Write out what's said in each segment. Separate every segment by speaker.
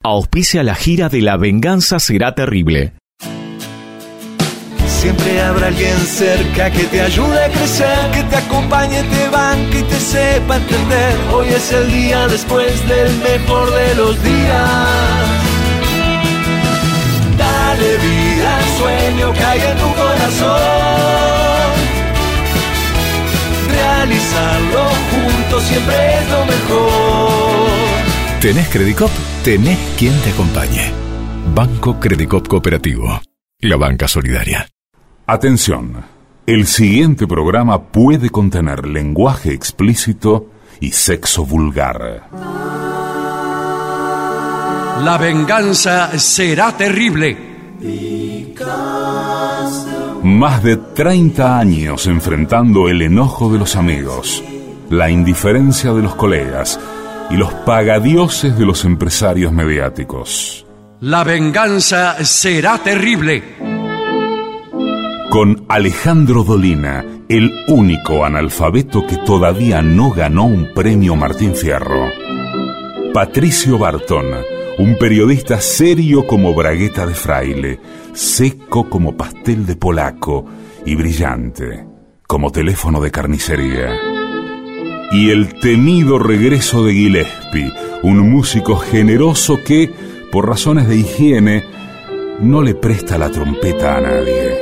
Speaker 1: auspicia la gira de La Venganza Será Terrible.
Speaker 2: Siempre habrá alguien cerca que te ayude a crecer, que te acompañe, te banque y te sepa entender. Hoy es el día después del mejor de los días. Dale vida al sueño que hay en tu corazón. Realizarlo juntos siempre es lo mejor.
Speaker 3: ¿Tenés Credicop? Tenés quien te acompañe. Banco Credicop Cooperativo. La banca solidaria.
Speaker 4: Atención. El siguiente programa puede contener lenguaje explícito y sexo vulgar.
Speaker 5: La venganza será terrible.
Speaker 4: Más de 30 años enfrentando el enojo de los amigos, la indiferencia de los colegas y los pagadioses de los empresarios mediáticos.
Speaker 5: La venganza será terrible.
Speaker 4: Con Alejandro Dolina, el único analfabeto que todavía no ganó un premio Martín Fierro. Patricio Barton, un periodista serio como bragueta de fraile, seco como pastel de polaco y brillante como teléfono de carnicería. Y el temido regreso de Gillespie, un músico generoso que, por razones de higiene, no le presta la trompeta a nadie.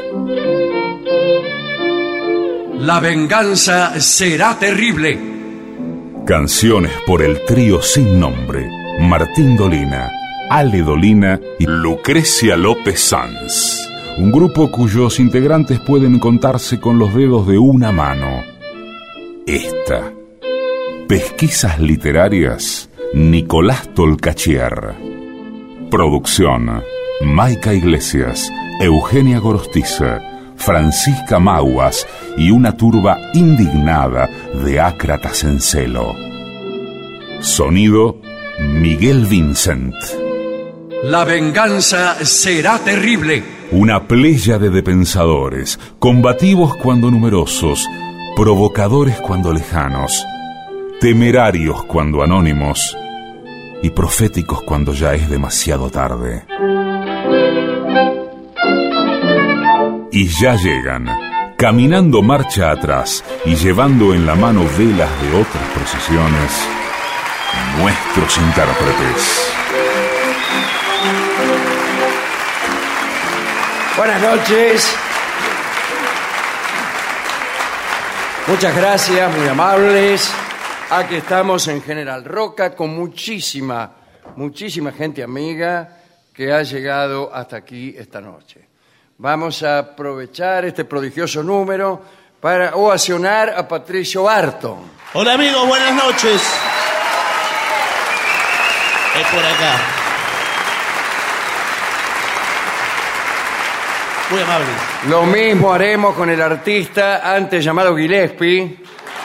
Speaker 5: La venganza será terrible.
Speaker 4: Canciones por el trío sin nombre, Martín Dolina, Ale Dolina y Lucrecia López Sanz. Un grupo cuyos integrantes pueden contarse con los dedos de una mano. Esta. Pesquisas literarias, Nicolás Tolcachier. Producción, Maica Iglesias, Eugenia Gorostiza, Francisca Mauas y una turba indignada de ácratas en celo. Sonido, Miguel Vincent.
Speaker 5: La venganza será terrible.
Speaker 4: Una pléyade de pensadores, combativos cuando numerosos, provocadores cuando lejanos, temerarios cuando anónimos y proféticos cuando ya es demasiado tarde. Y ya llegan, caminando marcha atrás y llevando en la mano velas de otras procesiones, nuestros intérpretes.
Speaker 6: Buenas noches. Muchas gracias, muy amables. Aquí estamos en General Roca con muchísima gente amiga que ha llegado hasta aquí esta noche. Vamos a aprovechar este prodigioso número para ovacionar a Patricio Barton.
Speaker 7: Hola amigos, buenas noches. Es por acá. Muy amable.
Speaker 6: Lo mismo haremos con el artista antes llamado Gillespie.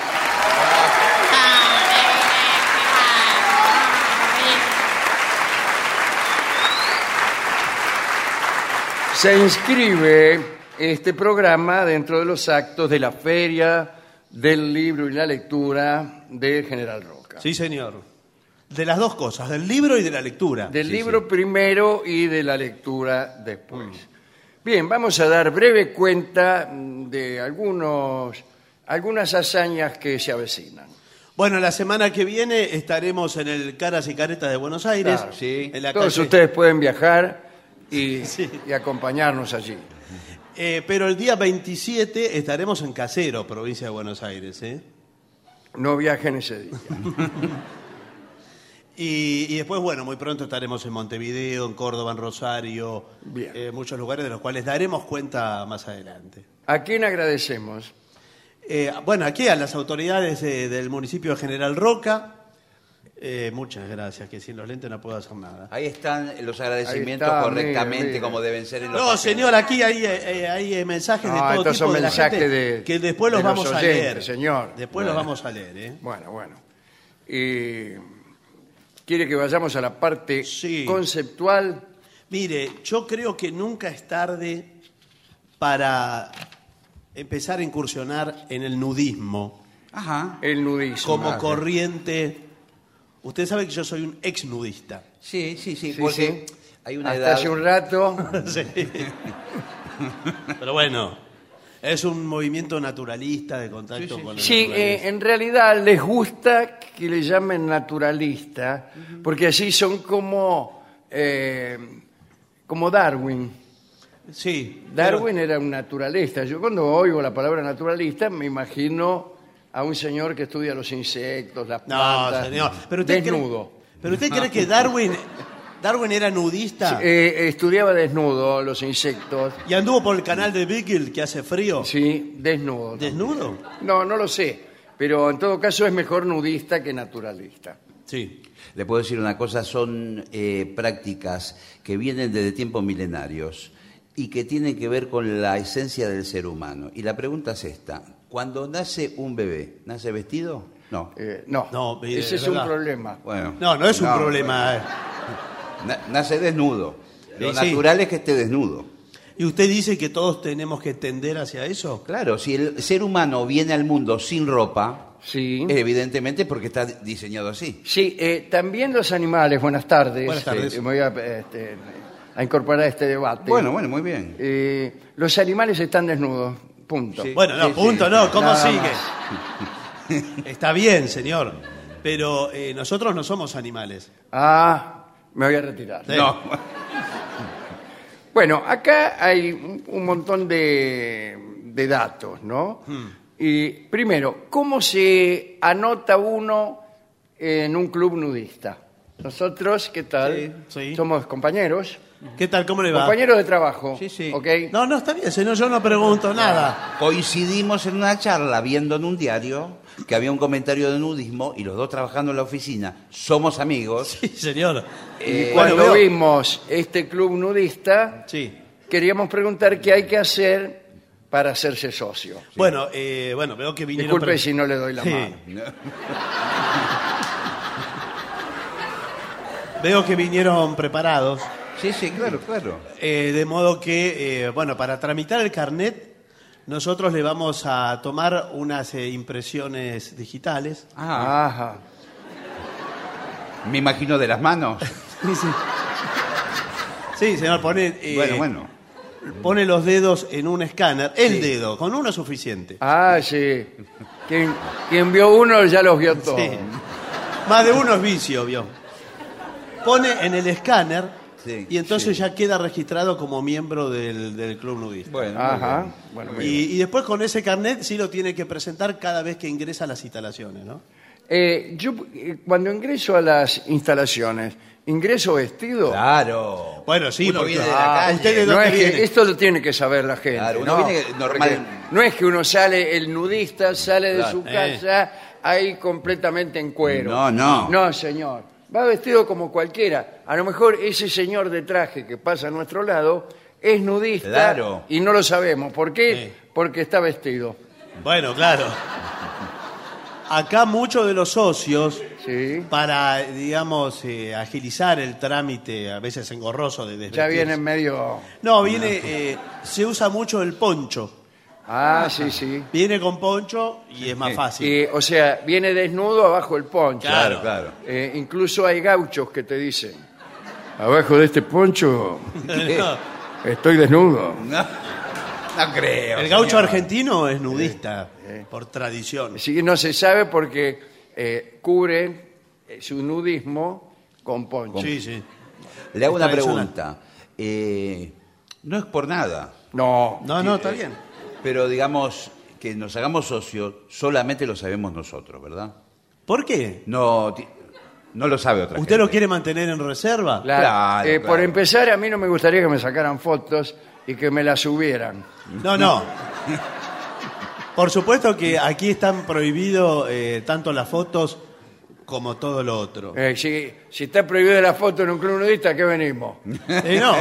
Speaker 6: Se inscribe este programa dentro de los actos de la Feria del Libro y la Lectura de General Roca.
Speaker 7: Sí, señor. De las dos cosas, del libro y de la lectura.
Speaker 6: Del libro primero y de la lectura después. Bien, vamos a dar breve cuenta de algunas hazañas que se avecinan.
Speaker 7: Bueno, la semana que viene estaremos en el Caras y Caretas de Buenos Aires.
Speaker 6: Claro, sí.
Speaker 7: En la
Speaker 6: Todos
Speaker 7: calle...
Speaker 6: ustedes pueden viajar y acompañarnos allí.
Speaker 7: Pero el día 27 estaremos en Casero, provincia de Buenos Aires.
Speaker 6: No viajen ese día.
Speaker 7: Y después, bueno, muy pronto estaremos en Montevideo, en Córdoba, en Rosario, muchos lugares de los cuales daremos cuenta más adelante.
Speaker 6: ¿A quién agradecemos?
Speaker 7: Bueno, aquí a las autoridades del municipio de General Roca. Muchas gracias, que sin los lentes no puedo hacer nada.
Speaker 8: Ahí están los agradecimientos correctamente, mire. Como deben ser en los papeles.
Speaker 7: Señor, aquí hay mensajes de todo
Speaker 6: estos
Speaker 7: tipo
Speaker 6: son
Speaker 7: de la
Speaker 6: mensajes
Speaker 7: gente que después los vamos
Speaker 6: oyentes,
Speaker 7: a leer.
Speaker 6: Señor.
Speaker 7: Después los vamos a leer.
Speaker 6: Bueno. ¿Quiere que vayamos a la parte conceptual?
Speaker 7: Mire, yo creo que nunca es tarde para empezar a incursionar en el nudismo.
Speaker 6: Ajá. El nudismo.
Speaker 7: Como corriente. Usted sabe que yo soy un ex nudista.
Speaker 8: Sí, sí, sí,
Speaker 6: Sí,
Speaker 8: porque
Speaker 6: sí.
Speaker 8: hay una
Speaker 6: Hasta
Speaker 8: edad...
Speaker 6: hace un rato.
Speaker 7: Sí. Pero bueno, es un movimiento naturalista de contacto con la
Speaker 6: Sí,
Speaker 7: naturaleza.
Speaker 6: en realidad les gusta que le llamen naturalista, porque así son como Darwin.
Speaker 7: Sí.
Speaker 6: Darwin era un naturalista. Yo cuando oigo la palabra naturalista me imagino a un señor que estudia los insectos, las
Speaker 7: No,
Speaker 6: plantas,
Speaker 7: señor. Pero usted
Speaker 6: desnudo.
Speaker 7: ¿Pero usted cree que Darwin era nudista?
Speaker 6: Estudiaba desnudo los insectos.
Speaker 7: ¿Y anduvo por el canal de Beagle que hace frío?
Speaker 6: Sí, desnudo.
Speaker 7: ¿Desnudo?
Speaker 6: No, no lo sé. Pero en todo caso es mejor nudista que naturalista.
Speaker 7: Sí.
Speaker 8: Le puedo decir una cosa, son prácticas que vienen desde tiempos milenarios y que tienen que ver con la esencia del ser humano. Y la pregunta es esta, cuando nace un bebé, ¿nace vestido? No.
Speaker 6: No,
Speaker 7: mire,
Speaker 6: ese es
Speaker 7: verdad.
Speaker 6: un problema.
Speaker 8: Bueno.
Speaker 7: No es un problema.
Speaker 8: Nace desnudo. Lo
Speaker 7: Sí, sí.
Speaker 8: natural es que esté desnudo.
Speaker 7: ¿Y usted dice que todos tenemos que tender hacia eso?
Speaker 8: Claro, si el ser humano viene al mundo sin ropa,
Speaker 6: Sí.
Speaker 8: evidentemente porque está diseñado así.
Speaker 6: Sí, también los animales, buenas tardes.
Speaker 7: Buenas tardes.
Speaker 6: Me voy a incorporar a este debate.
Speaker 8: Bueno, muy bien.
Speaker 6: Los animales están desnudos, punto.
Speaker 8: Sí.
Speaker 7: Bueno, no,
Speaker 8: Sí,
Speaker 7: punto,
Speaker 8: sí.
Speaker 7: no, ¿cómo
Speaker 6: Nada
Speaker 7: sigue? Está bien, señor. Pero nosotros no somos animales.
Speaker 6: Me voy a retirar.
Speaker 7: Sí.
Speaker 8: No.
Speaker 6: Bueno, acá hay un montón de datos, ¿no? Y primero, ¿cómo se anota uno en un club nudista? Nosotros, ¿qué tal?
Speaker 7: Sí.
Speaker 6: Somos compañeros,
Speaker 7: ¿Qué tal? ¿Cómo le va?
Speaker 6: compañeros de trabajo.
Speaker 8: Sí, sí.
Speaker 6: ¿Ok?
Speaker 7: No, está bien, señor, yo no pregunto nada.
Speaker 8: Coincidimos en una charla viendo en un diario que había un comentario de nudismo y los dos trabajando en la oficina. Somos amigos.
Speaker 7: Sí, señor.
Speaker 6: Y cuando
Speaker 7: bueno, veo-
Speaker 6: vimos este club nudista,
Speaker 7: Sí.
Speaker 6: queríamos preguntar qué hay que hacer para hacerse socio.
Speaker 7: Bueno, veo que vinieron...
Speaker 6: Disculpe si no le doy la
Speaker 7: Sí.
Speaker 6: mano.
Speaker 7: Veo que vinieron preparados.
Speaker 8: Sí, sí, claro.
Speaker 7: De modo que, para tramitar el carnet, nosotros le vamos a tomar unas impresiones digitales.
Speaker 6: Ajá.
Speaker 8: Me imagino de las manos.
Speaker 7: Sí, señor, pone, pone los dedos en un escáner. El dedo, con uno es suficiente.
Speaker 6: Sí. Quien vio uno ya los vio todos.
Speaker 7: Sí. Más de uno es vicio, vio. Pone en el escáner
Speaker 8: Sí,
Speaker 7: y entonces ya queda registrado como miembro del club nudista.
Speaker 8: Bueno,
Speaker 6: Ajá. Bueno, muy bien.
Speaker 7: Y después con ese carnet sí lo tiene que presentar cada vez que ingresa a las instalaciones, ¿no?
Speaker 6: Yo cuando ingreso a las instalaciones, ¿ingreso vestido?
Speaker 8: Claro.
Speaker 7: Bueno, sí,
Speaker 8: Uno
Speaker 7: porque
Speaker 8: viene de la calle.
Speaker 7: ¿usted de
Speaker 6: No
Speaker 7: dónde
Speaker 6: es
Speaker 7: viene?
Speaker 6: que esto lo tiene que saber la gente.
Speaker 8: Claro, uno
Speaker 6: ¿no?
Speaker 8: viene normal.
Speaker 6: Porque no es que uno sale, el nudista sale de
Speaker 8: Claro.
Speaker 6: su casa ahí completamente en cuero.
Speaker 8: No.
Speaker 6: No, señor. Va vestido como cualquiera. A lo mejor ese señor de traje que pasa a nuestro lado es nudista
Speaker 8: Claro.
Speaker 6: y no lo sabemos. ¿Por qué?
Speaker 7: Sí.
Speaker 6: Porque está vestido.
Speaker 7: Bueno, claro. Acá muchos de los socios,
Speaker 6: Sí.
Speaker 7: para, digamos, agilizar el trámite, a veces engorroso de desvestirse.
Speaker 6: Ya viene medio...
Speaker 7: No, se usa mucho el poncho.
Speaker 6: Sí.
Speaker 7: Viene con poncho y es más fácil.
Speaker 6: O sea, viene desnudo abajo el poncho.
Speaker 7: Claro.
Speaker 6: Incluso hay gauchos que te dicen, abajo de este poncho
Speaker 7: No,
Speaker 6: estoy desnudo.
Speaker 8: No creo.
Speaker 7: el gaucho
Speaker 8: señor.
Speaker 7: argentino es nudista, por tradición.
Speaker 6: Sí, no se sabe porque cubre su nudismo con poncho.
Speaker 7: Sí.
Speaker 8: Le hago una
Speaker 7: Tradicional.
Speaker 8: pregunta. No es por nada,
Speaker 6: No,
Speaker 7: No, está bien.
Speaker 8: pero digamos que nos hagamos socios solamente lo sabemos nosotros, ¿verdad?
Speaker 7: ¿Por qué?
Speaker 8: No lo sabe otra
Speaker 7: ¿Usted
Speaker 8: gente.
Speaker 7: lo quiere mantener en reserva?
Speaker 6: claro.
Speaker 8: Claro.
Speaker 6: Por empezar, a mí no me gustaría que me sacaran fotos y que me las subieran.
Speaker 7: No. Por supuesto que aquí están prohibidos tanto las fotos como todo lo otro.
Speaker 6: Si está prohibida la foto en un club nudista, ¿a qué venimos?
Speaker 7: No.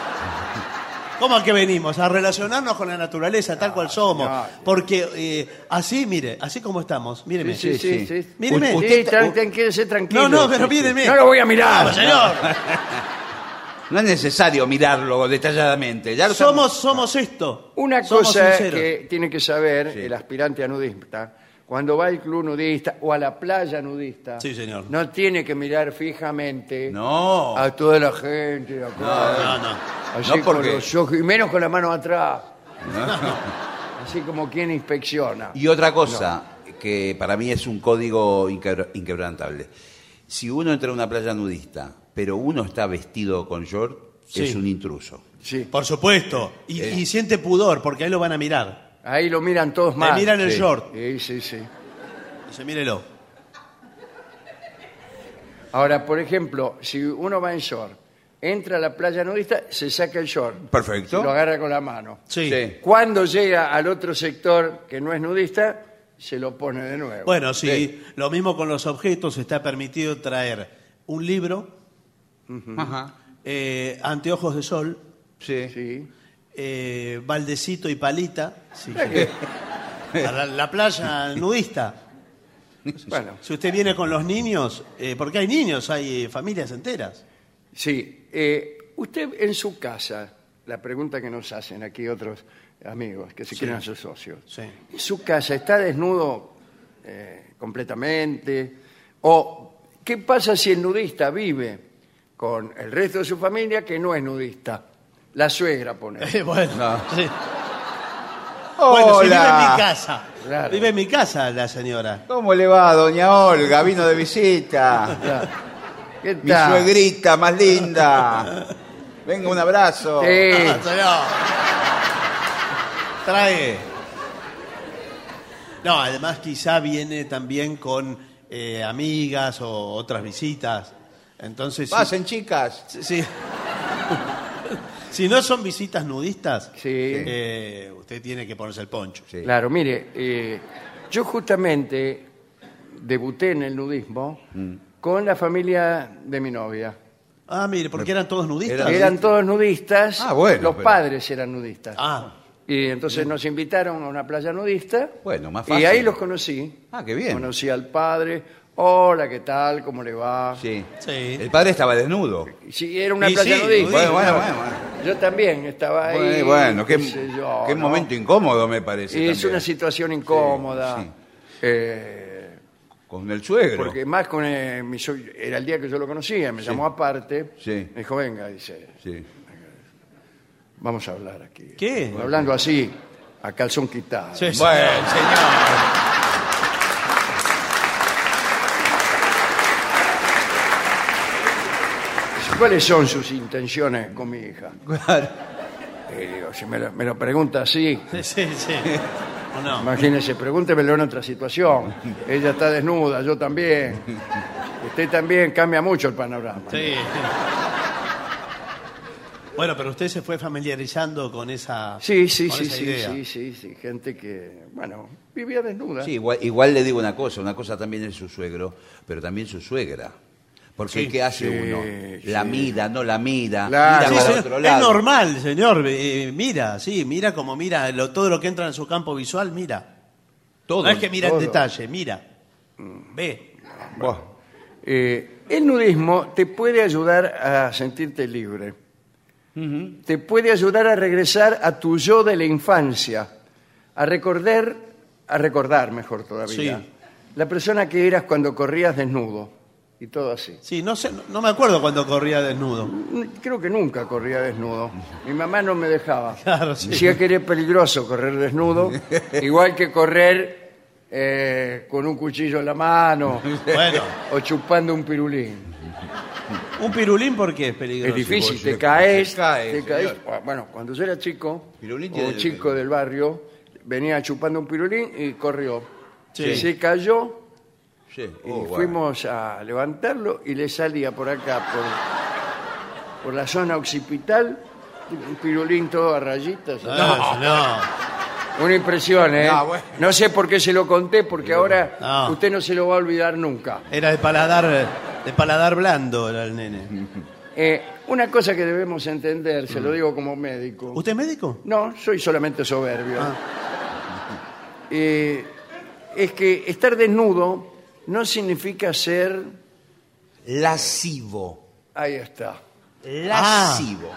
Speaker 7: ¿Cómo a qué venimos? A relacionarnos con la naturaleza tal cual somos.
Speaker 6: no.
Speaker 7: Porque así, mire, así como estamos. Míreme.
Speaker 6: Sí.
Speaker 7: Míreme.
Speaker 6: Quédese tranquilo.
Speaker 7: No, pero míreme.
Speaker 6: No lo voy a mirar.
Speaker 7: Vamos, señor.
Speaker 8: No es necesario mirarlo detalladamente. Ya lo
Speaker 7: Somos esto.
Speaker 6: Una
Speaker 7: Somos
Speaker 6: cosa
Speaker 7: sinceros.
Speaker 6: que tiene que saber el aspirante a nudista, cuando va al club nudista o a la playa nudista,
Speaker 7: Sí, señor.
Speaker 6: no tiene que mirar fijamente
Speaker 8: No.
Speaker 6: a toda la gente de acá.
Speaker 7: No.
Speaker 6: Así
Speaker 8: No, porque-
Speaker 6: con los ojos, y menos con la mano atrás. Así como quien inspecciona.
Speaker 8: Y otra cosa que para mí es un código inquebrantable. Si uno entra a una playa nudista, pero uno está vestido con short,
Speaker 7: Sí.
Speaker 8: es un intruso.
Speaker 6: Sí.
Speaker 7: Por supuesto. Y siente pudor, porque ahí lo van a mirar.
Speaker 6: Ahí lo miran todos mal.
Speaker 7: Le miran el
Speaker 8: Sí.
Speaker 7: short.
Speaker 6: Sí, sí, sí.
Speaker 7: Dice, mírelo.
Speaker 6: Ahora, por ejemplo, si uno va en short, entra a la playa nudista, se saca el short.
Speaker 8: Perfecto.
Speaker 6: Lo agarra con la mano.
Speaker 7: Sí.
Speaker 8: Sí.
Speaker 6: Cuando llega al otro sector que no es nudista, se lo pone de nuevo.
Speaker 7: Bueno, sí, lo mismo con los objetos. Está permitido traer un libro,
Speaker 8: Ajá.
Speaker 7: anteojos de sol,
Speaker 8: Sí.
Speaker 6: Sí.
Speaker 7: baldecito y palita. Sí, sí. Para la playa nudista.
Speaker 6: Bueno,
Speaker 7: Si usted viene con los niños, porque hay niños, hay familias enteras.
Speaker 6: sí. Usted en su casa, la pregunta que nos hacen aquí otros amigos que se quieren hacer socios.
Speaker 7: Sí.
Speaker 6: ¿En su casa está desnudo completamente? ¿O qué pasa si el nudista vive con el resto de su familia que no es nudista? La suegra, pone.
Speaker 7: Bueno,
Speaker 8: No.
Speaker 7: sí. Bueno, si vive en
Speaker 8: Hola.
Speaker 7: mi casa.
Speaker 6: Claro.
Speaker 7: Vive en mi casa la señora.
Speaker 8: ¿Cómo le va, doña Olga? Vino de visita.
Speaker 6: ¿Qué
Speaker 8: Mi
Speaker 6: tal?
Speaker 8: suegrita más linda. Venga, un abrazo.
Speaker 6: Sí.
Speaker 7: Ah, señor. Trae. No, además quizá viene también con amigas o otras visitas. Entonces,
Speaker 8: Pasen, chicas.
Speaker 7: sí. Si no son visitas nudistas,
Speaker 6: Sí.
Speaker 7: usted tiene que ponerse el poncho.
Speaker 8: Sí.
Speaker 6: Claro, mire, yo justamente debuté en el nudismo con la familia de mi novia.
Speaker 7: Ah, mire, porque eran todos nudistas.
Speaker 6: Eran todos nudistas,
Speaker 8: Ah, bueno,
Speaker 6: los
Speaker 8: pero-
Speaker 6: padres eran nudistas.
Speaker 7: Ah,
Speaker 6: Y entonces nos invitaron a una playa nudista.
Speaker 8: Bueno, más
Speaker 6: Y
Speaker 8: fácil.
Speaker 6: ahí los conocí.
Speaker 8: Ah, qué bien.
Speaker 6: Conocí al padre. Hola, ¿qué tal? ¿Cómo le va?
Speaker 8: Sí.
Speaker 7: sí.
Speaker 8: El padre estaba desnudo.
Speaker 6: Sí, era una
Speaker 7: Y
Speaker 6: playa
Speaker 7: sí,
Speaker 6: nudista.
Speaker 8: Bueno, bueno,
Speaker 6: claro.
Speaker 8: bueno.
Speaker 6: Yo también estaba ahí.
Speaker 8: Bueno, qué
Speaker 6: sé yo,
Speaker 8: qué
Speaker 6: ¿no?
Speaker 8: momento incómodo me parece.
Speaker 6: Y es
Speaker 8: también.
Speaker 6: una situación incómoda.
Speaker 8: Sí. Con el suegro.
Speaker 6: Porque más con era el día que yo lo conocía, me llamó aparte.
Speaker 8: Sí.
Speaker 6: Me dijo, venga, dice,
Speaker 8: Sí.
Speaker 6: vamos a hablar aquí.
Speaker 7: ¿Qué?
Speaker 6: Hablando así, a calzón quitado.
Speaker 7: Sí, sí.
Speaker 8: Bueno, señor.
Speaker 6: Dice, ¿cuáles son sus intenciones con mi hija? Y digo, si me lo pregunta así,
Speaker 7: Sí, sí. ¿O no?
Speaker 6: imagínese, pregúntemelo en otra situación. Ella está desnuda, yo también. Usted también, cambia mucho el panorama.
Speaker 7: Sí. Bueno, pero usted se fue familiarizando con esa,
Speaker 6: Sí, sí,
Speaker 7: con
Speaker 6: sí,
Speaker 7: esa
Speaker 6: sí,
Speaker 7: idea.
Speaker 6: sí, gente que, bueno, vivía desnuda.
Speaker 8: Sí, igual le digo una cosa también es su suegro, pero también su suegra. Porque
Speaker 7: Sí.
Speaker 8: ¿qué hace
Speaker 6: Sí,
Speaker 8: uno? La
Speaker 6: sí.
Speaker 8: mira, no la mira,
Speaker 6: Claro.
Speaker 8: mira
Speaker 7: Sí,
Speaker 8: para
Speaker 7: señor,
Speaker 8: otro
Speaker 7: es
Speaker 8: lado.
Speaker 7: normal, señor. Mira, sí, mira como mira todo lo que entra en su campo visual, mira.
Speaker 8: Todo.
Speaker 7: No es que mira
Speaker 6: todo.
Speaker 7: en detalle, mira. Ve.
Speaker 8: Buah.
Speaker 6: El nudismo te puede ayudar a sentirte libre. Te puede ayudar a regresar a tu yo de la infancia, a recordar mejor todavía,
Speaker 7: Sí.
Speaker 6: la persona que eras cuando corrías desnudo y todo así.
Speaker 7: Sí, no sé, no me acuerdo cuando corría desnudo.
Speaker 6: Creo que nunca corría desnudo. Mi mamá no me dejaba.
Speaker 7: Claro, sí.
Speaker 6: Decía que era peligroso correr desnudo, igual que correr con un cuchillo en la mano
Speaker 7: Bueno,
Speaker 6: o chupando un pirulín.
Speaker 7: un pirulín, ¿por qué es peligroso?
Speaker 6: Es difícil,
Speaker 8: vos
Speaker 6: te
Speaker 8: se-
Speaker 6: caes,
Speaker 8: se cae,
Speaker 6: te caes.
Speaker 8: señor.
Speaker 6: Bueno, cuando yo era chico,
Speaker 8: Pirulín
Speaker 6: un
Speaker 8: tiene-
Speaker 6: chico del barrio venía chupando un pirulín y corrió.
Speaker 7: Sí.
Speaker 6: Se cayó
Speaker 8: Sí.
Speaker 6: y
Speaker 8: Bueno.
Speaker 6: fuimos a levantarlo y le salía por acá, por la zona occipital, un pirulín todo a rayitas.
Speaker 7: No.
Speaker 6: Una impresión, ¿eh?
Speaker 8: No, bueno.
Speaker 6: No sé por qué se lo conté, porque ahora
Speaker 7: No.
Speaker 6: usted no se lo va a olvidar nunca.
Speaker 7: Era de paladar blando era el nene.
Speaker 6: Una cosa que debemos entender, se lo digo como médico.
Speaker 7: ¿Usted es médico?
Speaker 6: No, soy solamente soberbio.
Speaker 7: Ah.
Speaker 6: Es que estar desnudo no significa ser...
Speaker 8: Lascivo.
Speaker 6: Ahí está.
Speaker 8: Lascivo.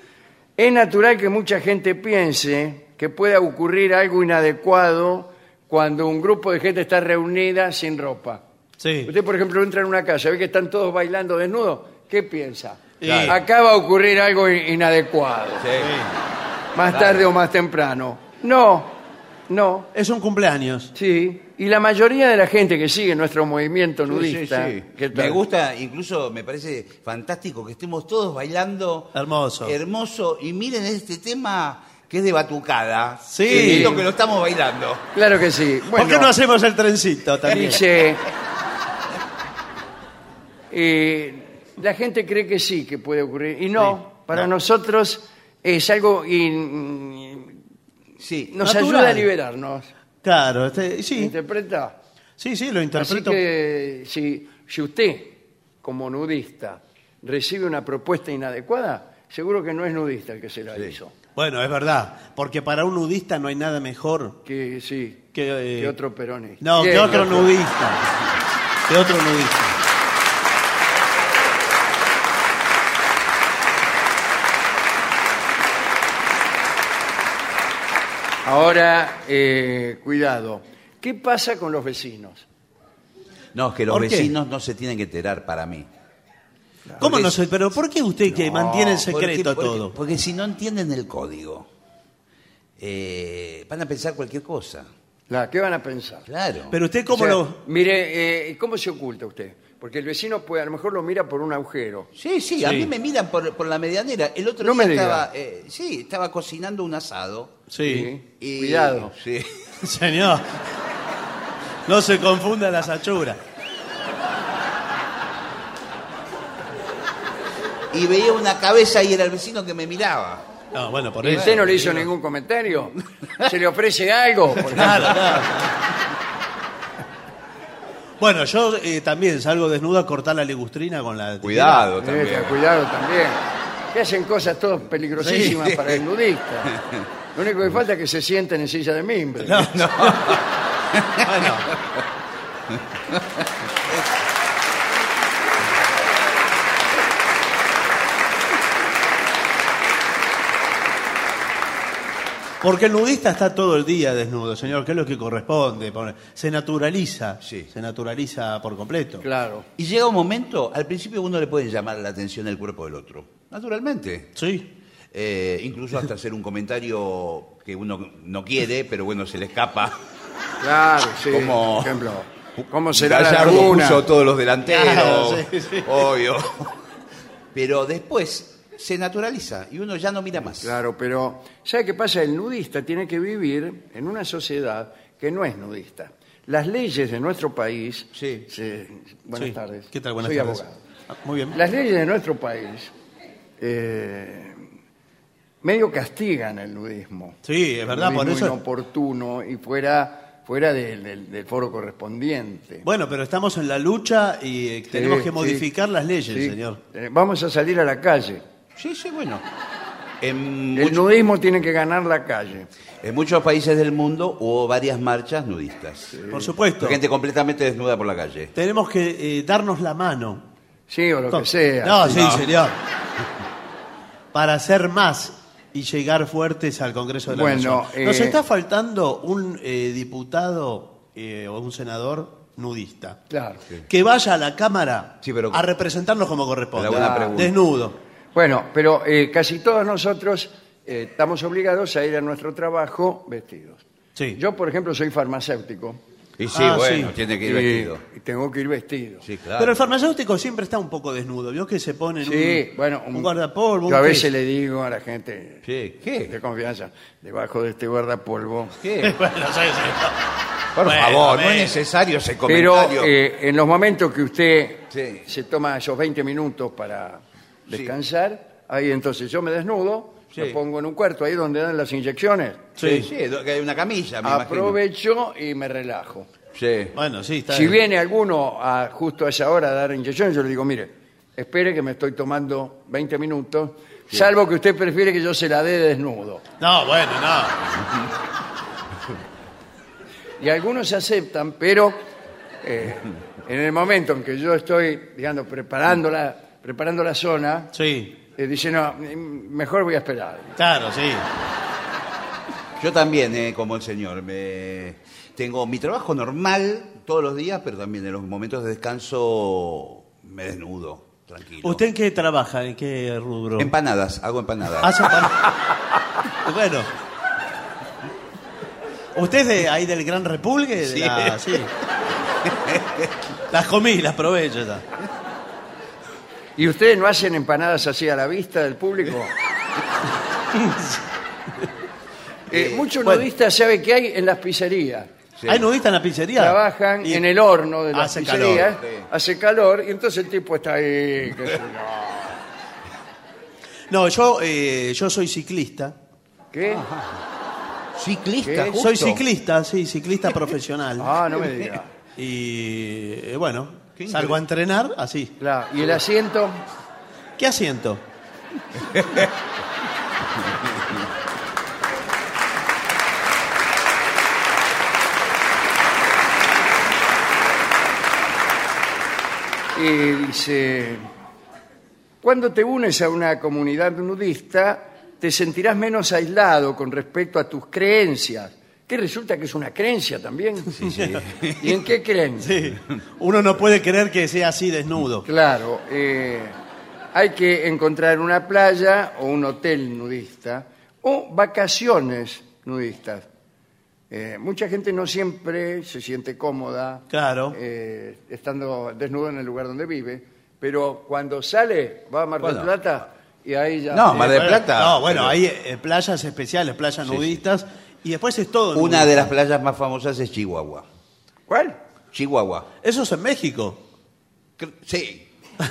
Speaker 6: Es natural que mucha gente piense que pueda ocurrir algo inadecuado cuando un grupo de gente está reunida sin ropa.
Speaker 7: Sí.
Speaker 6: Usted, por ejemplo, entra en una casa, ve que están todos bailando desnudos, ¿qué piensa?
Speaker 7: Claro.
Speaker 6: Acá va a ocurrir algo inadecuado, más tarde o más temprano. No,
Speaker 7: Es un cumpleaños.
Speaker 6: sí. Y la mayoría de la gente que sigue nuestro movimiento nudista, ¿qué tal?
Speaker 8: Me gusta, incluso me parece fantástico que estemos todos bailando.
Speaker 7: Hermoso.
Speaker 8: Hermoso. Y miren este tema que es de batucada.
Speaker 7: Sí.
Speaker 8: Qué lindo que lo estamos bailando.
Speaker 6: Claro que sí.
Speaker 7: ¿Por
Speaker 6: Bueno,
Speaker 7: qué no hacemos el trencito también?
Speaker 6: dice... la gente cree que sí, que puede ocurrir. Y no, para nosotros es algo...
Speaker 8: Sí.
Speaker 6: nos
Speaker 7: Natural.
Speaker 6: ayuda a liberarnos.
Speaker 7: Claro, sí.
Speaker 6: ¿Interpreta?
Speaker 7: Sí, lo
Speaker 6: Así
Speaker 7: interpreto.
Speaker 6: que si usted, como nudista, recibe una propuesta inadecuada, seguro que no es nudista el que se la hizo.
Speaker 7: Bueno, es verdad, porque para un nudista no hay nada mejor
Speaker 6: Que sí,
Speaker 7: que...
Speaker 6: que otro peronista.
Speaker 7: No, que otro nudista. Que otro nudista.
Speaker 6: Ahora, cuidado. ¿Qué pasa con los vecinos?
Speaker 8: No, es que los
Speaker 7: ¿Por qué?
Speaker 8: vecinos no se tienen que enterar para mí.
Speaker 7: ¿Cómo
Speaker 8: Porque
Speaker 7: no sé? Pero ¿por qué usted que mantiene en secreto todo?
Speaker 8: Porque si no entienden el código, van a pensar cualquier cosa.
Speaker 6: ¿Qué van a pensar?
Speaker 8: Claro.
Speaker 7: Pero usted cómo
Speaker 6: O sea,
Speaker 7: lo...
Speaker 6: Mire, ¿cómo se oculta usted? Porque el vecino puede, a lo mejor lo mira por un agujero.
Speaker 8: Sí, a mí me miran por la medianera. El otro
Speaker 6: No
Speaker 8: día
Speaker 6: me diga.
Speaker 8: estaba cocinando un asado.
Speaker 7: Sí.
Speaker 8: Y,
Speaker 6: Cuidado.
Speaker 8: Sí.
Speaker 7: Señor, no se confunda las achuras.
Speaker 8: Y veía una cabeza y era el vecino que me miraba.
Speaker 7: No, bueno, por
Speaker 6: ¿Y
Speaker 7: eso.
Speaker 6: usted no le hizo ningún comentario? ¿Se le ofrece algo? Por ejemplo?
Speaker 7: Claro. Bueno, yo también salgo desnudo a cortar la ligustrina con la...
Speaker 8: Cuidado también.
Speaker 6: Cuidado también. Que hacen cosas todas peligrosísimas
Speaker 7: Sí.
Speaker 6: para el nudista. Lo único que falta es que se sienten en silla de mimbre.
Speaker 7: No. Bueno. Porque el nudista está todo el día desnudo, señor, que es lo que corresponde. Se naturaliza,
Speaker 8: Sí.
Speaker 7: se naturaliza por completo.
Speaker 6: Claro.
Speaker 8: Y llega un momento, al principio uno le puede llamar la atención el cuerpo del otro. Naturalmente.
Speaker 7: Sí.
Speaker 8: Incluso hasta hacer un comentario que uno no quiere, pero bueno, se le escapa.
Speaker 6: Claro, sí.
Speaker 8: Como-
Speaker 6: Por ejemplo, ¿cómo será la
Speaker 8: Gallardo
Speaker 6: laguna?
Speaker 8: puso todos los delanteros,
Speaker 7: Claro, sí.
Speaker 8: obvio. Pero después se naturaliza y uno ya no mira más.
Speaker 6: Claro, pero ¿sabe qué pasa? El nudista tiene que vivir en una sociedad que no es nudista. Las leyes de nuestro país...
Speaker 8: Sí.
Speaker 6: Buenas
Speaker 7: Sí.
Speaker 6: tardes.
Speaker 7: ¿Qué tal? Buenas
Speaker 6: Soy
Speaker 7: tardes.
Speaker 6: abogado.
Speaker 7: Muy bien.
Speaker 6: Las leyes de nuestro país medio castigan el nudismo.
Speaker 7: Sí, es verdad,
Speaker 6: El
Speaker 7: por
Speaker 6: nudismo
Speaker 7: eso...
Speaker 6: inoportuno y fuera del foro correspondiente.
Speaker 7: Bueno, pero estamos en la lucha y tenemos que
Speaker 6: sí.
Speaker 7: modificar las leyes,
Speaker 6: Sí.
Speaker 7: señor.
Speaker 6: Vamos a salir a la calle.
Speaker 8: Sí, bueno. En,
Speaker 6: El nudismo tiene que ganar la calle.
Speaker 8: en muchos países del mundo hubo varias marchas nudistas.
Speaker 7: Por supuesto.
Speaker 8: Gente completamente desnuda por la calle.
Speaker 7: Tenemos que darnos la mano.
Speaker 6: Sí, o lo que sea.
Speaker 7: No, sí, señor. Para hacer más y llegar fuertes al Congreso de la
Speaker 6: Bueno,
Speaker 7: Nación. Nos está faltando un diputado o un senador nudista.
Speaker 6: Claro.
Speaker 7: Que vaya a la Cámara
Speaker 8: Sí, pero-
Speaker 7: a representarnos como corresponde.
Speaker 8: Pero una pregunta.
Speaker 7: Desnudo.
Speaker 6: Bueno, pero casi todos nosotros estamos obligados a ir a nuestro trabajo vestidos.
Speaker 7: Sí.
Speaker 6: Yo, por ejemplo, soy farmacéutico.
Speaker 8: Y sí,
Speaker 7: Ah,
Speaker 8: bueno,
Speaker 7: sí.
Speaker 8: tiene que ir vestido.
Speaker 6: Y tengo que ir vestido.
Speaker 8: Sí, claro.
Speaker 7: Pero el farmacéutico siempre está un poco desnudo. ¿Vio que se pone en
Speaker 6: Sí, bueno,
Speaker 7: un guardapolvo?
Speaker 6: yo a
Speaker 7: un
Speaker 6: veces
Speaker 7: qué?
Speaker 6: le digo a la gente
Speaker 8: Sí, ¿qué?
Speaker 6: de confianza, debajo de este guardapolvo.
Speaker 8: ¿Qué?
Speaker 7: Bueno, sí, sí.
Speaker 8: Por
Speaker 7: Bueno,
Speaker 8: favor, no
Speaker 7: bueno.
Speaker 8: es necesario ese
Speaker 6: Pero
Speaker 8: comentario.
Speaker 6: en los momentos que usted
Speaker 8: Sí.
Speaker 6: se toma esos 20 minutos para descansar, ahí entonces yo me desnudo,
Speaker 8: Sí.
Speaker 6: me pongo en un cuarto ahí donde dan las inyecciones,
Speaker 8: Sí, que hay una camilla, me
Speaker 6: aprovecho y me relajo.
Speaker 8: imagino. Sí.
Speaker 7: Bueno, sí, está
Speaker 6: Si
Speaker 7: bien.
Speaker 6: viene alguno justo a esa hora a dar inyecciones, yo le digo, mire, espere que me estoy tomando 20 minutos, salvo que usted prefiere que yo se la dé desnudo.
Speaker 7: No, bueno, no.
Speaker 6: Y algunos aceptan, pero en el momento en que yo estoy, digamos, preparando la zona,
Speaker 7: Sí,
Speaker 6: dicen, no, mejor voy a esperar.
Speaker 7: claro, sí.
Speaker 8: Yo también, como el señor. Tengo mi trabajo normal todos los días, pero también en los momentos de descanso me desnudo, tranquilo.
Speaker 7: ¿Usted en qué trabaja? ¿En qué rubro?
Speaker 8: Empanadas, hago empanadas.
Speaker 7: Hace Bueno. ¿Usted es de ahí del Gran Repulgue?
Speaker 8: Sí.
Speaker 7: Sí. Las comí, las probé yo ya.
Speaker 6: ¿Y ustedes no hacen empanadas así a la vista del público? Muchos
Speaker 7: bueno.
Speaker 6: nudistas saben que hay en las pizzerías.
Speaker 8: Sí.
Speaker 7: ¿Hay nudistas en la pizzería?
Speaker 6: Trabajan
Speaker 7: Y-
Speaker 6: en el horno de las
Speaker 7: Hace
Speaker 6: pizzerías,
Speaker 7: calor,
Speaker 8: sí.
Speaker 6: hace calor, y entonces el tipo está ahí. qué sé yo.
Speaker 7: No, yo soy ciclista.
Speaker 6: ¿Qué?
Speaker 8: Ciclista,
Speaker 6: ¿Qué?
Speaker 8: justo.
Speaker 7: Soy ciclista, sí, ciclista profesional.
Speaker 6: Ah, no me diga.
Speaker 7: Y bueno,
Speaker 8: Qué
Speaker 7: salgo a entrenar así.
Speaker 6: Claro. ¿Y el asiento?
Speaker 7: ¿Qué asiento?
Speaker 6: Dice, cuando te unes a una comunidad nudista, te sentirás menos aislado con respecto a tus creencias, que resulta que es una creencia también. ¿Y en qué creen?
Speaker 7: Sí. Uno no puede creer que sea así desnudo.
Speaker 6: Claro, hay que encontrar una playa o un hotel nudista o vacaciones nudistas. Mucha gente no siempre se siente cómoda
Speaker 7: Claro.
Speaker 6: estando desnudo en el lugar donde vive, pero cuando sale, va a Mar del
Speaker 8: Bueno.
Speaker 6: Plata y ahí ya...
Speaker 8: No, Mar del Plata.
Speaker 7: No, bueno,
Speaker 8: pero
Speaker 7: hay playas especiales, playas nudistas, y después es todo
Speaker 8: Una
Speaker 7: nudista.
Speaker 8: de las playas más famosas es Chihuahua.
Speaker 6: ¿Cuál?
Speaker 8: Chihuahua.
Speaker 7: Eso es en México.
Speaker 8: Sí.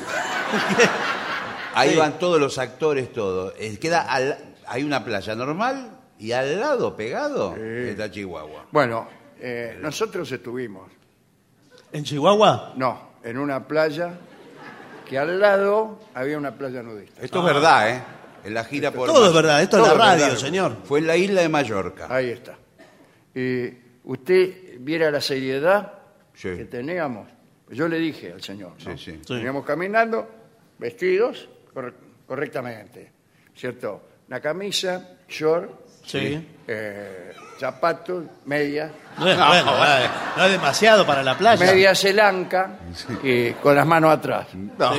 Speaker 8: Ahí
Speaker 7: Sí.
Speaker 8: van todos los actores, todo. Hay una playa normal y al lado, pegado, está Chihuahua.
Speaker 6: Bueno, nosotros estuvimos,
Speaker 7: ¿En Chihuahua?
Speaker 6: no, en una playa que al lado había una playa nudista.
Speaker 8: Esto es verdad, ¿eh? En la gira por...
Speaker 7: Todo es verdad, esto es
Speaker 6: Todo
Speaker 7: la
Speaker 6: es
Speaker 7: radio,
Speaker 6: verdad.
Speaker 7: señor.
Speaker 8: Fue en la isla de Mallorca.
Speaker 6: Ahí está. ¿Usted viera la seriedad
Speaker 8: Sí.
Speaker 6: que teníamos? Yo le dije al señor, ¿no?
Speaker 8: Sí, sí.
Speaker 7: Sí.
Speaker 6: Veníamos caminando, vestidos correctamente, ¿cierto? Una camisa, short,
Speaker 7: Sí.
Speaker 6: zapatos, medias,
Speaker 7: Bueno, no es demasiado para la playa.
Speaker 6: media celanca y con las manos atrás.
Speaker 7: Sí.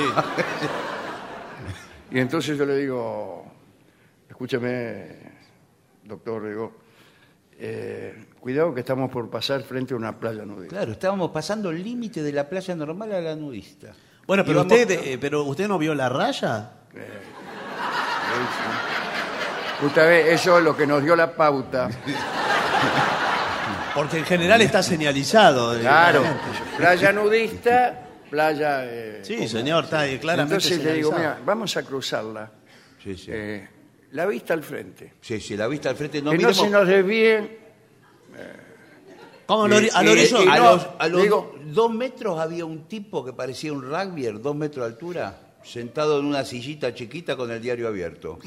Speaker 6: Y entonces yo le digo, escúchame, doctor, le digo, cuidado que estamos por pasar frente a una playa nudista.
Speaker 8: Claro, estábamos pasando el límite de la playa normal a la nudista.
Speaker 7: Bueno, pero
Speaker 8: Íbamos-
Speaker 7: usted no vio la raya.
Speaker 6: Usted ve, eso es lo que nos dio la pauta.
Speaker 7: Porque en general está señalizado.
Speaker 6: Claro, playa nudista, playa...
Speaker 7: Sí, señor, está claramente
Speaker 6: Entonces le digo,
Speaker 7: señalizado.
Speaker 6: mira, vamos a cruzarla.
Speaker 8: Sí, sí.
Speaker 6: La vista al frente.
Speaker 8: Sí, sí, la vista al frente. No
Speaker 6: Que no
Speaker 8: miremos-
Speaker 6: se nos desvíe.
Speaker 7: ¿Cómo? ¿Al horizonte?
Speaker 6: y no,
Speaker 8: a los
Speaker 6: digo-
Speaker 8: 2 metros había un tipo que parecía un rugbyer, 2 metros de altura, sentado en una sillita chiquita con el diario abierto.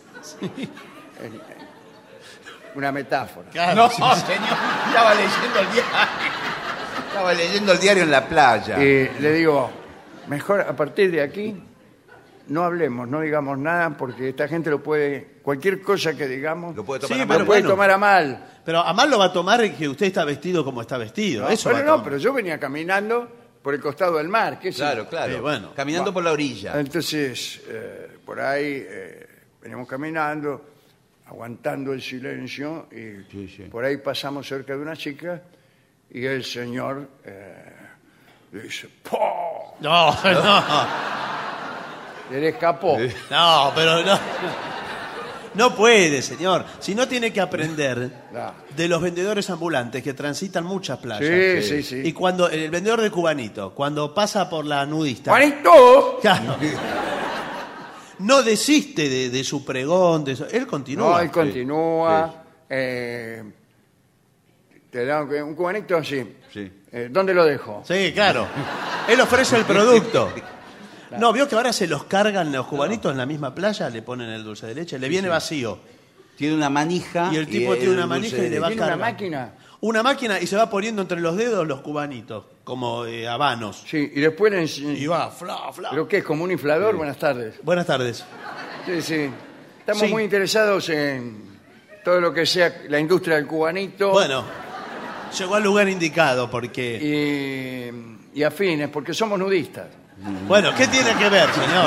Speaker 6: Una metáfora.
Speaker 8: No, señor, estaba leyendo el diario. Estaba leyendo el diario en la playa.
Speaker 6: Le digo, mejor a partir de aquí no hablemos, no digamos nada, porque esta gente lo puede, cualquier cosa que digamos,
Speaker 8: Lo puede
Speaker 7: Sí,
Speaker 8: tomar a
Speaker 7: pero
Speaker 6: lo
Speaker 8: mal.
Speaker 6: puede
Speaker 7: bueno.
Speaker 6: tomar a mal.
Speaker 7: Pero a mal lo va a tomar que usted está vestido como está vestido. Eso va a
Speaker 6: Bueno, no,
Speaker 7: tomar.
Speaker 6: pero yo venía caminando por el costado del mar, ¿qué sé yo?
Speaker 8: Claro, claro.
Speaker 7: bueno.
Speaker 8: Caminando por la orilla.
Speaker 6: Entonces, por ahí veníamos caminando, aguantando el silencio, y
Speaker 8: Sí, sí.
Speaker 6: por ahí pasamos cerca de una chica, y el señor dice, ¡po!
Speaker 7: No, no.
Speaker 6: Se le escapó.
Speaker 7: No, pero no. No puede, señor. Si no tiene que aprender
Speaker 6: No.
Speaker 7: de los vendedores ambulantes que transitan muchas playas.
Speaker 6: Sí, sí, sí.
Speaker 7: Y cuando el vendedor de cubanito, cuando pasa por la nudista,
Speaker 6: ¡Juanito!
Speaker 7: claro, no desiste de su pregón, él continúa.
Speaker 6: No, él continúa. Te da un cubanito así.
Speaker 8: Sí.
Speaker 6: ¿Dónde lo dejo?
Speaker 7: Sí, claro. Él ofrece el producto. No, vio que ahora se los cargan los cubanitos en la misma playa, le ponen el dulce de leche, le viene vacío.
Speaker 8: Tiene una manija.
Speaker 7: Y el tipo tiene una manija y le va
Speaker 6: ¿Tiene una
Speaker 7: cargando.
Speaker 6: máquina?
Speaker 7: Una máquina y se va poniendo entre los dedos los cubanitos, como habanos.
Speaker 6: Sí, y después le
Speaker 7: Y va, fla, fla.
Speaker 6: ¿Pero qué es? ¿Como un inflador? Buenas tardes.
Speaker 7: Buenas tardes.
Speaker 6: Sí, sí. Estamos
Speaker 7: Sí.
Speaker 6: muy interesados en todo lo que sea la industria del cubanito.
Speaker 7: Bueno, Llegó al lugar indicado porque...
Speaker 6: Y afines, porque somos nudistas.
Speaker 7: Bueno, ¿qué tiene que ver, señor?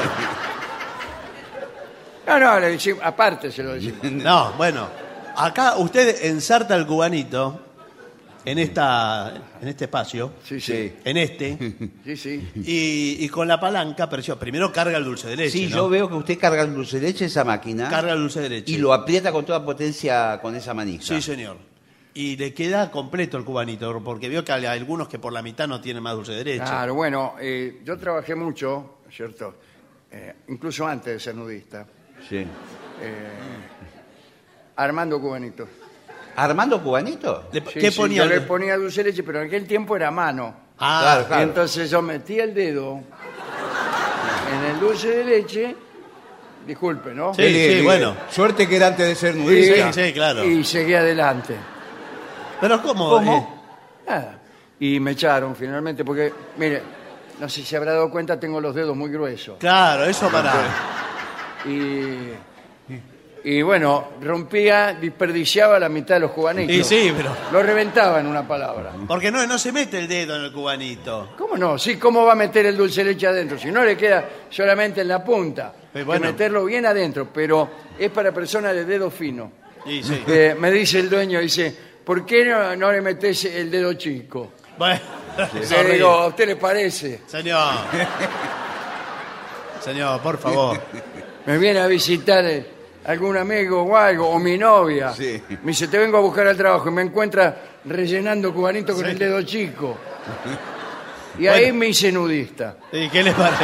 Speaker 6: No, le decimos, aparte se lo decimos.
Speaker 7: No, bueno, acá usted ensarta el cubanito en este espacio.
Speaker 6: Sí, sí.
Speaker 7: En este.
Speaker 6: Sí, sí.
Speaker 7: Y con la palanca, primero carga el dulce de leche.
Speaker 8: Sí,
Speaker 7: ¿no?
Speaker 8: yo veo que usted carga el dulce de leche en esa máquina.
Speaker 7: Carga el dulce de leche.
Speaker 8: Y lo aprieta con toda potencia con esa manija.
Speaker 7: Sí, señor. Y le queda completo el cubanito, porque veo que hay algunos que por la mitad no tienen más dulce de leche.
Speaker 6: Claro, bueno, yo trabajé mucho, ¿cierto? Incluso antes de ser nudista,
Speaker 8: Sí.
Speaker 6: armando cubanitos.
Speaker 8: ¿Armando cubanito?
Speaker 6: Sí,
Speaker 7: ¿Qué
Speaker 6: sí,
Speaker 7: ponía?
Speaker 6: yo le ponía dulce de leche, pero en aquel tiempo era a mano.
Speaker 7: Ah,
Speaker 6: Y entonces yo metía el dedo en el dulce de leche, disculpe, ¿no?
Speaker 7: Sí, bueno.
Speaker 9: Suerte que era antes de ser
Speaker 7: Sí,
Speaker 9: nudista.
Speaker 7: sí, claro.
Speaker 6: Y seguí adelante.
Speaker 7: Pero ¿cómo?
Speaker 8: ¿Cómo?
Speaker 6: Nada. Y me echaron finalmente, porque, mire, no sé si se habrá dado cuenta, tengo los dedos muy gruesos.
Speaker 7: Claro, eso para...
Speaker 6: Y bueno, desperdiciaba la mitad de los cubanitos.
Speaker 7: Y sí, pero...
Speaker 6: Lo reventaba en una palabra.
Speaker 7: Porque no se mete el dedo en el cubanito.
Speaker 6: ¿Cómo no? Sí, ¿cómo va a meter el dulce de leche adentro? Si no le queda solamente en la punta.
Speaker 7: Bueno.
Speaker 6: Hay que meterlo bien adentro, pero es para personas de dedo fino.
Speaker 7: Y sí.
Speaker 6: Me dice el dueño, dice, ¿por qué no le metes el dedo chico?
Speaker 7: Bueno,
Speaker 6: Le digo, ¿a usted le parece?
Speaker 7: Señor. Señor, por favor.
Speaker 6: Me viene a visitar algún amigo o algo, o mi novia.
Speaker 8: Sí.
Speaker 6: Me dice, te vengo a buscar al trabajo y me encuentra rellenando cubanito con el dedo chico. Y ahí me hice nudista.
Speaker 7: ¿Y qué les parece?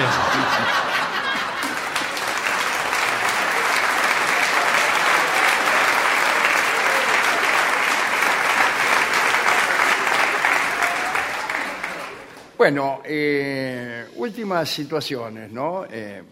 Speaker 6: Bueno, últimas situaciones, ¿no?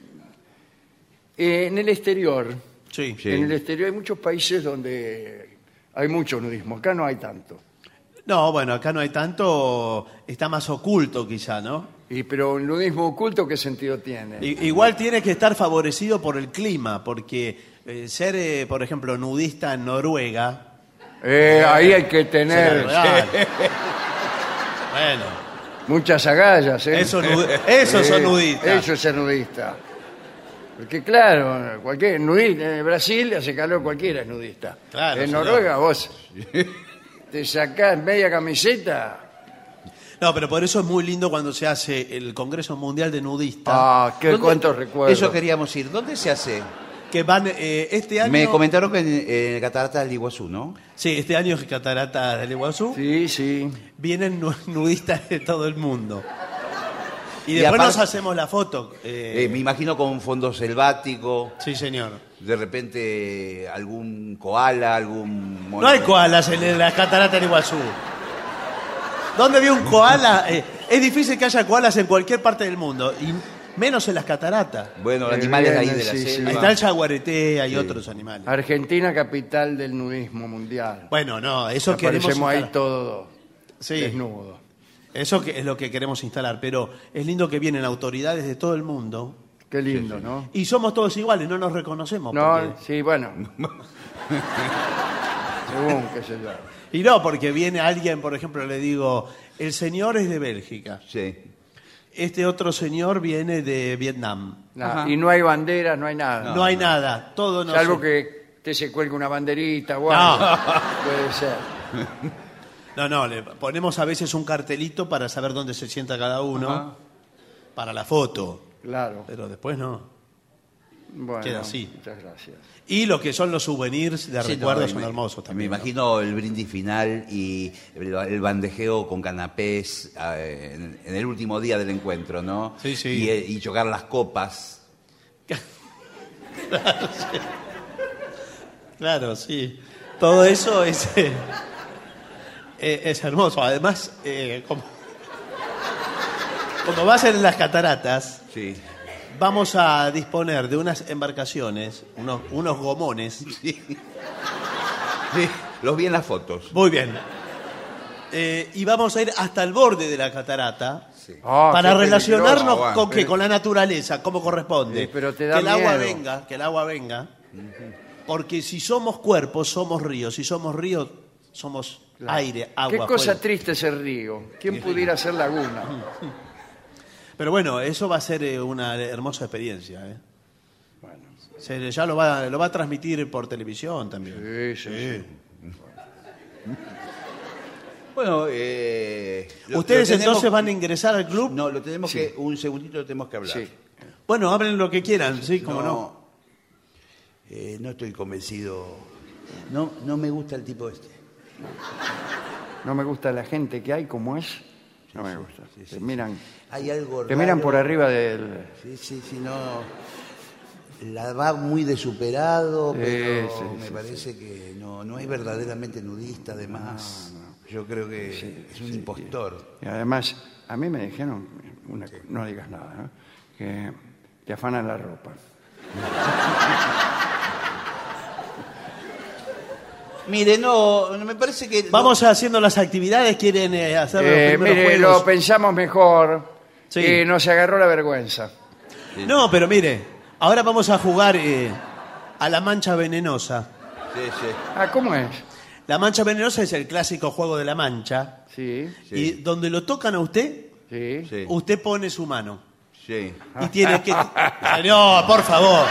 Speaker 6: En el exterior,
Speaker 7: Sí.
Speaker 6: en el exterior hay muchos países donde hay mucho nudismo. Acá no hay tanto.
Speaker 7: No, bueno, acá no hay tanto, está más oculto quizá, ¿no?
Speaker 6: Pero el nudismo oculto, ¿qué sentido tiene?
Speaker 7: Igual tiene que estar favorecido por el clima, porque ser, por ejemplo, nudista en Noruega...
Speaker 6: Ahí hay que tener
Speaker 7: Bueno,
Speaker 6: muchas agallas, ¿eh?
Speaker 7: esos son nudistas.
Speaker 6: Eso es ser nudista. Porque claro, cualquier nudista, en Brasil hace calor, cualquiera es nudista.
Speaker 7: Claro,
Speaker 6: en
Speaker 7: señor.
Speaker 6: Noruega vos te sacás media camiseta.
Speaker 7: No, pero por eso es muy lindo cuando se hace el Congreso Mundial de Nudistas.
Speaker 6: Qué
Speaker 8: ¿Dónde-
Speaker 6: cuántos recuerdos.
Speaker 8: Eso queríamos ir. ¿Dónde se hace?
Speaker 7: Que van este año...
Speaker 8: Me comentaron que en el Catarata del Iguazú, ¿no?
Speaker 7: Sí, este año es Catarata del Iguazú.
Speaker 6: Sí, sí.
Speaker 7: Vienen nudistas de todo el mundo. Y
Speaker 8: Y
Speaker 7: después
Speaker 8: aparte-
Speaker 7: nos hacemos la foto.
Speaker 8: Me imagino con un fondo selvático,
Speaker 7: Sí, señor.
Speaker 8: de repente algún koala, algún mono.
Speaker 7: No hay koalas en las cataratas del Iguazú. ¿Dónde vio un koala? Es difícil que haya koalas en cualquier parte del mundo, y menos en las cataratas.
Speaker 8: Bueno, los animales de ahí de la
Speaker 6: Sí, sí.
Speaker 8: selva.
Speaker 7: Ahí está el jaguareté, hay otros animales.
Speaker 6: Argentina, capital del nudismo mundial.
Speaker 7: Bueno, no, eso queremos
Speaker 6: Aparecemos ahí
Speaker 7: instalar.
Speaker 6: todos
Speaker 7: Sí.
Speaker 6: desnudos.
Speaker 7: Eso es lo que queremos instalar, pero es lindo que vienen autoridades de todo el mundo
Speaker 6: Qué lindo, ¿no?
Speaker 7: y somos todos iguales, no nos reconocemos.
Speaker 6: No,
Speaker 7: porque-
Speaker 6: sí, bueno. Según, qué sé yo.
Speaker 7: Y no, porque viene alguien, por ejemplo, le digo, el señor es de Bélgica,
Speaker 8: Sí.
Speaker 7: este otro señor viene de Vietnam.
Speaker 6: Nada. Y no hay banderas, no hay nada.
Speaker 7: No hay nada, todo no
Speaker 6: Salvo
Speaker 7: sé.
Speaker 6: que te se cuelgue una banderita o algo.
Speaker 7: No.
Speaker 6: Puede ser.
Speaker 7: No, le ponemos a veces un cartelito para saber dónde se sienta cada uno, para la foto,
Speaker 6: Claro.
Speaker 7: pero después no.
Speaker 6: Bueno,
Speaker 7: Queda así.
Speaker 6: muchas gracias.
Speaker 7: Y lo que son los souvenirs de
Speaker 8: Sí,
Speaker 7: recuerdos
Speaker 8: no,
Speaker 7: son
Speaker 8: me-
Speaker 7: hermosos
Speaker 8: Me
Speaker 7: también. ¿no?
Speaker 8: imagino el brindis final y el bandejeo con canapés en el último día del encuentro, ¿no?
Speaker 7: Sí, sí.
Speaker 8: Y chocar las copas.
Speaker 7: Claro, sí. Todo eso es hermoso. Además, como va a ser en las cataratas,
Speaker 8: Sí.
Speaker 7: vamos a disponer de unas embarcaciones, unos gomones.
Speaker 8: Sí. Los vi en las fotos.
Speaker 7: Muy bien. Y vamos a ir hasta el borde de la catarata
Speaker 6: Ah,
Speaker 7: para
Speaker 6: qué
Speaker 7: relacionarnos
Speaker 6: peligroso.
Speaker 7: con qué, con la naturaleza, como corresponde.
Speaker 6: Sí, pero te da
Speaker 7: que el agua
Speaker 6: miedo.
Speaker 7: venga, que el agua venga. Porque si somos cuerpos, somos ríos. Si somos ríos, somos aire, agua.
Speaker 6: Qué cosa
Speaker 7: fuego.
Speaker 6: triste es el río. ¿Quién pudiera ser laguna?
Speaker 7: Pero bueno, eso va a ser una hermosa experiencia.
Speaker 6: Bueno,
Speaker 7: Ya lo va a transmitir por televisión también.
Speaker 6: sí.
Speaker 8: Bueno,
Speaker 7: ¿Ustedes entonces van a ingresar al club?
Speaker 8: No, lo tenemos que... Un segundito lo tenemos que hablar.
Speaker 6: Sí.
Speaker 7: Bueno, hablen lo que quieran, sí, como no.
Speaker 8: No estoy convencido. No me gusta el tipo este.
Speaker 6: No me gusta la gente que hay como es. No me gusta.
Speaker 8: sí.
Speaker 6: Te miran,
Speaker 8: Hay algo
Speaker 6: te miran
Speaker 8: raro.
Speaker 6: por arriba del...
Speaker 8: Sí, no. La va muy de superado, pero me parece que no es verdaderamente nudista, además. Yo creo que es un impostor.
Speaker 6: Y además, a mí me dijeron, no digas nada, ¿no? Que te afanan la ropa.
Speaker 8: Mire, no, me parece que...
Speaker 7: Vamos haciendo las actividades, ¿quieren hacer los primeros
Speaker 6: Mire,
Speaker 7: juegos?
Speaker 6: lo pensamos mejor.
Speaker 7: Sí.
Speaker 6: Y nos agarró la vergüenza.
Speaker 7: No, pero mire, ahora vamos a jugar a la mancha venenosa.
Speaker 8: Sí.
Speaker 6: Ah, ¿cómo es?
Speaker 7: La mancha venenosa es el clásico juego de la mancha.
Speaker 6: Sí,
Speaker 7: Y donde lo tocan a usted,
Speaker 6: sí.
Speaker 8: Sí.
Speaker 7: usted pone su mano.
Speaker 8: Sí.
Speaker 7: Y tiene que... No, por favor.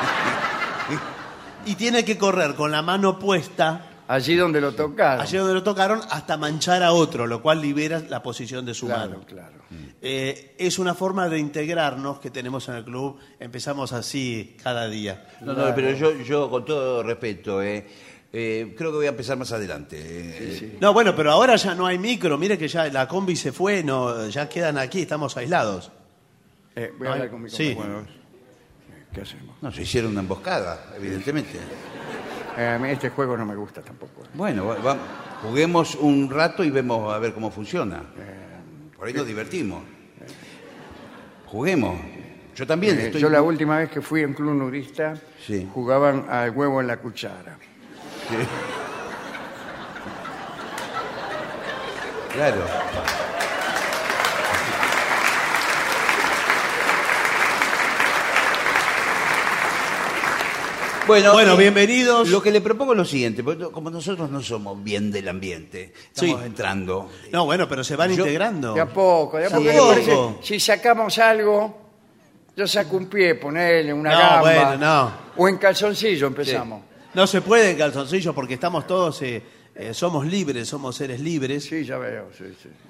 Speaker 7: Y tiene que correr con la mano puesta,
Speaker 6: Allí donde lo tocaron.
Speaker 7: allí donde lo tocaron, hasta manchar a otro, lo cual libera la posición de su mano.
Speaker 6: Claro.
Speaker 7: Es una forma de integrarnos que tenemos en el club. Empezamos así cada día.
Speaker 8: No, pero yo con todo respeto, creo que voy a empezar más adelante.
Speaker 7: No, bueno, pero ahora ya no hay micro. Mire que ya la combi se fue, no, ya quedan aquí, estamos aislados.
Speaker 6: Voy a hablar con mi
Speaker 7: Sí.
Speaker 6: compañero. ¿Qué hacemos?
Speaker 8: No, se hicieron una emboscada, evidentemente.
Speaker 6: A mí este juego no me gusta tampoco.
Speaker 8: Bueno, juguemos un rato y vemos a ver cómo funciona. Por ahí nos divertimos. Juguemos. Yo también estoy...
Speaker 6: Yo la última vez que fui a un club nudista,
Speaker 8: Sí.
Speaker 6: jugaban al huevo en la cuchara.
Speaker 8: Sí. Claro.
Speaker 7: Bueno, bienvenidos.
Speaker 8: Lo que le propongo es lo siguiente, porque como nosotros no somos bien del ambiente, estamos
Speaker 7: Sí.
Speaker 8: entrando.
Speaker 7: No, bueno, pero se van integrando.
Speaker 6: De a poco, de a
Speaker 7: Sí.
Speaker 6: poco.
Speaker 7: De a
Speaker 6: Me parece,
Speaker 7: poco.
Speaker 6: si sacamos algo, yo saco un pie, ponele una
Speaker 7: No,
Speaker 6: gamba.
Speaker 7: bueno, no.
Speaker 6: O en calzoncillo empezamos.
Speaker 7: No se puede en calzoncillo porque estamos todos, somos libres, somos seres libres.
Speaker 6: Sí, ya veo, sí.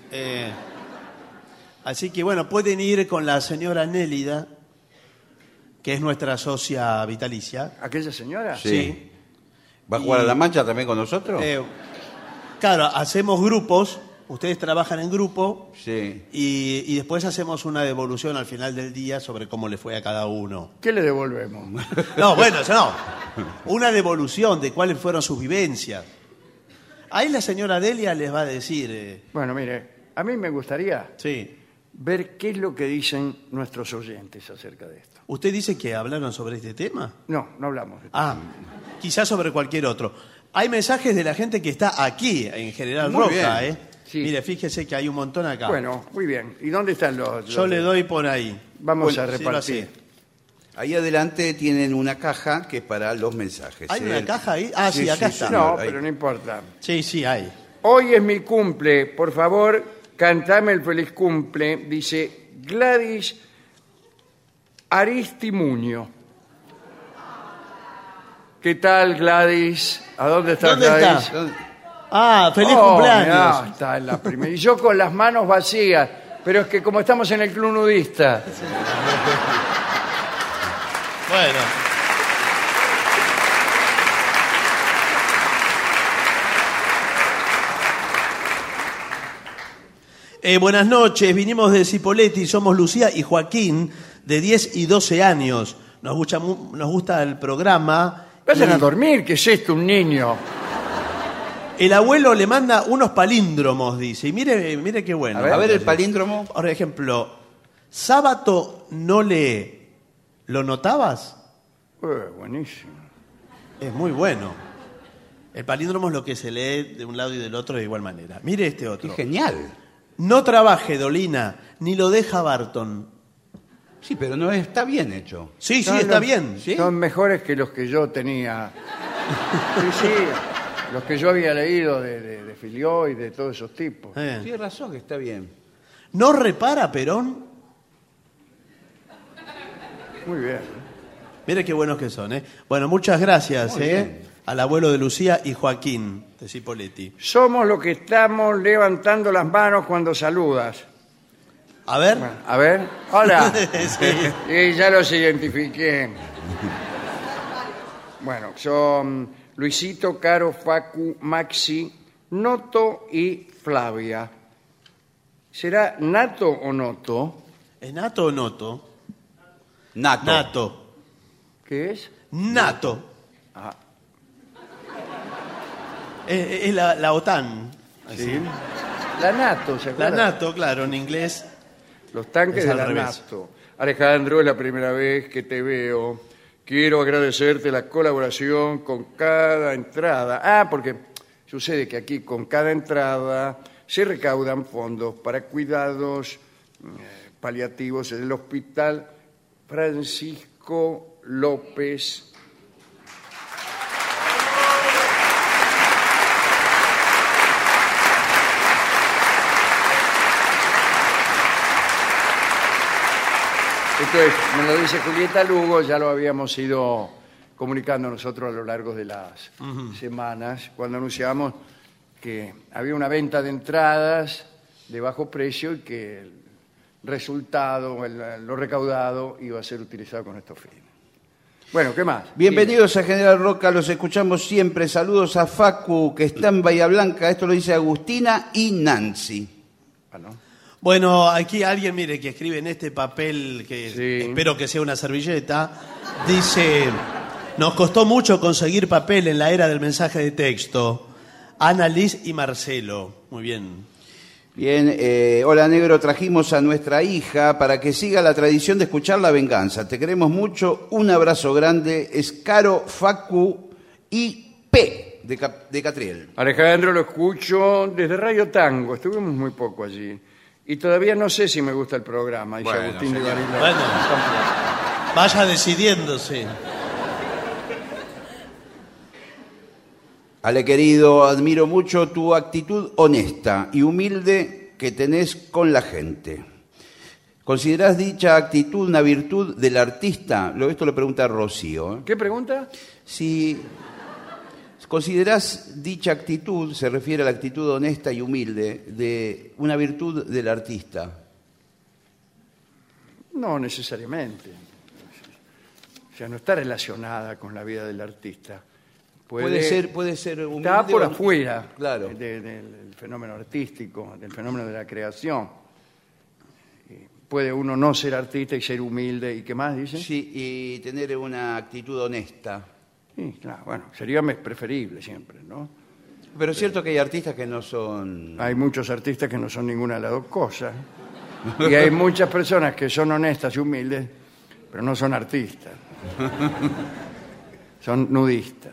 Speaker 7: Así que bueno, pueden ir con la señora Nélida, que es nuestra socia vitalicia.
Speaker 6: ¿Aquella señora?
Speaker 7: Sí.
Speaker 8: ¿Va a jugar
Speaker 7: Y-
Speaker 8: a la mancha también con nosotros?
Speaker 7: Claro, hacemos grupos, ustedes trabajan en grupo
Speaker 8: Sí.
Speaker 7: y después hacemos una devolución al final del día sobre cómo le fue a cada uno.
Speaker 6: ¿Qué le devolvemos?
Speaker 7: No, bueno, eso no. Una devolución de cuáles fueron sus vivencias. Ahí la señora Delia les va a decir,
Speaker 6: Bueno, mire, a mí me gustaría
Speaker 7: sí.
Speaker 6: ver qué es lo que dicen nuestros oyentes acerca de esto.
Speaker 7: ¿Usted dice que hablaron sobre este tema?
Speaker 6: No hablamos de esto.
Speaker 7: Ah, quizás sobre cualquier otro. Hay mensajes de la gente que está aquí, en General
Speaker 8: Muy
Speaker 7: Roca,
Speaker 8: bien.
Speaker 6: Sí.
Speaker 7: Mire, fíjese que hay un montón acá.
Speaker 6: Bueno, muy bien. ¿Y dónde están los...?
Speaker 7: Yo le doy por ahí.
Speaker 6: Vamos
Speaker 7: Bueno,
Speaker 6: a
Speaker 7: sí, lo
Speaker 6: repartir.
Speaker 7: hace.
Speaker 8: Ahí adelante tienen una caja que es para los mensajes.
Speaker 7: ¿Hay una caja ahí? Ah, sí, acá está.
Speaker 6: No,
Speaker 8: ahí.
Speaker 6: pero no importa.
Speaker 7: Sí, hay.
Speaker 6: Hoy es mi cumple. Por favor, cantame el feliz cumple. Dice Gladys Aristimuño. ¿Qué tal, Gladys? ¿A dónde está
Speaker 7: ¿Dónde
Speaker 6: Gladys?
Speaker 7: está? Ah, feliz
Speaker 6: Oh,
Speaker 7: cumpleaños.
Speaker 6: mirá, está en la primera. Y yo con las manos vacías. Pero es que como estamos en el club nudista.
Speaker 7: Bueno. Buenas noches, vinimos de Cipolletti, somos Lucía y Joaquín, de 10 y 12 años. Nos gusta el programa.
Speaker 6: Vayan
Speaker 7: Y
Speaker 6: a dormir, ¿qué es esto? Un niño.
Speaker 7: el abuelo le manda unos palíndromos, dice. Y mire qué bueno.
Speaker 8: A ver el palíndromo.
Speaker 7: Por ejemplo, sábado no lee. ¿Lo notabas?
Speaker 6: Buenísimo.
Speaker 7: Es muy bueno. El palíndromo es lo que se lee de un lado y del otro de igual manera. Mire este
Speaker 8: Qué
Speaker 7: otro.
Speaker 8: genial.
Speaker 7: No trabaje, Dolina, ni lo deja Barton.
Speaker 8: Sí, pero no está bien hecho.
Speaker 7: Sí,
Speaker 6: No,
Speaker 7: está
Speaker 6: no,
Speaker 7: bien.
Speaker 8: ¿Sí?
Speaker 6: Son mejores que los que yo tenía. Sí, Los que yo había leído de Filió y de todos esos tipos.
Speaker 8: Tienes razón que está bien.
Speaker 7: ¿No repara Perón?
Speaker 6: Muy bien.
Speaker 7: Mire qué buenos que son, ¿eh? Bueno, muchas gracias,
Speaker 8: Muy bien.
Speaker 7: al abuelo de Lucía y Joaquín de Cipoletti.
Speaker 6: Somos los que estamos levantando las manos cuando saludas.
Speaker 7: A ver.
Speaker 6: Bueno, a ver. Hola.
Speaker 7: Sí.
Speaker 6: Y ya los identifiqué. Bueno, son Luisito, Caro, Facu, Maxi, Noto y Flavia. ¿Será Nato o Noto?
Speaker 7: ¿Es Nato o Noto?
Speaker 8: Nato.
Speaker 7: Nato.
Speaker 6: ¿Qué es?
Speaker 7: Nato.
Speaker 6: Ah,
Speaker 7: Es la OTAN.
Speaker 6: sí. La Nato, ¿se
Speaker 7: La
Speaker 6: acuerdan?
Speaker 7: Nato, claro, en inglés.
Speaker 6: Los tanques
Speaker 7: Es
Speaker 6: de
Speaker 7: al
Speaker 6: la
Speaker 7: revés.
Speaker 6: NATO. Alejandro, es la primera vez que te veo. Quiero agradecerte la colaboración con cada entrada. Ah, porque sucede que aquí con cada entrada se recaudan fondos para cuidados paliativos en el Hospital Francisco López. Entonces, me lo dice Julieta Lugo, ya lo habíamos ido comunicando nosotros a lo largo de las semanas, cuando anunciamos que había una venta de entradas de bajo precio y que el resultado, lo recaudado, iba a ser utilizado con estos fines. Bueno, ¿qué más?
Speaker 8: Bienvenidos a General Roca, los escuchamos siempre. Saludos a Facu, que está en Bahía Blanca. Esto lo dice Agustina y Nancy.
Speaker 6: Ah, ¿no?
Speaker 7: Bueno, aquí alguien, mire, que escribe en este papel, que
Speaker 6: Sí.
Speaker 7: espero que sea una servilleta, dice, nos costó mucho conseguir papel en la era del mensaje de texto. Ana Liz y Marcelo. Muy bien.
Speaker 8: Bien, hola negro, trajimos a nuestra hija para que siga la tradición de escuchar La Venganza. Te queremos mucho, un abrazo grande. Es Caro, Facu y P de Catriel.
Speaker 6: Alejandro, lo escucho desde Radio Tango, estuvimos muy poco allí. Y todavía no sé si me gusta el programa, dice
Speaker 8: Bueno,
Speaker 6: Agustín de
Speaker 8: señor.
Speaker 6: Bariloche.
Speaker 7: Bueno, vaya decidiéndose.
Speaker 8: Ale querido, admiro mucho tu actitud honesta y humilde que tenés con la gente. ¿Considerás dicha actitud una virtud del artista? Esto lo pregunta Rocío.
Speaker 6: ¿Qué pregunta?
Speaker 8: Si considerás dicha actitud, se refiere a la actitud honesta y humilde, de una virtud del artista.
Speaker 6: No necesariamente. O sea, no está relacionada con la vida del artista.
Speaker 8: Puede ser humilde.
Speaker 6: Está por
Speaker 8: o-
Speaker 6: afuera
Speaker 8: Claro.
Speaker 6: del fenómeno artístico, del fenómeno de la creación. Puede uno no ser artista y ser humilde. ¿Y qué más dice?
Speaker 8: Sí, y tener una actitud honesta.
Speaker 6: Sí, claro, bueno, sería preferible siempre, ¿no?
Speaker 8: Pero es cierto que hay artistas que no son...
Speaker 6: Hay muchos artistas que no son ninguna de las dos cosas. Y hay muchas personas que son honestas y humildes, pero no son artistas. Son nudistas.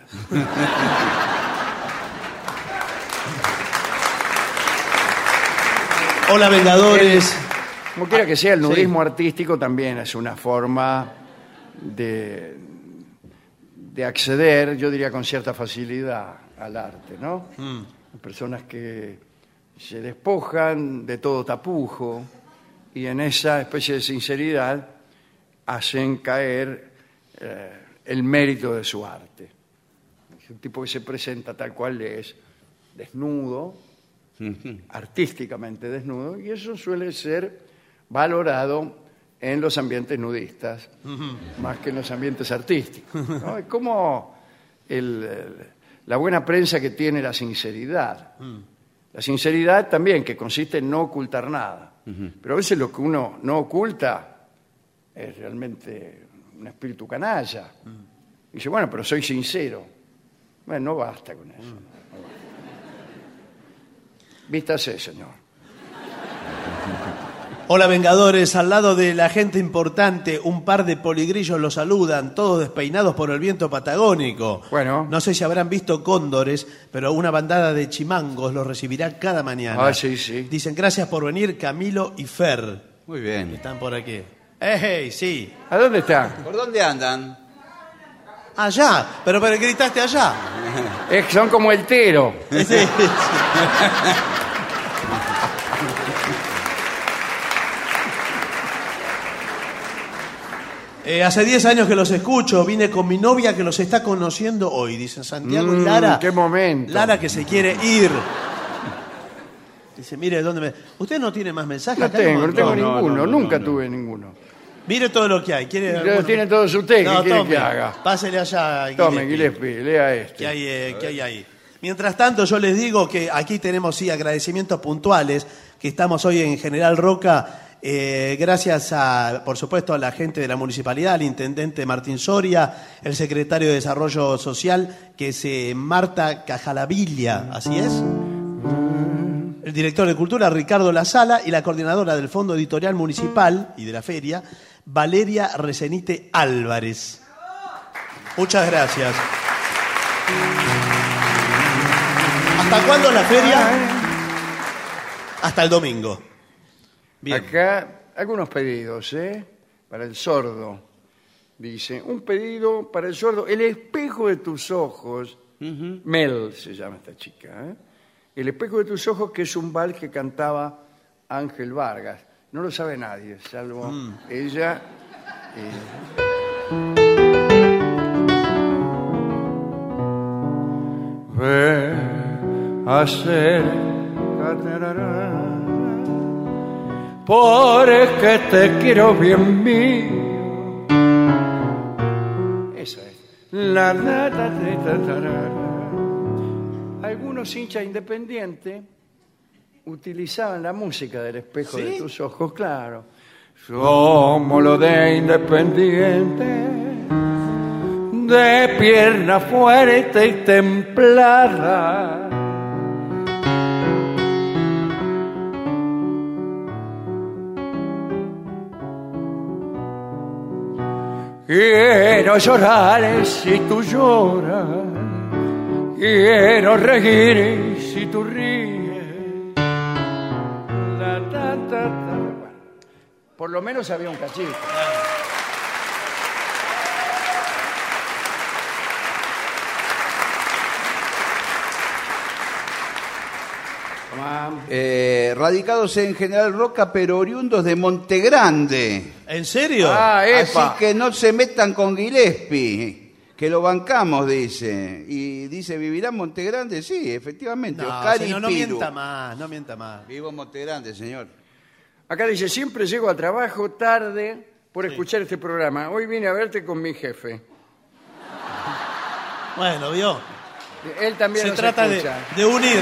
Speaker 7: Hola, Vengadores.
Speaker 6: Como quiera que sea, el
Speaker 7: sí.
Speaker 6: nudismo artístico también es una forma de acceder, yo diría con cierta facilidad, al arte, ¿no? Personas que se despojan de todo tapujo y en esa especie de sinceridad hacen caer el mérito de su arte. Es un tipo que se presenta tal cual es, desnudo, artísticamente desnudo, y eso suele ser valorado en los ambientes nudistas, más que en los ambientes artísticos, ¿no? Es como la buena prensa que tiene la sinceridad. La sinceridad también, que consiste en no ocultar nada. Pero a veces lo que uno no oculta es realmente un espíritu canalla. Y dice, bueno, pero soy sincero. Bueno, no basta con eso. No basta. Vístase, señor.
Speaker 7: Hola, Vengadores. Al lado de la gente importante, un par de poligrillos los saludan, todos despeinados por el viento patagónico.
Speaker 6: Bueno.
Speaker 7: No sé si habrán visto cóndores, pero una bandada de chimangos los recibirá cada mañana.
Speaker 6: Ah, sí, sí.
Speaker 7: Dicen, gracias por venir, Camilo y Fer.
Speaker 8: Muy bien.
Speaker 7: Están por aquí. ¡Ey, sí!
Speaker 6: ¿A dónde está?
Speaker 8: ¿Por dónde andan?
Speaker 7: Allá, pero gritaste allá.
Speaker 6: Son como el tero.
Speaker 7: Sí, sí. Hace 10 años que los escucho, vine con mi novia que los está conociendo hoy, dicen Santiago y Lara.
Speaker 6: ¡Qué momento!
Speaker 7: Lara que se quiere ir. Dice, mire, ¿dónde me...? ¿Usted no tiene más mensajes?
Speaker 6: No
Speaker 7: Acá
Speaker 6: tengo ninguno,
Speaker 7: no.
Speaker 6: nunca tuve ninguno.
Speaker 7: Mire todo lo que hay. ¿Quiere
Speaker 6: Lo
Speaker 7: alguno?
Speaker 6: tienen todos ustedes, ¿qué quieren
Speaker 7: tome,
Speaker 6: que haga?
Speaker 7: Pásele allá.
Speaker 6: Tome, Gillespie, lea este.
Speaker 7: ¿Qué hay ahí? Mientras tanto, yo les digo que aquí tenemos, sí, agradecimientos puntuales, que estamos hoy en General Roca, gracias a, por supuesto, a la gente de la municipalidad, al intendente Martín Soria, el secretario de Desarrollo Social, que es Marta Cajalavilla, ¿así es? El director de Cultura, Ricardo La Sala, y la coordinadora del Fondo Editorial Municipal y de la Feria, Valeria Recenite Álvarez. Muchas gracias. ¿Hasta cuándo es la feria? Hasta el domingo. Bien.
Speaker 6: Acá, algunos pedidos, para el sordo. Dice, un pedido para el sordo, el espejo de tus ojos. Mel se llama esta chica, El espejo de tus ojos, que es un vals que cantaba Ángel Vargas. No lo sabe nadie, salvo ella. Ve a ser porque te quiero bien mío. Esa es. Algunos hinchas independientes utilizaban la música del espejo de tus ojos, claro. Somos los de Independiente, de pierna fuerte y templada. Quiero llorar si tú lloras, quiero reír si tú ríes. Bueno, por lo menos había un cachito.
Speaker 8: Radicados en General Roca, pero oriundos de Montegrande.
Speaker 7: ¿En serio?
Speaker 8: Así que no se metan con Gillespie, que lo bancamos, dice. Y dice, ¿vivirá en Montegrande? Sí, efectivamente.
Speaker 7: No,
Speaker 8: Oscar
Speaker 7: señor,
Speaker 8: y
Speaker 7: no
Speaker 8: Piru.
Speaker 7: no mienta más.
Speaker 8: Vivo en Montegrande, señor.
Speaker 6: Acá dice, siempre llego al trabajo tarde por escuchar este programa. Hoy vine a verte con mi jefe.
Speaker 7: Bueno, ¿vio?
Speaker 6: Él también
Speaker 7: Se
Speaker 6: nos
Speaker 7: trata
Speaker 6: escucha.
Speaker 7: de unir.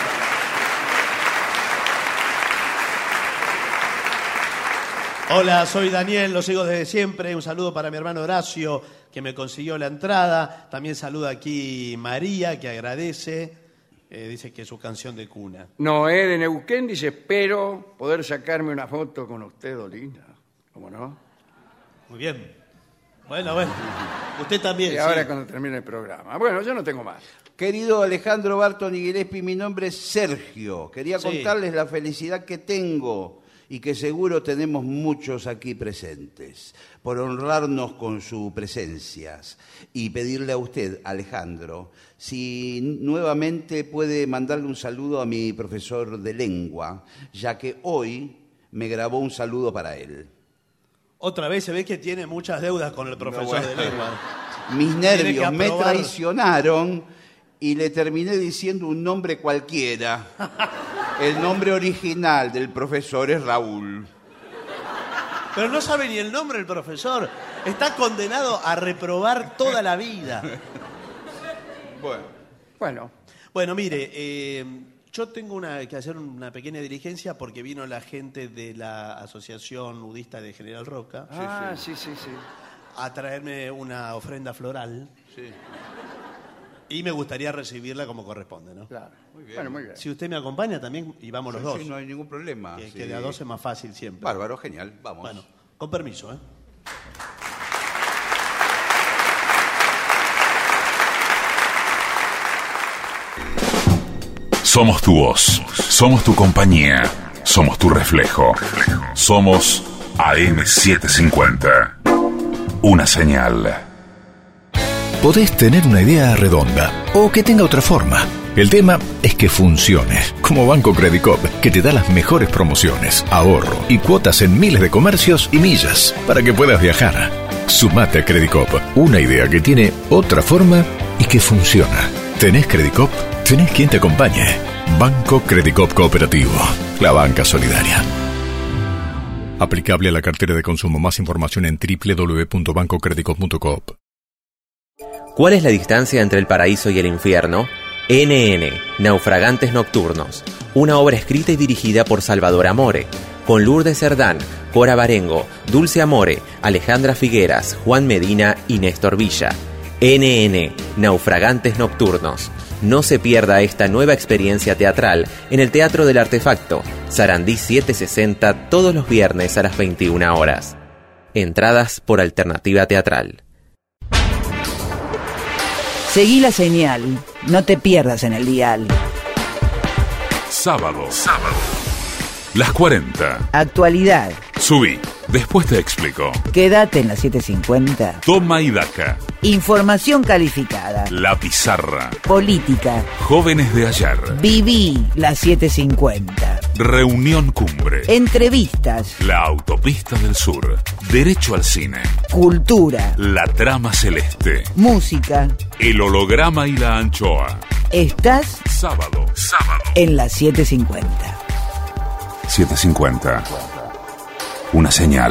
Speaker 7: Hola, soy Daniel, lo sigo desde siempre. Un saludo para mi hermano Horacio, que me consiguió la entrada. También saluda aquí María, que agradece. Dice que es su canción de cuna.
Speaker 6: Noé de Neuquén dice, espero poder sacarme una foto con usted, Dolina. ¿Cómo no?
Speaker 7: Muy bien. Bueno. Usted también.
Speaker 6: Y ahora cuando termine el programa. Bueno, yo no tengo más.
Speaker 8: Querido Alejandro Barton y Gillespie, mi nombre es Sergio. Quería contarles la felicidad que tengo y que seguro tenemos muchos aquí presentes, por honrarnos con sus presencias y pedirle a usted, Alejandro, si nuevamente puede mandarle un saludo a mi profesor de lengua, ya que hoy me grabó un saludo para él.
Speaker 7: Otra vez se ve que tiene muchas deudas con el profesor de lengua.
Speaker 8: Mis nervios me traicionaron y le terminé diciendo un nombre cualquiera. El nombre original del profesor es Raúl.
Speaker 7: Pero no sabe ni el nombre del profesor. Está condenado a reprobar toda la vida. Bueno, mire, yo tengo que hacer una pequeña diligencia porque vino la gente de la Asociación Nudista de General Roca.
Speaker 6: Sí.
Speaker 7: A traerme una ofrenda floral.
Speaker 8: Sí.
Speaker 7: Y me gustaría recibirla como corresponde, ¿no?
Speaker 6: Claro. Muy bien. Bueno, muy bien.
Speaker 7: Si usted me acompaña también, y vamos los dos.
Speaker 8: Sí, no hay ningún problema.
Speaker 7: Que de a dos es más fácil siempre.
Speaker 8: Bárbaro, genial. Vamos.
Speaker 7: Bueno, con permiso, ¿eh?
Speaker 3: Somos tu voz, somos tu compañía, somos tu reflejo. Somos AM750. Una señal. podés tener una idea redonda o que tenga otra forma. El tema es que funcione, como Banco Credicop, que te da las mejores promociones, ahorro y cuotas en miles de comercios y millas para que puedas viajar. Sumate a Credicop, una idea que tiene otra forma y que funciona. ¿Tenés Credicop? Tenés quien te acompañe. Banco Credicop Cooperativo, la banca solidaria. Aplicable a la cartera de consumo. Más información en www.bancocredicop.coop.
Speaker 9: ¿Cuál es la distancia entre el paraíso y el infierno? NN, Naufragantes Nocturnos, una obra escrita y dirigida por Salvador Amore, con Lourdes Cerdán, Cora Barengo, Dulce Amore, Alejandra Figueras, Juan Medina y Néstor Villa. NN, Naufragantes Nocturnos. No se pierda esta nueva experiencia teatral en el Teatro del Artefacto, Sarandí 760, todos los viernes a las 21 horas. Entradas por Alternativa Teatral.
Speaker 10: Seguí la señal, no te pierdas en el dial.
Speaker 4: Sábado. Las 40.
Speaker 10: Actualidad.
Speaker 4: Subí, después te explico.
Speaker 10: Quédate en la 750.
Speaker 4: Toma y daca.
Speaker 10: Información calificada.
Speaker 4: La pizarra.
Speaker 10: Política.
Speaker 4: Jóvenes de ayer.
Speaker 10: Viví la 750.
Speaker 4: Reunión cumbre.
Speaker 10: Entrevistas.
Speaker 4: La autopista del sur. Derecho al cine.
Speaker 10: Cultura.
Speaker 4: La trama celeste.
Speaker 10: Música.
Speaker 4: El holograma y la anchoa.
Speaker 10: Estás
Speaker 4: Sábado.
Speaker 10: en la 750.
Speaker 4: 750. Una señal.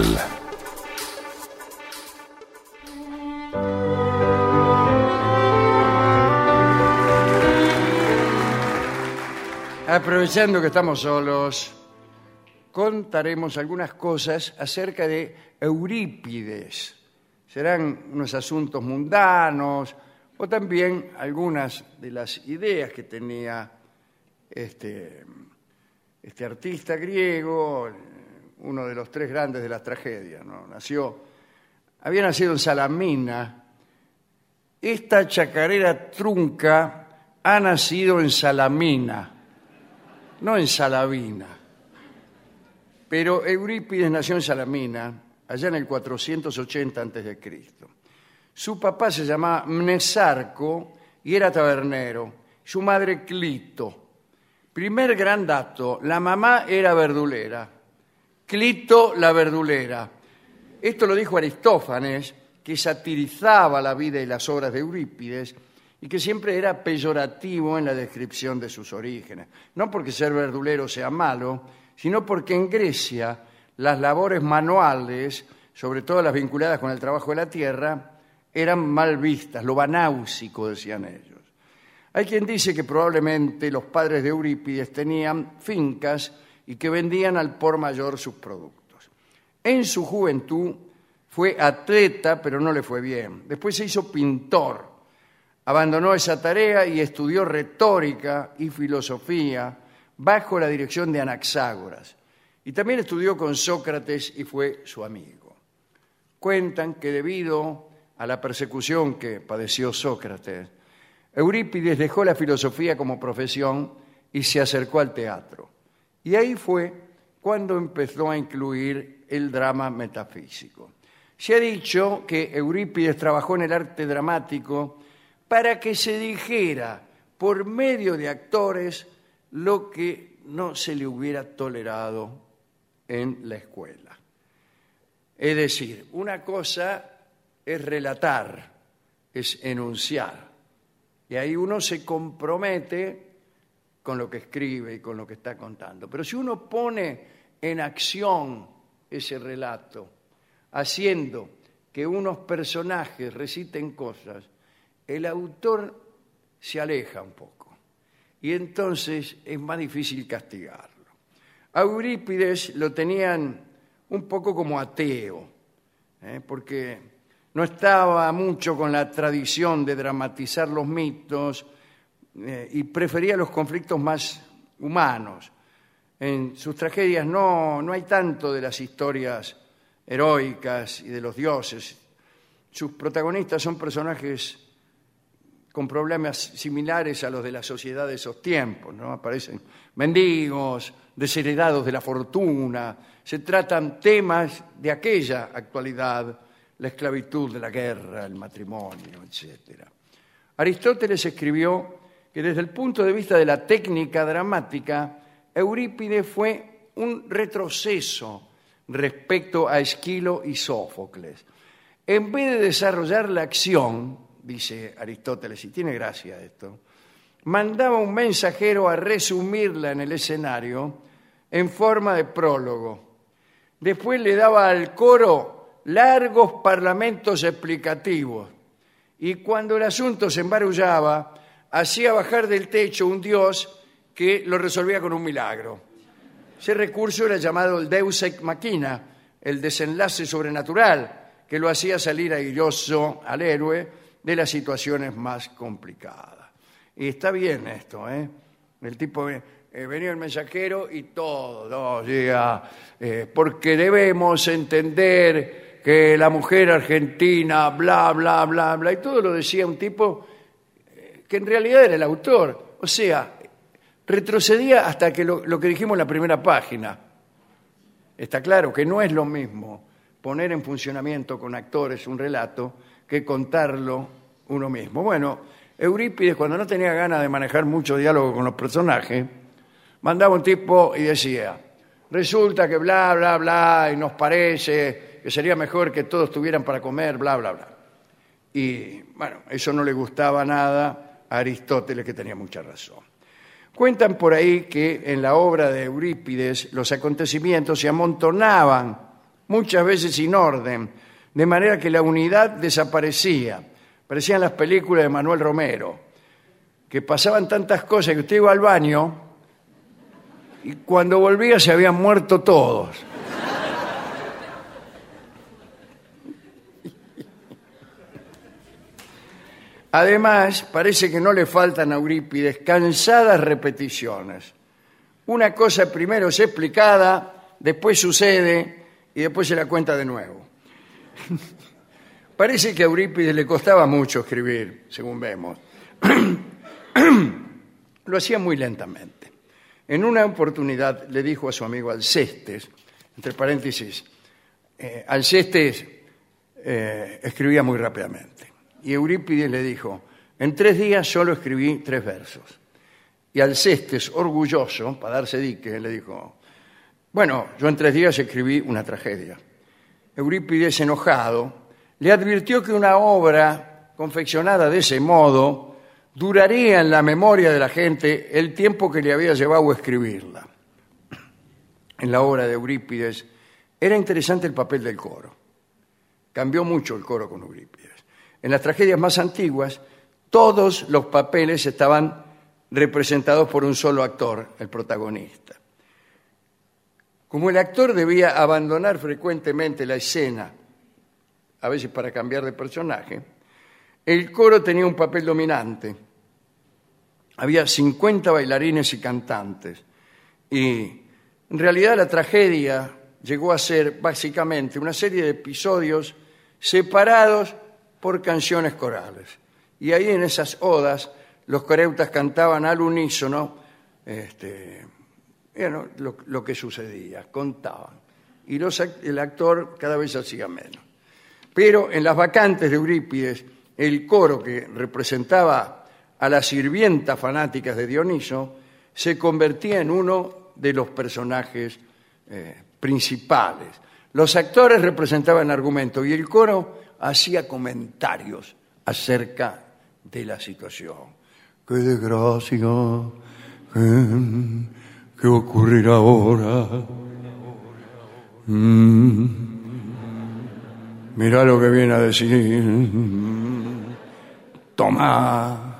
Speaker 6: Aprovechando que estamos solos, contaremos algunas cosas acerca de Eurípides. Serán unos asuntos mundanos o también algunas de las ideas que tenía este artista griego, uno de los tres grandes de las tragedias, ¿no? Había nacido en Salamina. Esta chacarera trunca ha nacido en Salamina, no en Salavina. Pero Eurípides nació en Salamina, allá en el 480 a.C. Su papá se llamaba Mnesarco y era tabernero. Su madre Clito. Primer gran dato, la mamá era verdulera. Clito la verdulera. Esto lo dijo Aristófanes, que satirizaba la vida y las obras de Eurípides y que siempre era peyorativo en la descripción de sus orígenes. No porque ser verdulero sea malo, sino porque en Grecia las labores manuales, sobre todo las vinculadas con el trabajo de la tierra, eran mal vistas, lo banáusico, decían ellos. Hay quien dice que probablemente los padres de Eurípides tenían fincas y que vendían al por mayor sus productos. En su juventud fue atleta, pero no le fue bien. Después se hizo pintor. Abandonó esa tarea y estudió retórica y filosofía bajo la dirección de Anaxágoras. Y también estudió con Sócrates y fue su amigo. Cuentan que debido a la persecución que padeció Sócrates, Eurípides dejó la filosofía como profesión y se acercó al teatro. Y ahí fue cuando empezó a incluir el drama metafísico. Se ha dicho que Eurípides trabajó en el arte dramático para que se dijera por medio de actores lo que no se le hubiera tolerado en la escuela. Es decir, una cosa es relatar, es enunciar, y ahí uno se compromete con lo que escribe y con lo que está contando. Pero si uno pone en acción ese relato, haciendo que unos personajes reciten cosas, el autor se aleja un poco y entonces es más difícil castigarlo. A Eurípides lo tenían un poco como ateo, porque no estaba mucho con la tradición de dramatizar los mitos y prefería los conflictos más humanos. En sus tragedias no hay tanto de las historias heroicas y de los dioses. Sus protagonistas son personajes con problemas similares a los de la sociedad de esos tiempos, ¿no? Aparecen mendigos, desheredados de la fortuna, se tratan temas de aquella actualidad, la esclavitud, la guerra, el matrimonio, etc. Aristóteles escribió que desde el punto de vista de la técnica dramática, Eurípides fue un retroceso respecto a Esquilo y Sófocles. En vez de desarrollar la acción, dice Aristóteles, y tiene gracia esto, mandaba un mensajero a resumirla en el escenario en forma de prólogo. Después le daba al coro largos parlamentos explicativos. Y cuando el asunto se embarullaba, hacía bajar del techo un dios que lo resolvía con un milagro. Ese recurso era llamado el Deus ex machina, el desenlace sobrenatural, que lo hacía salir airoso al héroe de las situaciones más complicadas. Y está bien esto, ¿eh? El tipo, venía el mensajero y todo llega, porque debemos entender que la mujer argentina, bla, bla, bla, bla, y todo lo decía un tipo que en realidad era el autor. O sea, retrocedía hasta que lo que dijimos en la primera página. Está claro que no es lo mismo poner en funcionamiento con actores un relato que contarlo uno mismo. Bueno, Eurípides, cuando no tenía ganas de manejar mucho diálogo con los personajes, mandaba un tipo y decía, resulta que bla, bla, bla, y nos parece que sería mejor que todos tuvieran para comer, bla, bla, bla. Y, bueno, eso no le gustaba nada a Aristóteles, que tenía mucha razón. Cuentan por ahí que en la obra de Eurípides los acontecimientos se amontonaban, muchas veces sin orden, de manera que la unidad desaparecía. Parecían las películas de Manuel Romero, que pasaban tantas cosas que usted iba al baño y cuando volvía se habían muerto todos. Además, parece que no le faltan a Eurípides cansadas repeticiones. Una cosa primero es explicada, después sucede y después se la cuenta de nuevo. Parece que a Eurípides le costaba mucho escribir, según vemos. Lo hacía muy lentamente. En una oportunidad le dijo a su amigo Alcestes, entre paréntesis, Alcestes escribía muy rápidamente. Y Eurípides le dijo, en 3 días solo escribí 3 versos. Y Alcestes, orgulloso, para darse dique, le dijo, bueno, yo en 3 días escribí una tragedia. Eurípides, enojado, le advirtió que una obra confeccionada de ese modo duraría en la memoria de la gente el tiempo que le había llevado a escribirla. En la obra de Eurípides era interesante el papel del coro. Cambió mucho el coro con Eurípides. En las tragedias más antiguas, todos los papeles estaban representados por un solo actor, el protagonista. Como el actor debía abandonar frecuentemente la escena, a veces para cambiar de personaje, el coro tenía un papel dominante. Había 50 bailarines y cantantes. Y en realidad la tragedia llegó a ser básicamente una serie de episodios separados por canciones corales. Y ahí en esas odas los coreutas cantaban al unísono lo que sucedía, contaban. Y el actor cada vez hacía menos. Pero en las vacantes de Eurípides, el coro que representaba a las sirvientas fanáticas de Dioniso se convertía en uno de los personajes principales. Los actores representaban el argumento y el coro hacía comentarios acerca de la situación. ¡Qué desgracia! ¿Qué ocurrirá ahora? Mirá lo que viene a decir. Toma.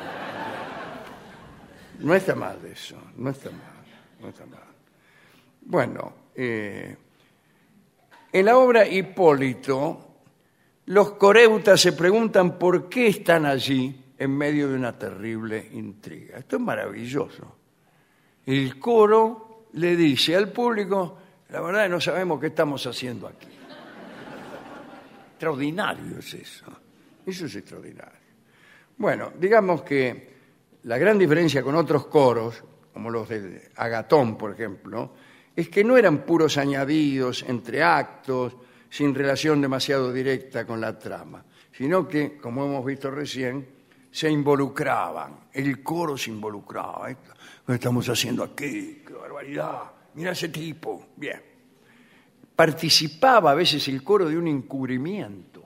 Speaker 6: No está mal eso, no está mal. Bueno, en la obra Hipólito, los coreutas se preguntan por qué están allí en medio de una terrible intriga. Esto es maravilloso. El coro le dice al público, la verdad no sabemos qué estamos haciendo aquí. Extraordinario es eso. Eso es extraordinario. Bueno, digamos que la gran diferencia con otros coros, como los de Agatón, por ejemplo, es que no eran puros añadidos entre actos, sin relación demasiado directa con la trama, sino que, como hemos visto recién, se involucraban, el coro se involucraba. ¿Qué estamos haciendo aquí? ¡Qué barbaridad! Mira ese tipo. Bien. Participaba a veces el coro de un encubrimiento.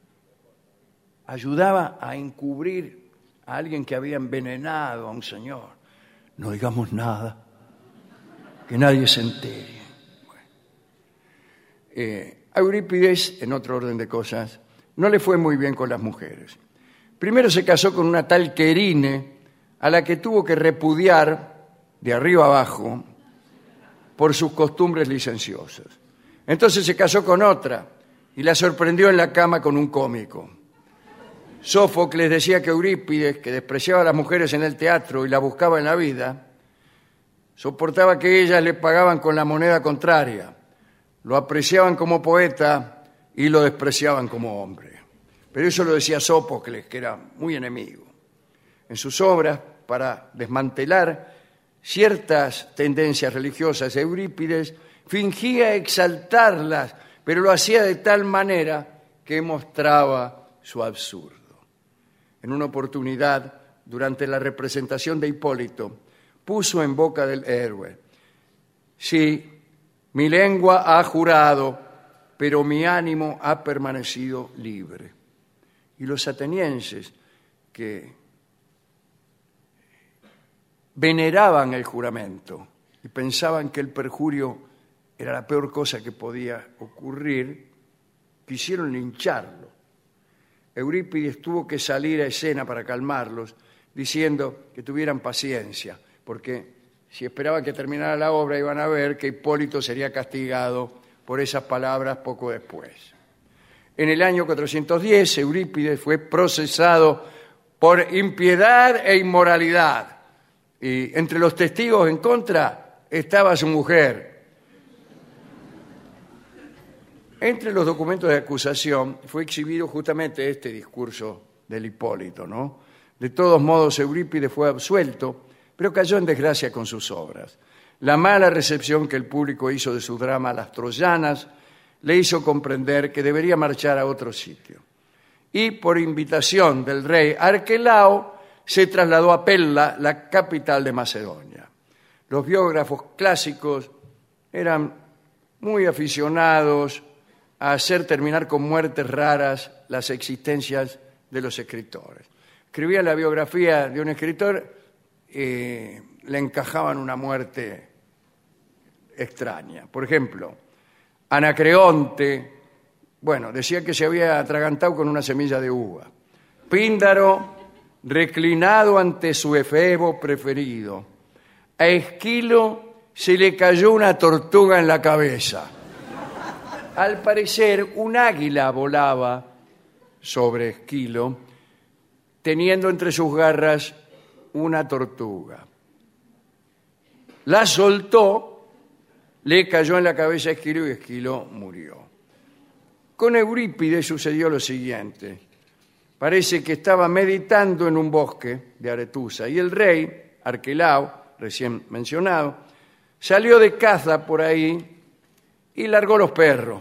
Speaker 6: Ayudaba a encubrir a alguien que había envenenado a un señor. No digamos nada, que nadie se entere. Bueno. A Eurípides, en otro orden de cosas, no le fue muy bien con las mujeres. Primero se casó con una tal Querine, a la que tuvo que repudiar de arriba abajo por sus costumbres licenciosas. Entonces se casó con otra y la sorprendió en la cama con un cómico. Sófocles decía que Eurípides, que despreciaba a las mujeres en el teatro y las buscaba en la vida, soportaba que ellas le pagaban con la moneda contraria, lo apreciaban como poeta y lo despreciaban como hombre. Pero eso lo decía Sófocles, que era muy enemigo. En sus obras, para desmantelar ciertas tendencias religiosas, Eurípides fingía exaltarlas, pero lo hacía de tal manera que mostraba su absurdo. En una oportunidad, durante la representación de Hipólito, puso en boca del héroe: sí, mi lengua ha jurado, pero mi ánimo ha permanecido libre. Y los atenienses, que veneraban el juramento y pensaban que el perjurio era la peor cosa que podía ocurrir, quisieron lincharlo. Eurípides tuvo que salir a escena para calmarlos, diciendo que tuvieran paciencia, porque si esperaban que terminara la obra iban a ver que Hipólito sería castigado por esas palabras poco después. En el año 410, Eurípides fue procesado por impiedad e inmoralidad. Y entre los testigos en contra estaba su mujer. Entre los documentos de acusación fue exhibido justamente este discurso del Hipólito, ¿no? De todos modos, Eurípides fue absuelto, pero cayó en desgracia con sus obras. La mala recepción que el público hizo de su drama Las Troyanas le hizo comprender que debería marchar a otro sitio. Y por invitación del rey Arquelao, se trasladó a Pella, la capital de Macedonia. Los biógrafos clásicos eran muy aficionados a hacer terminar con muertes raras las existencias de los escritores. Escribían la biografía de un escritor y le encajaban una muerte extraña. Por ejemplo, Anacreonte, decía que se había atragantado con una semilla de uva. Píndaro, reclinado ante su efebo preferido. A Esquilo se le cayó una tortuga en la cabeza. Al parecer, un águila volaba sobre Esquilo, teniendo entre sus garras una tortuga. La soltó, le cayó en la cabeza a Esquilo y Esquilo murió. Con Eurípides sucedió lo siguiente. Parece que estaba meditando en un bosque de Aretusa y el rey, Arquelao, recién mencionado, salió de caza por ahí y largó los perros.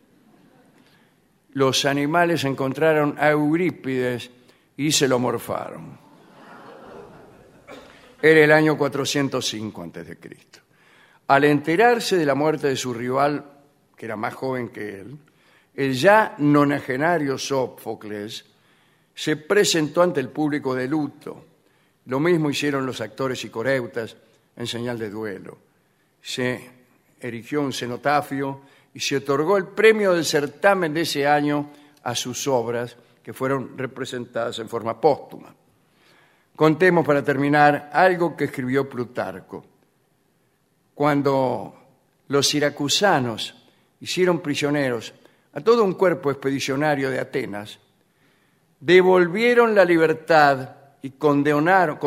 Speaker 6: Los animales encontraron a Eurípides y se lo morfaron. Era el año 405 a.C. Al enterarse de la muerte de su rival, que era más joven que él, el ya nonagenario Sófocles se presentó ante el público de luto. Lo mismo hicieron los actores y coreutas en señal de duelo. Se erigió un cenotafio y se otorgó el premio del certamen de ese año a sus obras, que fueron representadas en forma póstuma. Contemos, para terminar, algo que escribió Plutarco. Cuando los siracusanos hicieron prisioneros a todo un cuerpo expedicionario de Atenas, devolvieron la libertad y condenaron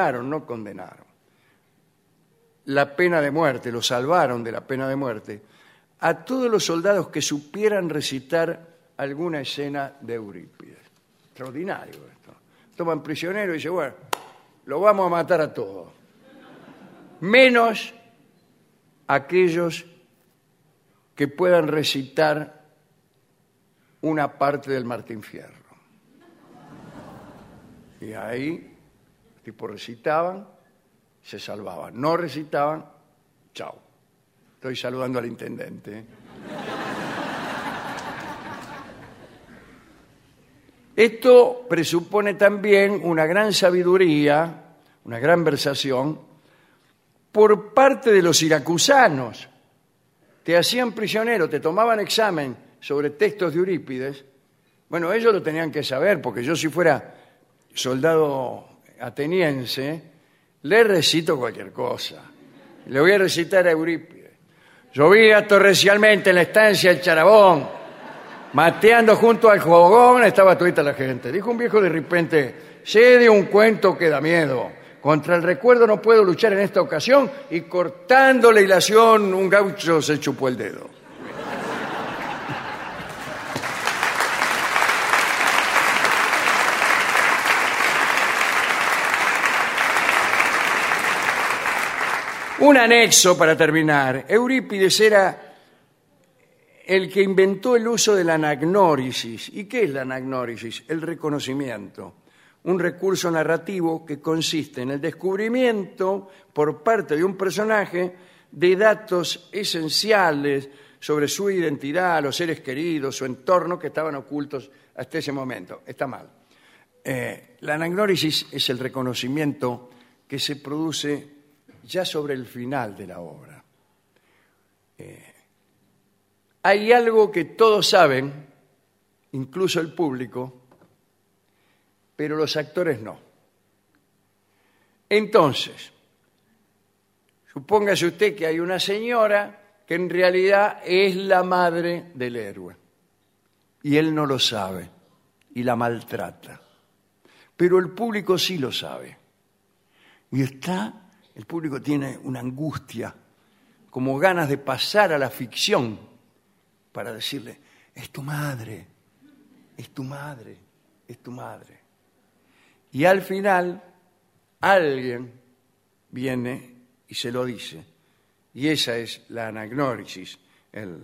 Speaker 6: la pena de muerte, lo salvaron de la pena de muerte, a todos los soldados que supieran recitar alguna escena de Eurípides. Extraordinario esto. Toman prisionero y dicen, bueno, lo vamos a matar a todos, menos aquellos que puedan recitar una parte del Martín Fierro. Y ahí, los tipos recitaban, se salvaban. No recitaban, chao. Estoy saludando al intendente. Esto presupone también una gran sabiduría, una gran versación, por parte de los siracusanos. Te hacían prisionero, te tomaban examen sobre textos de Eurípides. Bueno, ellos lo tenían que saber, porque yo si fuera soldado ateniense, le recito cualquier cosa. Le voy a recitar a Eurípides. Llovía torrencialmente en la estancia del Charabón, mateando junto al fogón estaba todita la gente. Dijo un viejo de repente, sé de un cuento que da miedo. Contra el recuerdo no puedo luchar en esta ocasión, y cortando la hilación un gaucho se chupó el dedo. Un anexo para terminar. Eurípides era el que inventó el uso de la anagnórisis. ¿Y qué es la anagnórisis? El reconocimiento. Un recurso narrativo que consiste en el descubrimiento por parte de un personaje de datos esenciales sobre su identidad, los seres queridos, su entorno que estaban ocultos hasta ese momento. Está mal. La anagnórisis es el reconocimiento que se produce ya sobre el final de la obra. Hay algo que todos saben, incluso el público, pero los actores no. Entonces, supóngase usted que hay una señora que en realidad es la madre del héroe, y él no lo sabe, y la maltrata. Pero el público sí lo sabe. Y el público tiene una angustia, como ganas de pasar a la ficción para decirle, es tu madre, es tu madre, es tu madre. Y al final, alguien viene y se lo dice. Y esa es la anagnórisis, el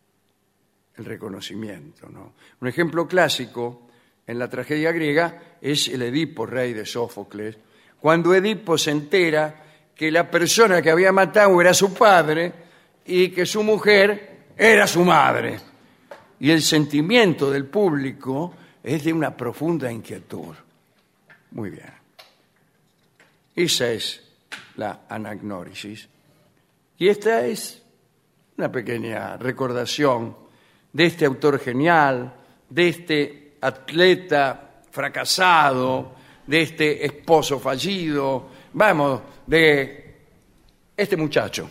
Speaker 6: reconocimiento, ¿no? Un ejemplo clásico en la tragedia griega es el Edipo, rey de Sófocles, cuando Edipo se entera que la persona que había matado era su padre y que su mujer era su madre. Y el sentimiento del público es de una profunda inquietud. Muy bien. Esa es la anagnórisis. Y esta es una pequeña recordación de este autor genial, de este atleta fracasado, de este esposo fallido, vamos, de este muchacho.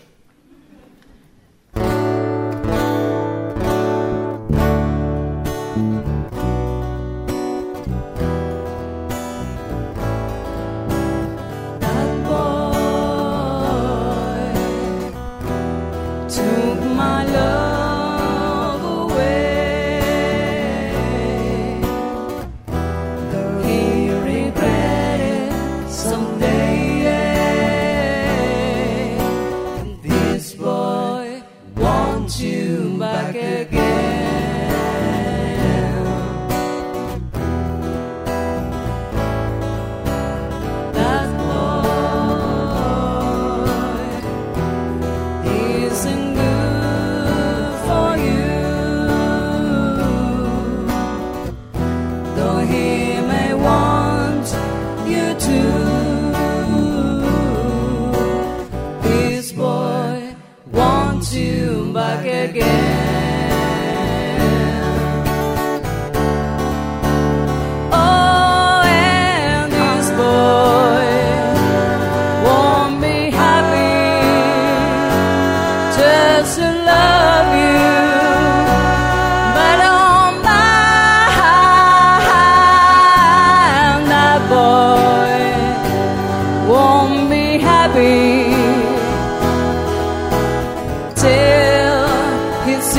Speaker 11: Till he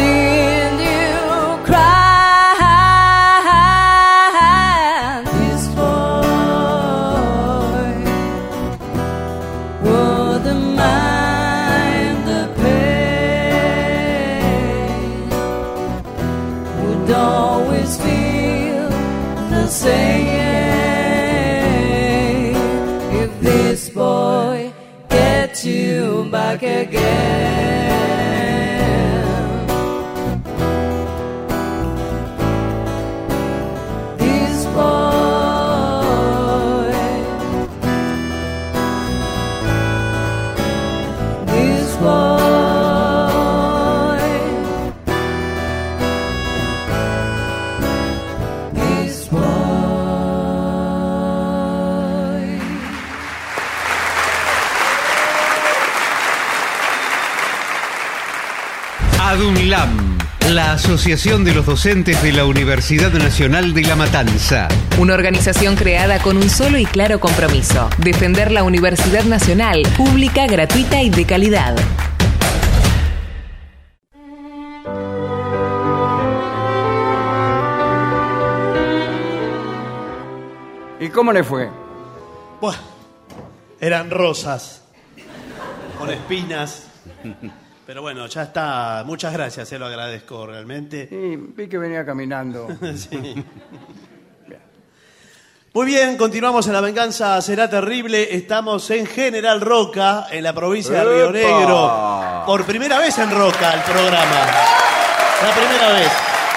Speaker 2: back again. This boy, this boy, this boy.
Speaker 11: ADUNLAM, la Asociación de los Docentes de la Universidad Nacional de La Matanza.
Speaker 12: Una organización creada con un solo y claro compromiso: defender la Universidad Nacional, pública, gratuita y de calidad.
Speaker 6: ¿Y cómo le fue?
Speaker 7: Buah, eran rosas, con espinas. Pero bueno, ya está. Muchas gracias, se lo agradezco realmente.
Speaker 6: Sí, vi que venía caminando.
Speaker 7: Sí. Bien. Muy bien, continuamos en La Venganza Será Terrible. Estamos en General Roca, en la provincia de Río Negro. Por primera vez en Roca el programa. La primera vez.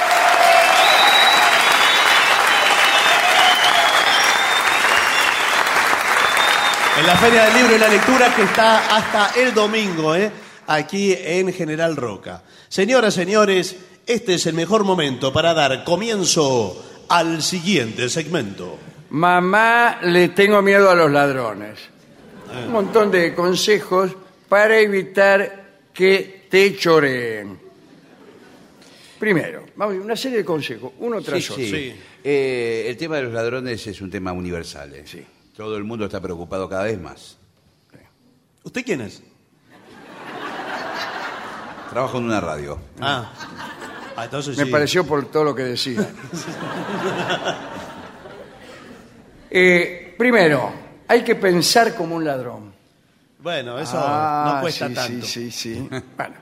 Speaker 7: En la Feria del Libro y la Lectura, que está hasta el domingo, aquí en General Roca. Señoras, señores, este es el mejor momento para dar comienzo al siguiente segmento.
Speaker 6: Mamá, le tengo miedo a los ladrones. Un montón de consejos para evitar que te choreen. Primero, vamos, una serie de consejos, uno tras otro.
Speaker 8: Sí. El tema de los ladrones es un tema universal.
Speaker 6: Sí.
Speaker 8: Todo el mundo está preocupado cada vez más.
Speaker 7: ¿Usted quién es?
Speaker 8: Trabajo en una radio.
Speaker 7: Entonces
Speaker 6: Me
Speaker 7: sí.
Speaker 6: pareció por todo lo que decía. Primero, hay que pensar como un ladrón.
Speaker 7: Bueno, eso no cuesta
Speaker 6: sí,
Speaker 7: tanto.
Speaker 6: Sí. Bueno.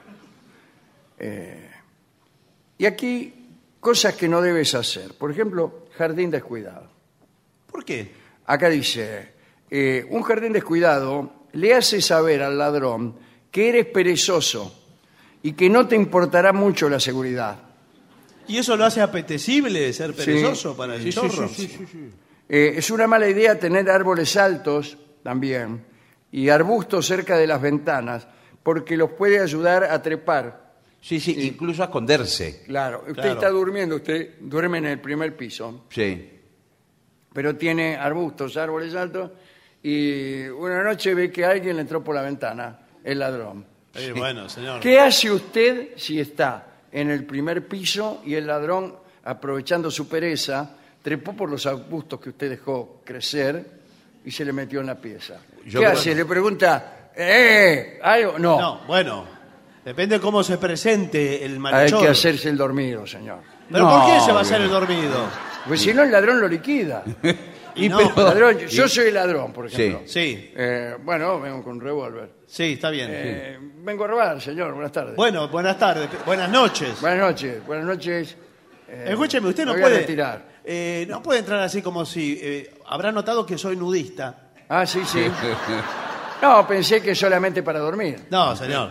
Speaker 6: Y aquí, cosas que no debes hacer. Por ejemplo, jardín descuidado.
Speaker 7: ¿Por qué?
Speaker 6: Acá dice, un jardín descuidado le hace saber al ladrón que eres perezoso y que no te importará mucho la seguridad.
Speaker 7: ¿Y eso lo hace apetecible ser perezoso para el chorro?
Speaker 6: Sí. Es una mala idea tener árboles altos también y arbustos cerca de las ventanas porque los puede ayudar a trepar.
Speaker 8: Sí, incluso a esconderse.
Speaker 6: Claro, usted está durmiendo, usted duerme en el primer piso.
Speaker 8: Sí.
Speaker 6: Pero tiene arbustos, árboles altos, y una noche ve que alguien le entró por la ventana, el ladrón.
Speaker 7: Bueno, señor.
Speaker 6: ¿Qué hace usted si está en el primer piso y el ladrón, aprovechando su pereza, trepó por los arbustos que usted dejó crecer y se le metió en la pieza? ¿Qué hace? Le pregunta, ¿algo?
Speaker 7: No, bueno, depende de cómo se presente el malhechor.
Speaker 6: Hay que hacerse el dormido, señor.
Speaker 7: ¿Pero por qué se va a hacer el dormido?
Speaker 6: Pues si no, el ladrón lo liquida. Yo soy el ladrón, por ejemplo.
Speaker 7: Sí.
Speaker 6: Bueno, vengo con un revólver.
Speaker 7: Sí, está bien.
Speaker 6: Vengo a robar, señor. Buenas tardes.
Speaker 7: Bueno, buenas tardes. Buenas noches.
Speaker 6: Buenas noches.
Speaker 7: Escúcheme, usted no
Speaker 6: me voy
Speaker 7: puede
Speaker 6: a retirar.
Speaker 7: No puede entrar así como si... habrá notado que soy nudista.
Speaker 6: Ah, sí. No, pensé que solamente para dormir.
Speaker 7: No, señor.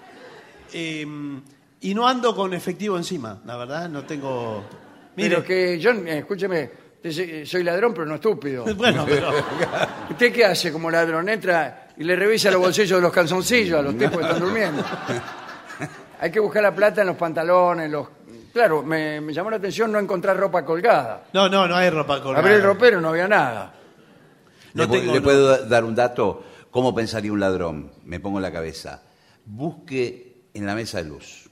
Speaker 7: Y no ando con efectivo encima, la verdad, no tengo... Mire,
Speaker 6: Pero que yo, escúcheme, soy ladrón, pero no estúpido.
Speaker 7: Bueno, pero...
Speaker 6: ¿Usted qué hace como ladrón? Entra y le revisa los bolsillos de los calzoncillos a los tipos que están durmiendo. Hay que buscar la plata en los pantalones, Claro, me llamó la atención no encontrar ropa colgada.
Speaker 7: No hay ropa colgada.
Speaker 6: Abrí el ropero, no había nada.
Speaker 8: ¿Le puedo dar un dato? ¿Cómo pensaría un ladrón? Me pongo en la cabeza. Busque en la mesa de luz.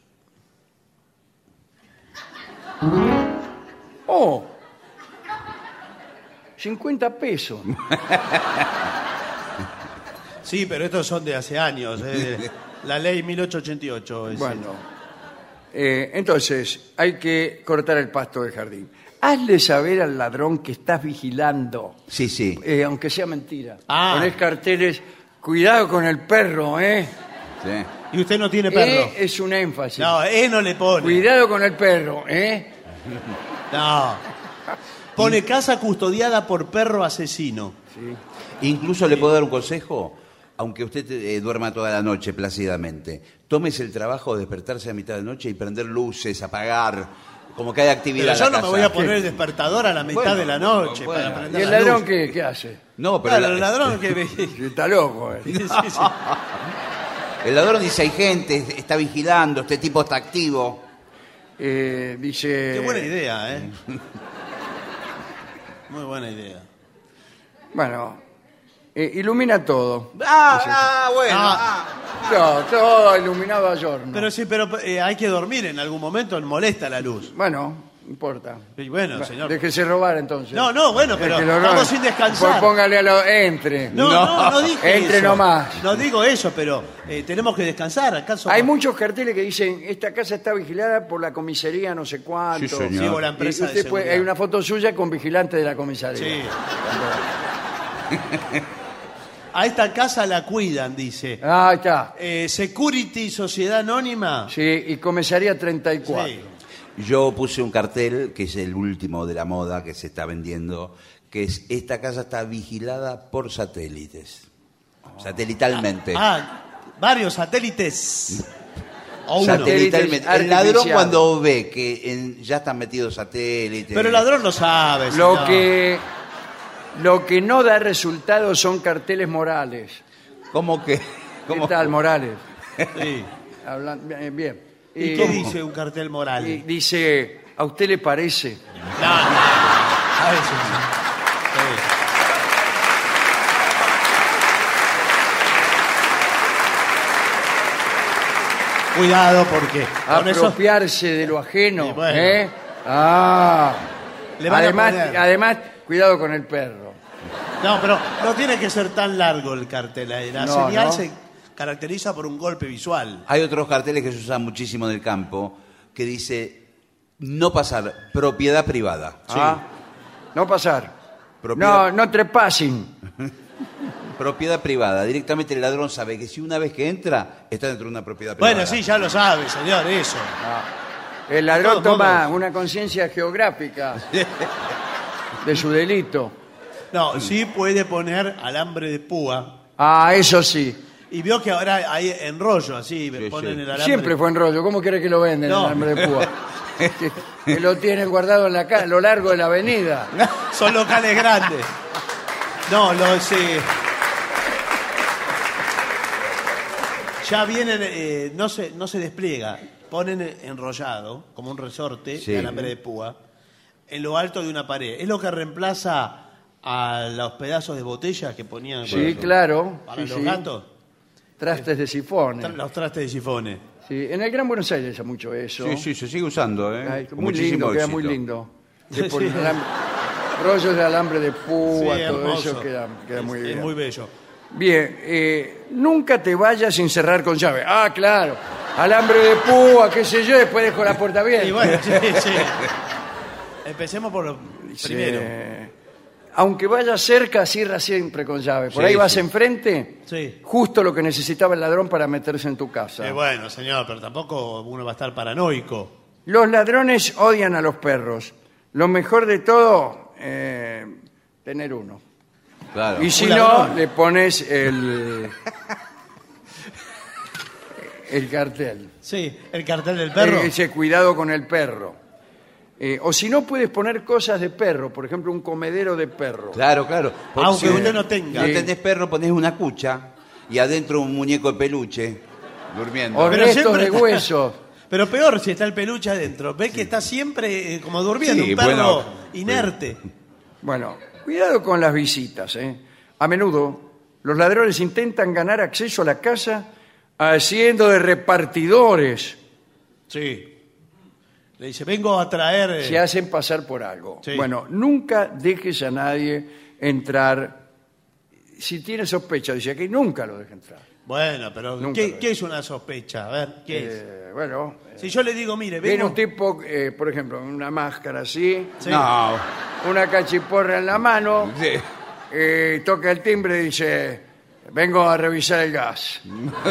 Speaker 6: ¡Oh! 50 pesos.
Speaker 7: Sí, pero estos son de hace años. La ley 1888.
Speaker 6: Bueno, entonces hay que cortar el pasto del jardín. Hazle saber al ladrón que estás vigilando.
Speaker 8: Sí.
Speaker 6: Aunque sea mentira. Ponés carteles, cuidado con el perro, ¿eh?
Speaker 8: Sí.
Speaker 7: ¿Y usted no tiene perro?
Speaker 6: Es un énfasis.
Speaker 7: No, no le pone.
Speaker 6: Cuidado con el perro, ¿eh?
Speaker 7: No. Pone casa custodiada por perro asesino.
Speaker 6: Sí.
Speaker 8: Incluso le puedo dar un consejo. aunque usted duerma toda la noche plácidamente, tómese el trabajo de despertarse a mitad de noche y prender luces, apagar, como que hay actividad.
Speaker 7: Pero yo
Speaker 8: en la
Speaker 7: no me
Speaker 8: casa.
Speaker 7: voy a poner el despertador a la mitad de la noche
Speaker 8: bueno.
Speaker 7: para prender
Speaker 6: ¿Y el
Speaker 7: la
Speaker 6: ladrón
Speaker 7: luz.
Speaker 6: qué hace?
Speaker 8: No, pero
Speaker 7: Claro, el ladrón que...
Speaker 6: Está loco.
Speaker 7: Sí, sí.
Speaker 8: el ladrón dice, hay gente, está vigilando, este tipo está activo.
Speaker 6: Dice...
Speaker 7: Qué buena idea, ¿eh? Muy buena idea.
Speaker 6: Bueno, ilumina todo.
Speaker 8: Bueno.
Speaker 6: Todo iluminado a giorno.
Speaker 7: Pero sí, pero hay que dormir en algún momento, molesta la luz.
Speaker 6: Bueno, no importa.
Speaker 7: Y bueno, señor.
Speaker 6: Déjese robar entonces.
Speaker 7: No, bueno, pero
Speaker 6: Déjelo robar.
Speaker 7: estamos sin descansar.
Speaker 6: Pues póngale a lo... Entre.
Speaker 7: No dije
Speaker 6: Entre
Speaker 7: eso.
Speaker 6: nomás.
Speaker 7: No digo eso, pero tenemos que descansar. ¿Acaso?
Speaker 6: Hay muchos carteles que dicen, esta casa está vigilada por la comisaría no sé cuánto.
Speaker 8: Sí, señor.
Speaker 7: Sí, o la
Speaker 6: Y
Speaker 7: empresa de
Speaker 6: usted
Speaker 7: seguridad.
Speaker 6: hay una foto suya con vigilante de la comisaría.
Speaker 7: Sí. A esta casa la cuidan, dice.
Speaker 6: Ahí está.
Speaker 7: Security, Sociedad Anónima.
Speaker 6: Sí, y comisaría 34.
Speaker 7: Sí.
Speaker 8: Yo puse un cartel, que es el último de la moda que se está vendiendo, que es, esta casa está vigilada por satélites. Satelitalmente.
Speaker 7: Varios satélites. O uno.
Speaker 8: Satelitalmente.
Speaker 6: Satélites
Speaker 8: El ladrón
Speaker 6: artificiales.
Speaker 8: cuando ve que ya están metidos satélites...
Speaker 7: Pero el ladrón no sabe.
Speaker 6: Lo
Speaker 7: señor.
Speaker 6: que no da resultados son carteles morales.
Speaker 8: ¿Cómo que?
Speaker 6: ¿Qué tal, Morales?
Speaker 7: Sí.
Speaker 6: Bien.
Speaker 7: ¿Y qué dice un cartel moral?
Speaker 6: Y dice, ¿a usted le parece?
Speaker 7: No. A ver, sí. Cuidado porque con eso
Speaker 6: Apropiarse de lo ajeno.
Speaker 7: Sí, bueno.
Speaker 6: ¿Eh?
Speaker 7: Le van a poner.
Speaker 6: Además, cuidado con el perro.
Speaker 7: No, pero no tiene que ser tan largo el cartel. La
Speaker 6: No,
Speaker 7: señal
Speaker 6: no.
Speaker 7: se caracteriza por un golpe visual.
Speaker 8: Hay otros carteles que se usan muchísimo en el campo, que dice, no pasar, propiedad privada.
Speaker 6: No pasar.
Speaker 8: Propiedad-
Speaker 6: No trepasen.
Speaker 8: Propiedad privada. Directamente el ladrón sabe que si una vez que entra, está dentro de una propiedad privada.
Speaker 7: Bueno, sí, ya lo sabe, señor, eso.
Speaker 6: El ladrón
Speaker 7: De todos
Speaker 6: toma
Speaker 7: modos.
Speaker 6: una conciencia geográfica de su delito.
Speaker 7: No, sí puede poner alambre de púa.
Speaker 6: Eso sí.
Speaker 7: Y vio que ahora hay enrollo, así, ponen
Speaker 8: sí.
Speaker 7: el alambre.
Speaker 6: Siempre fue en rollo. ¿Cómo quiere que lo venden
Speaker 7: No.
Speaker 6: el alambre de púa? Que lo tienen guardado en a lo largo de la avenida.
Speaker 7: Son locales grandes. No, ya vienen, no se despliega. Ponen enrollado, como un resorte
Speaker 8: Sí.
Speaker 7: de alambre de púa, en lo alto de una pared. Es lo que reemplaza a los pedazos de botella que ponían
Speaker 6: Sí, claro.
Speaker 7: para
Speaker 6: Sí,
Speaker 7: los
Speaker 6: sí.
Speaker 7: gatos.
Speaker 6: Trastes de sifones.
Speaker 7: Los trastes de sifones.
Speaker 6: Sí, en el Gran Buenos Aires hay mucho eso.
Speaker 8: Sí, se sigue usando, ¿eh?
Speaker 6: Ay,
Speaker 8: Con
Speaker 6: muy
Speaker 8: muchísimo
Speaker 6: lindo, queda
Speaker 8: éxito.
Speaker 6: muy lindo.
Speaker 7: Sí.
Speaker 6: Rollos de alambre de púa,
Speaker 7: Sí,
Speaker 6: todo
Speaker 7: hermoso.
Speaker 6: eso queda muy bien.
Speaker 7: Es muy bello.
Speaker 6: Bien, nunca te vayas sin cerrar con llave. Claro, alambre de púa, qué sé yo, después dejo la puerta abierta.
Speaker 7: Y bueno, sí. Empecemos por lo primero.
Speaker 6: Aunque vayas cerca, cierra siempre con llave. Por
Speaker 8: Sí,
Speaker 6: ahí vas
Speaker 8: sí.
Speaker 6: enfrente,
Speaker 7: Sí.
Speaker 6: justo lo que necesitaba el ladrón para meterse en tu casa.
Speaker 7: Bueno, señor, pero tampoco uno va a estar paranoico.
Speaker 6: Los ladrones odian a los perros. Lo mejor de todo, tener uno.
Speaker 8: Claro.
Speaker 6: Y si
Speaker 7: Un
Speaker 6: no,
Speaker 7: ladrón.
Speaker 6: le pones el cartel.
Speaker 7: Sí, el cartel del perro.
Speaker 6: Ese cuidado con el perro. O si no, puedes poner cosas de perro, por ejemplo, un comedero de perro.
Speaker 8: Claro.
Speaker 7: Aunque
Speaker 8: si
Speaker 7: usted no tenga.
Speaker 8: No tenés perro, ponés una cucha y adentro un muñeco de peluche durmiendo.
Speaker 6: O
Speaker 7: Pero
Speaker 6: restos
Speaker 7: siempre
Speaker 6: de
Speaker 7: está-
Speaker 6: huesos.
Speaker 7: Pero peor si está el peluche adentro. Ve que está siempre como durmiendo,
Speaker 8: Sí,
Speaker 7: un perro
Speaker 8: bueno.
Speaker 7: inerte.
Speaker 6: Bueno, cuidado con las visitas. A menudo, los ladrones intentan ganar acceso a la casa haciendo de repartidores.
Speaker 7: Sí. Le dice, vengo a traer...
Speaker 6: Se hacen pasar por algo.
Speaker 7: Sí.
Speaker 6: Bueno, nunca dejes a nadie entrar. Si tiene sospecha, dice aquí, nunca lo deje entrar.
Speaker 7: Bueno, pero
Speaker 6: Nunca
Speaker 7: ¿qué,
Speaker 6: lo
Speaker 7: qué es una sospecha? A ver, ¿qué es?
Speaker 6: Bueno,
Speaker 7: Si yo le digo, mire,
Speaker 6: viene
Speaker 7: vengo...
Speaker 6: un tipo, por ejemplo, con una máscara así,
Speaker 7: Sí.
Speaker 8: No.
Speaker 6: una cachiporra en la mano,
Speaker 8: Sí.
Speaker 6: toca el timbre y dice, vengo a revisar el gas.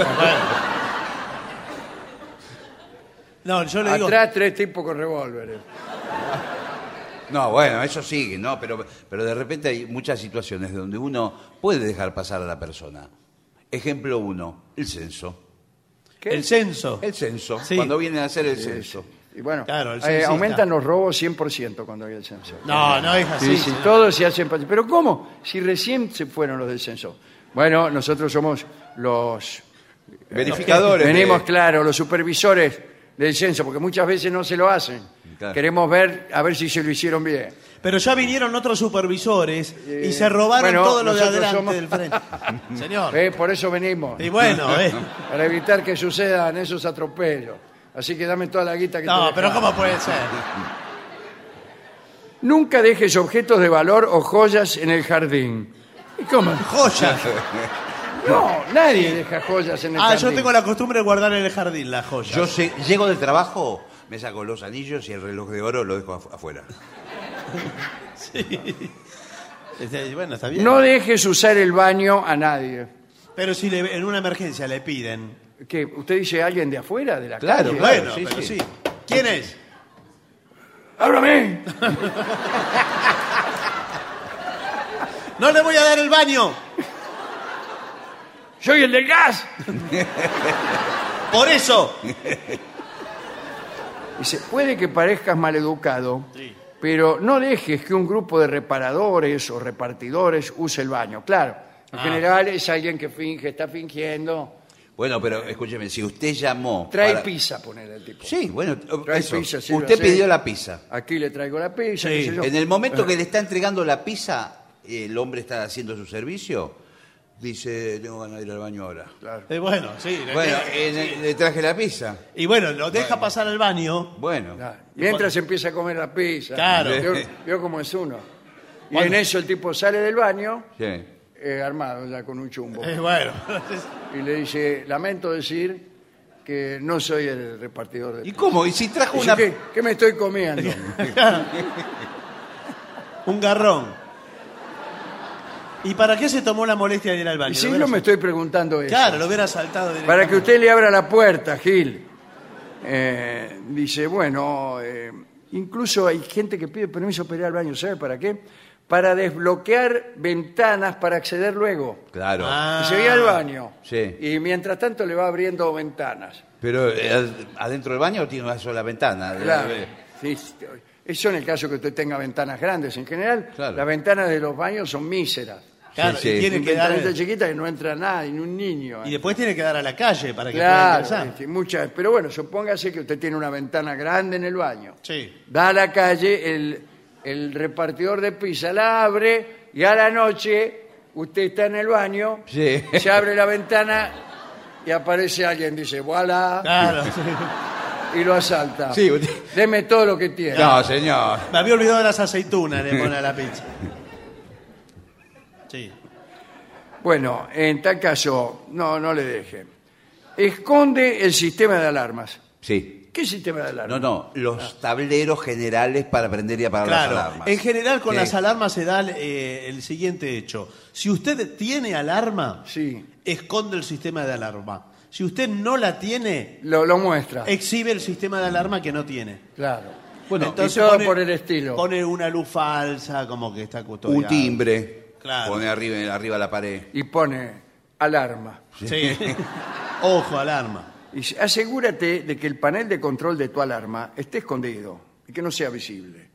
Speaker 7: No, yo le digo...
Speaker 6: Atrás 3 tipos con revólveres.
Speaker 8: No, bueno, eso sigue, ¿no? Pero de repente hay muchas situaciones donde uno puede dejar pasar a la persona. Ejemplo 1, el censo.
Speaker 6: ¿Qué?
Speaker 7: El censo.
Speaker 8: El censo,
Speaker 7: Sí.
Speaker 8: cuando vienen a hacer el censo.
Speaker 6: Y bueno,
Speaker 7: Claro, el censista.
Speaker 6: aumentan los robos 100% cuando hay el censo.
Speaker 7: No, no es así.
Speaker 6: Sí, sí, todos se hacen... ¿Pero cómo? Si recién se fueron los del censo. Bueno, nosotros somos los...
Speaker 8: Verificadores.
Speaker 6: Venimos, claro, los supervisores del censo, porque muchas veces no se lo hacen.
Speaker 8: Claro.
Speaker 6: Queremos ver, a ver si se lo hicieron bien.
Speaker 7: Pero ya vinieron otros supervisores y se robaron
Speaker 6: bueno,
Speaker 7: todo lo de
Speaker 6: nosotros
Speaker 7: adelante
Speaker 6: somos-
Speaker 7: del frente. Señor.
Speaker 6: Por eso venimos.
Speaker 7: Y bueno,
Speaker 6: Para evitar que sucedan esos atropellos. Así que dame toda la guita que te
Speaker 7: No, pero
Speaker 6: dejaba.
Speaker 7: ¿cómo puede ser?
Speaker 6: Nunca dejes objetos de valor o joyas en el jardín. ¿Y cómo?
Speaker 7: Joyas.
Speaker 6: No, nadie deja joyas en el
Speaker 7: Ah,
Speaker 6: jardín.
Speaker 7: yo tengo la costumbre de guardar en el jardín las joyas.
Speaker 8: Yo llego del trabajo, me saco los anillos y el reloj de oro lo dejo afuera.
Speaker 7: Bueno, está bien.
Speaker 6: No dejes usar el baño a nadie.
Speaker 7: Pero si en una emergencia le piden.
Speaker 6: ¿Qué? ¿Usted dice a alguien de afuera, de la
Speaker 8: Claro,
Speaker 6: calle?
Speaker 7: Bueno,
Speaker 8: sí,
Speaker 7: pero
Speaker 8: sí.
Speaker 7: sí. ¿Quién es?
Speaker 6: ¡Ábrame!
Speaker 7: ¡No le voy a dar el baño!
Speaker 6: ¡Soy el del gas!
Speaker 7: ¡Por eso!
Speaker 6: Dice, puede que parezcas maleducado, pero no dejes que un grupo de reparadores o repartidores use el baño. Claro, en general es alguien que finge, está fingiendo.
Speaker 8: Bueno, pero escúcheme, si usted llamó...
Speaker 6: Trae pizza, ponele el tipo.
Speaker 8: Sí, bueno,
Speaker 6: Trae
Speaker 8: eso.
Speaker 6: pizza, sirve
Speaker 8: Usted
Speaker 6: así.
Speaker 8: pidió la pizza.
Speaker 6: Aquí le traigo la pizza.
Speaker 7: Sí.
Speaker 6: qué sé yo.
Speaker 8: En el momento que le está entregando la pizza, el hombre está haciendo su servicio, dice, tengo ganas de ir al baño ahora.
Speaker 6: Claro.
Speaker 7: Bueno, sí.
Speaker 8: Bueno, le traje la pizza.
Speaker 7: Y bueno, lo deja pasar al baño.
Speaker 8: Bueno,
Speaker 6: Claro. Mientras empieza a comer la pizza.
Speaker 7: Claro.
Speaker 6: Vio cómo es uno. Y en eso el tipo sale del baño,
Speaker 8: sí.
Speaker 6: armado ya con un chumbo.
Speaker 7: Bueno.
Speaker 6: Y le dice, lamento decir que no soy el repartidor de
Speaker 8: ¿Y
Speaker 6: pizza.
Speaker 8: cómo? ¿Y si trajo
Speaker 6: Dice,
Speaker 8: una...
Speaker 6: ¿qué me estoy comiendo?
Speaker 7: Un garrón. ¿Y para qué se tomó la molestia de ir al baño?
Speaker 6: Y si
Speaker 7: Lo
Speaker 6: yo
Speaker 7: hubiera-
Speaker 6: me estoy preguntando eso.
Speaker 7: Claro, lo hubiera saltado
Speaker 6: Para
Speaker 7: directamente.
Speaker 6: que usted le abra la puerta, Gil. Dice, bueno, incluso hay gente que pide permiso para ir al baño. ¿Sabe para qué? Para desbloquear ventanas para acceder luego.
Speaker 8: Claro.
Speaker 7: Ah.
Speaker 6: Y se va al baño.
Speaker 8: Sí.
Speaker 6: Y mientras tanto le va abriendo ventanas.
Speaker 8: Pero adentro del baño tiene una sola ventana.
Speaker 6: Claro. Sí, eso en el caso que usted tenga ventanas grandes. En general,
Speaker 8: Claro.
Speaker 6: las ventanas de los baños son míseras.
Speaker 7: Claro,
Speaker 8: Sí,
Speaker 7: y
Speaker 8: sí.
Speaker 7: tiene
Speaker 6: Una
Speaker 7: que dar...
Speaker 6: ventanita chiquita que no entra nadie, ni un niño.
Speaker 7: Y después tiene que dar a la calle para que pueda
Speaker 6: Claro,
Speaker 7: ingresar.
Speaker 6: muchas, pero bueno, supóngase que usted tiene una ventana grande en el baño.
Speaker 7: Sí.
Speaker 6: Da a la calle, el repartidor de pizza la abre y a la noche usted está en el baño,
Speaker 8: Sí.
Speaker 6: se abre la ventana y aparece alguien, dice, voilà,
Speaker 7: Claro.
Speaker 6: y lo asalta.
Speaker 8: Sí, usted-
Speaker 6: Deme todo lo que tiene.
Speaker 8: No, señor.
Speaker 7: Me había olvidado de las aceitunas, le pone a la pizza. Sí.
Speaker 6: Bueno, en tal caso, no le deje. Esconde el sistema de alarmas.
Speaker 8: Sí.
Speaker 6: ¿Qué sistema de alarmas?
Speaker 8: No, los tableros generales para prender y apagar
Speaker 7: Claro,
Speaker 8: las alarmas.
Speaker 7: en general con
Speaker 8: Sí.
Speaker 7: las alarmas se da el siguiente hecho. Si usted tiene alarma,
Speaker 6: Sí,
Speaker 7: esconde el sistema de alarma. Si usted no la tiene,
Speaker 6: lo muestra.
Speaker 7: exhibe el sistema de alarma que no tiene.
Speaker 6: Claro.
Speaker 7: Bueno,
Speaker 6: y todo por el estilo.
Speaker 7: Pone una luz falsa, como que está custodiado.
Speaker 8: Un timbre.
Speaker 7: Claro.
Speaker 8: Pone arriba la pared.
Speaker 6: Y pone alarma.
Speaker 7: Sí. Ojo, alarma.
Speaker 6: Y asegúrate de que el panel de control de tu alarma esté escondido y que no sea visible.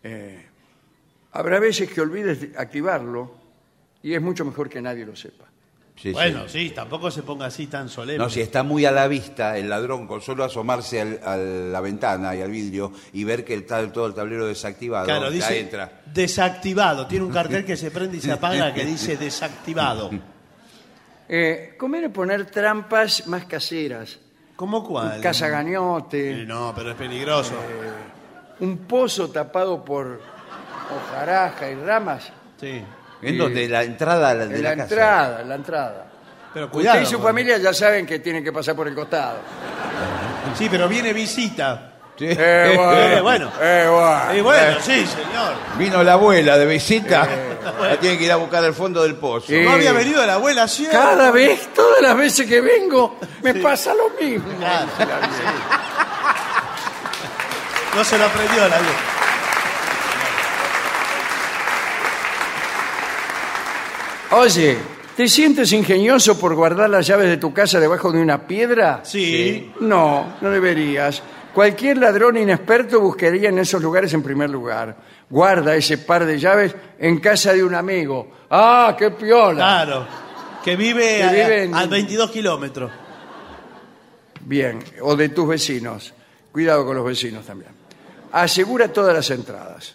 Speaker 6: Habrá veces que olvides de activarlo y es mucho mejor que nadie lo sepa.
Speaker 8: Sí,
Speaker 7: Bueno,
Speaker 8: sí.
Speaker 7: sí, tampoco se ponga así tan solemne.
Speaker 8: No, si está muy a la vista el ladrón con solo asomarse a la ventana y al vidrio y ver que está todo el tablero desactivado,
Speaker 7: Claro,
Speaker 8: ya
Speaker 7: dice
Speaker 8: entra.
Speaker 7: desactivado. Tiene un cartel que se prende y se apaga que dice desactivado.
Speaker 6: Conviene poner trampas más caseras.
Speaker 7: ¿Cómo cuál?
Speaker 6: Un cazagañote,
Speaker 7: No, pero es peligroso.
Speaker 6: un pozo tapado por hojarasca y ramas.
Speaker 7: Sí.
Speaker 8: ¿En dónde? La entrada de
Speaker 6: En la
Speaker 8: casa.
Speaker 6: entrada, en la entrada.
Speaker 7: Pero cuidado.
Speaker 6: Usted y su
Speaker 7: porque-
Speaker 6: familia ya saben que tienen que pasar por el costado.
Speaker 7: Sí, pero viene visita.
Speaker 8: Sí.
Speaker 7: Bueno.
Speaker 6: bueno.
Speaker 7: Y bueno, sí, señor.
Speaker 8: Vino la abuela de visita. La tiene que ir a buscar al fondo del pozo.
Speaker 6: Sí.
Speaker 7: No había venido la abuela siempre.
Speaker 6: Cada vez, todas las veces que vengo, me pasa lo mismo.
Speaker 7: Claro, sí. No se lo aprendió la vieja.
Speaker 6: Oye, ¿Te sientes ingenioso por guardar las llaves de tu casa debajo de una piedra?
Speaker 7: Sí.
Speaker 6: No, no deberías. Cualquier ladrón inexperto buscaría en esos lugares en primer lugar. Guarda ese par de llaves en casa de un amigo. ¡Ah, qué piola!
Speaker 7: Claro. Que vive a 22 kilómetros.
Speaker 6: Bien, o de tus vecinos. Cuidado con los vecinos también. Asegura todas las entradas.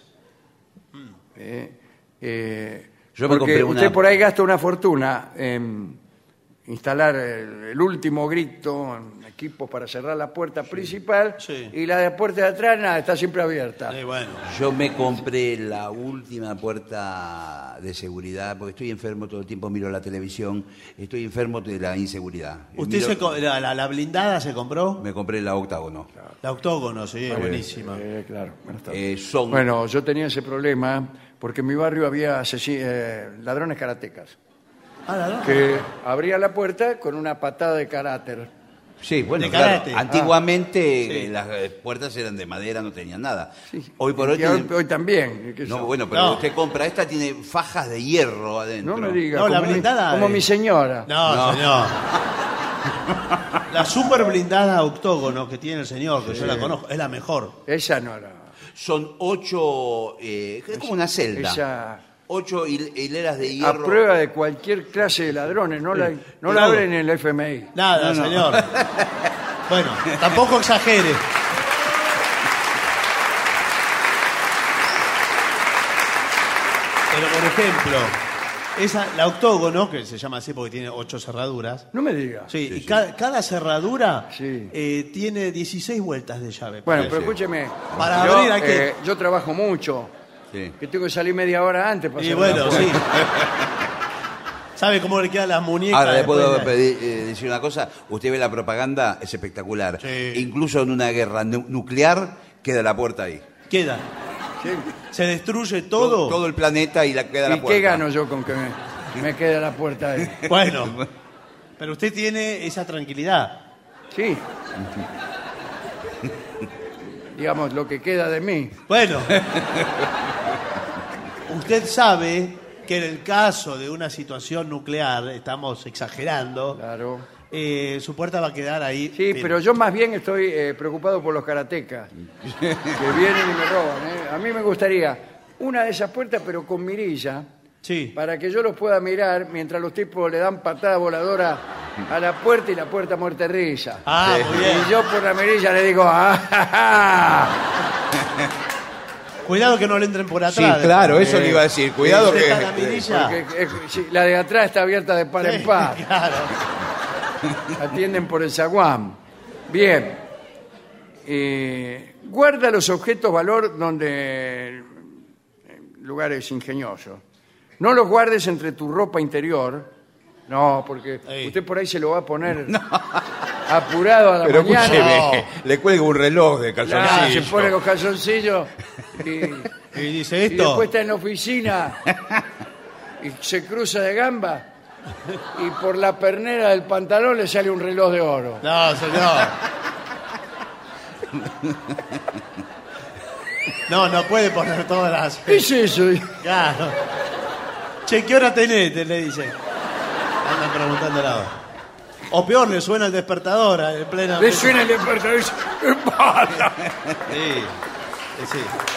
Speaker 8: Yo me
Speaker 6: porque
Speaker 8: compré
Speaker 6: usted por ahí gasta una fortuna en instalar el último grito, en equipos para cerrar la puerta principal, y la puerta de atrás nada, está siempre abierta.
Speaker 7: Bueno.
Speaker 8: Yo me compré la última puerta de seguridad porque estoy enfermo todo el tiempo, miro la televisión, estoy enfermo de la inseguridad.
Speaker 7: ¿Usted la blindada se compró?
Speaker 8: Me compré la Octágono.
Speaker 7: La Octógono, sí, buenísima.
Speaker 6: Claro.
Speaker 8: Bueno,
Speaker 6: yo tenía ese problema porque en mi barrio había ladrones karatecas. Que abrían la puerta con una patada de carácter.
Speaker 8: Sí, bueno,
Speaker 7: de
Speaker 8: claro.
Speaker 7: karate.
Speaker 8: Antiguamente las puertas eran de madera, no tenían nada. Hoy por hoy
Speaker 6: Hoy también.
Speaker 8: No, bueno, pero usted compra esta, tiene fajas de hierro adentro.
Speaker 6: No me diga,
Speaker 7: No, la blindada
Speaker 6: como mi señora.
Speaker 7: No, señor. La super blindada Octógono que tiene el señor, que yo la conozco, es la mejor.
Speaker 6: Esa no era.
Speaker 8: Son 8, es como una celda.
Speaker 6: Esa
Speaker 8: 8 hileras de hierro.
Speaker 6: a prueba de cualquier clase de ladrones, no la abren en el FMI.
Speaker 7: Nada, señor. Bueno, tampoco exagere. Pero, por ejemplo, la Octógono, que se llama así porque tiene 8 cerraduras.
Speaker 6: No me diga.
Speaker 7: Sí, y cada cerradura tiene 16 vueltas de llave.
Speaker 6: Bueno, pero escúcheme.
Speaker 7: Para abrir aquí.
Speaker 6: Yo trabajo mucho. Que tengo que salir media hora antes para
Speaker 7: Y bueno, sí. ¿Sabe cómo le quedan las muñecas?
Speaker 8: Ahora le puedo decir una cosa. Usted ve la propaganda, es espectacular.
Speaker 7: Sí.
Speaker 8: Incluso en una guerra nuclear queda la puerta ahí.
Speaker 7: Queda. Se destruye todo.
Speaker 8: Todo el planeta y queda la
Speaker 6: ¿Y
Speaker 8: puerta.
Speaker 6: qué gano yo con que me quede la puerta ahí?
Speaker 7: Bueno, pero usted tiene esa tranquilidad.
Speaker 6: Sí. Digamos, lo que queda de mí.
Speaker 7: Bueno. Usted sabe que en el caso de una situación nuclear, estamos exagerando,
Speaker 6: Claro.
Speaker 7: Su puerta va a quedar ahí.
Speaker 6: Sí, pero yo más bien estoy preocupado por los karatecas que vienen y me roban. A mí me gustaría una de esas puertas, pero con mirilla, para que yo los pueda mirar mientras los tipos le dan patada voladora a la puerta y la puerta muerte risa.
Speaker 7: Muy bien.
Speaker 6: Y yo por la mirilla le digo, ¡ah!
Speaker 7: Cuidado que no le entren por atrás.
Speaker 8: Sí, claro, eso le iba a decir. Cuidado que...
Speaker 7: La mirilla.
Speaker 6: Porque, la de atrás está abierta de par en par.
Speaker 7: Claro.
Speaker 6: Atienden por el zaguán. Bien. Guarda los objetos valor en lugares ingeniosos. No los guardes entre tu ropa interior. No, porque usted por ahí se lo va a poner apurado a la mañana.
Speaker 8: Escúcheme, le cuelga un reloj de calzoncillo.
Speaker 6: Se pone los calzoncillos
Speaker 7: y dice esto.
Speaker 6: Y después está en la oficina y se cruza de gamba y por la pernera del pantalón le sale un reloj de oro.
Speaker 7: No, señor. No puede poner todas las...
Speaker 6: ¿Qué es eso?
Speaker 7: Claro. Che, ¿qué hora tenés? Le dicen. Andan preguntando la hora. O peor, le suena el despertador en plena...
Speaker 6: Le suena el despertador y dice, ¿qué pasa?
Speaker 7: Sí.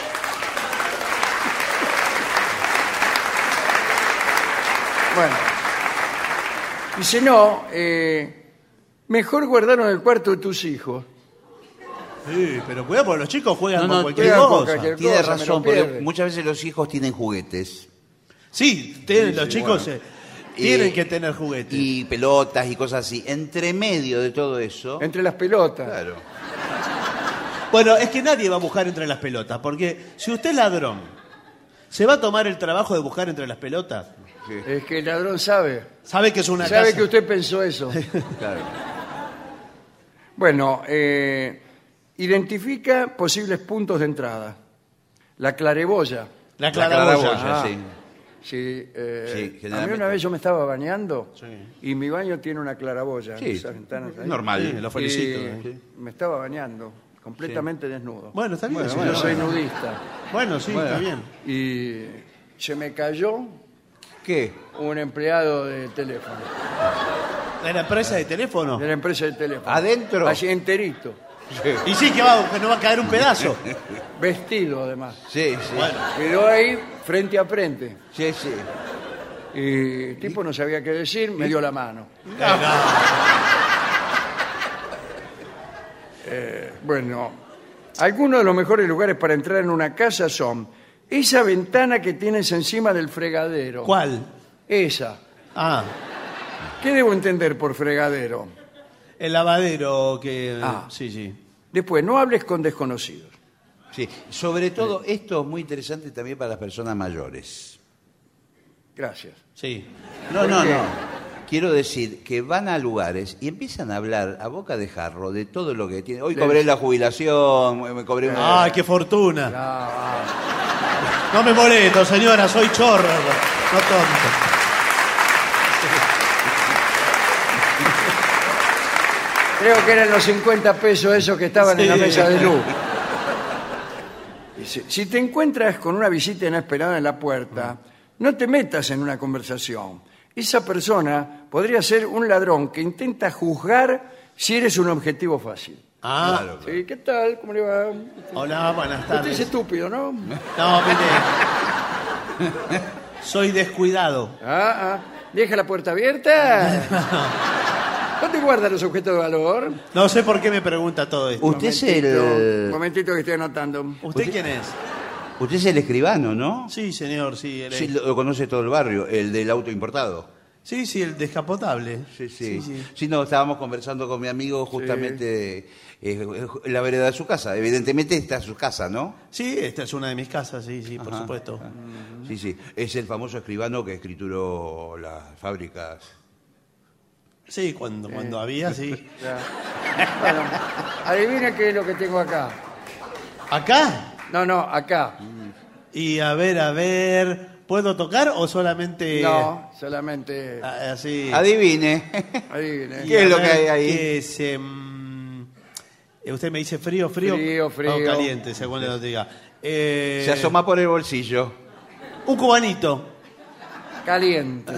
Speaker 6: Bueno. Dice, no, mejor guardarlo en el cuarto de tus hijos.
Speaker 7: Sí, pero cuidado porque los chicos juegan con
Speaker 6: cualquier
Speaker 7: cosa.
Speaker 8: Tiene razón, porque muchas veces los hijos tienen juguetes.
Speaker 7: Sí, los chicos tienen que tener juguetes.
Speaker 8: Y pelotas y cosas así. Entre medio de todo eso...
Speaker 6: Entre las pelotas.
Speaker 8: Claro.
Speaker 7: Bueno, es que nadie va a buscar entre las pelotas, porque si usted es ladrón, ¿se va a tomar el trabajo de buscar entre las pelotas?
Speaker 6: Sí. Es que el ladrón sabe.
Speaker 7: Sabe que es una
Speaker 6: Sabe
Speaker 7: casa.
Speaker 6: que usted pensó eso.
Speaker 8: Claro.
Speaker 6: Bueno, identifica posibles puntos de entrada. La clareboya.
Speaker 7: La claraboya,
Speaker 8: sí.
Speaker 6: Sí,
Speaker 8: Sí,
Speaker 6: a mí una vez yo me estaba bañando y mi baño tiene una claraboya.
Speaker 8: Sí,
Speaker 6: esas ventanas ahí.
Speaker 8: normal.
Speaker 7: Sí, lo felicito.
Speaker 6: Me estaba bañando, completamente desnudo.
Speaker 7: Bueno, está bien.
Speaker 6: Yo soy nudista.
Speaker 7: Bueno, sí, está bien.
Speaker 6: Y se me cayó
Speaker 8: ¿Qué?
Speaker 6: Un empleado de teléfono.
Speaker 7: ¿De la empresa de teléfono?
Speaker 6: De la empresa de teléfono.
Speaker 8: ¿Adentro?
Speaker 6: Así enterito.
Speaker 8: Sí.
Speaker 7: Y sí, que no va a caer un pedazo.
Speaker 6: Vestido, además.
Speaker 8: Sí, sí.
Speaker 7: Bueno.
Speaker 6: Quedó ahí frente a frente.
Speaker 8: Sí, sí.
Speaker 6: Y el tipo no sabía qué decir, me dio la mano. Bueno, algunos de los mejores lugares para entrar en una casa son esa ventana que tienes encima del fregadero.
Speaker 7: ¿Cuál?
Speaker 6: Esa.
Speaker 7: Ah,
Speaker 6: ¿Qué debo entender por fregadero?
Speaker 7: el lavadero que...
Speaker 6: Ah.
Speaker 7: Sí, sí.
Speaker 6: Después, no hables con desconocidos.
Speaker 8: Sí. Sobre todo, esto es muy interesante también para las personas mayores.
Speaker 6: Gracias.
Speaker 7: Sí.
Speaker 8: No,
Speaker 6: ¿Por
Speaker 8: no,
Speaker 6: qué?
Speaker 8: no. Quiero decir que van a lugares y empiezan a hablar a boca de jarro de todo lo que tienen. Hoy cobré la jubilación, me cobré una...
Speaker 7: ¡Ay, qué fortuna! No me molesto, señora, soy chorro, no tonto.
Speaker 6: Creo que eran los 50 pesos esos que estaban en la
Speaker 7: Sí.
Speaker 6: mesa de luz. Dice, si te encuentras con una visita inesperada en la puerta, no te metas en una conversación. Esa persona podría ser un ladrón que intenta juzgar si eres un objetivo fácil.
Speaker 7: Ah,
Speaker 8: Claro.
Speaker 6: Sí, ¿qué tal? ¿Cómo le va?
Speaker 7: hola, buenas
Speaker 6: Usted es
Speaker 7: tardes.
Speaker 6: estúpido, ¿no?
Speaker 7: No, mire. Soy descuidado.
Speaker 6: ¿Deja la puerta abierta? ¿Dónde guarda los objetos de valor?
Speaker 7: No sé por qué me pregunta todo esto.
Speaker 8: Usted es
Speaker 6: Un momentito que estoy anotando.
Speaker 7: ¿Usted quién es?
Speaker 8: Usted es el escribano, ¿no?
Speaker 7: Sí, señor, sí. Él es.
Speaker 8: Sí, lo conoce todo el barrio, el del auto importado.
Speaker 7: Sí, sí, el descapotable.
Speaker 8: Sí, sí.
Speaker 7: Sí, sí.
Speaker 8: Sí, no, estábamos conversando con mi amigo justamente en la vereda de su casa. Evidentemente esta es su casa, ¿no?
Speaker 7: Sí, esta es una de mis casas, sí, sí, por
Speaker 8: Ajá.
Speaker 7: supuesto.
Speaker 8: Sí, sí. Es el famoso escribano que escrituró las fábricas.
Speaker 7: Sí, cuando había, sí.
Speaker 6: Ya. Bueno, adivina qué es lo que tengo acá.
Speaker 7: ¿Acá?
Speaker 6: No, acá.
Speaker 7: Y a ver, ¿puedo tocar o solamente...?
Speaker 6: No, solamente...
Speaker 7: Así.
Speaker 8: Adivine.
Speaker 6: Adivine.
Speaker 8: ¿Qué es lo
Speaker 7: A
Speaker 8: que
Speaker 7: ver,
Speaker 8: hay ahí?
Speaker 7: ¿qué es, usted me dice frío.
Speaker 6: Frío.
Speaker 7: O caliente, según lo diga.
Speaker 8: Se asoma por el bolsillo.
Speaker 7: Un cubanito.
Speaker 6: Caliente.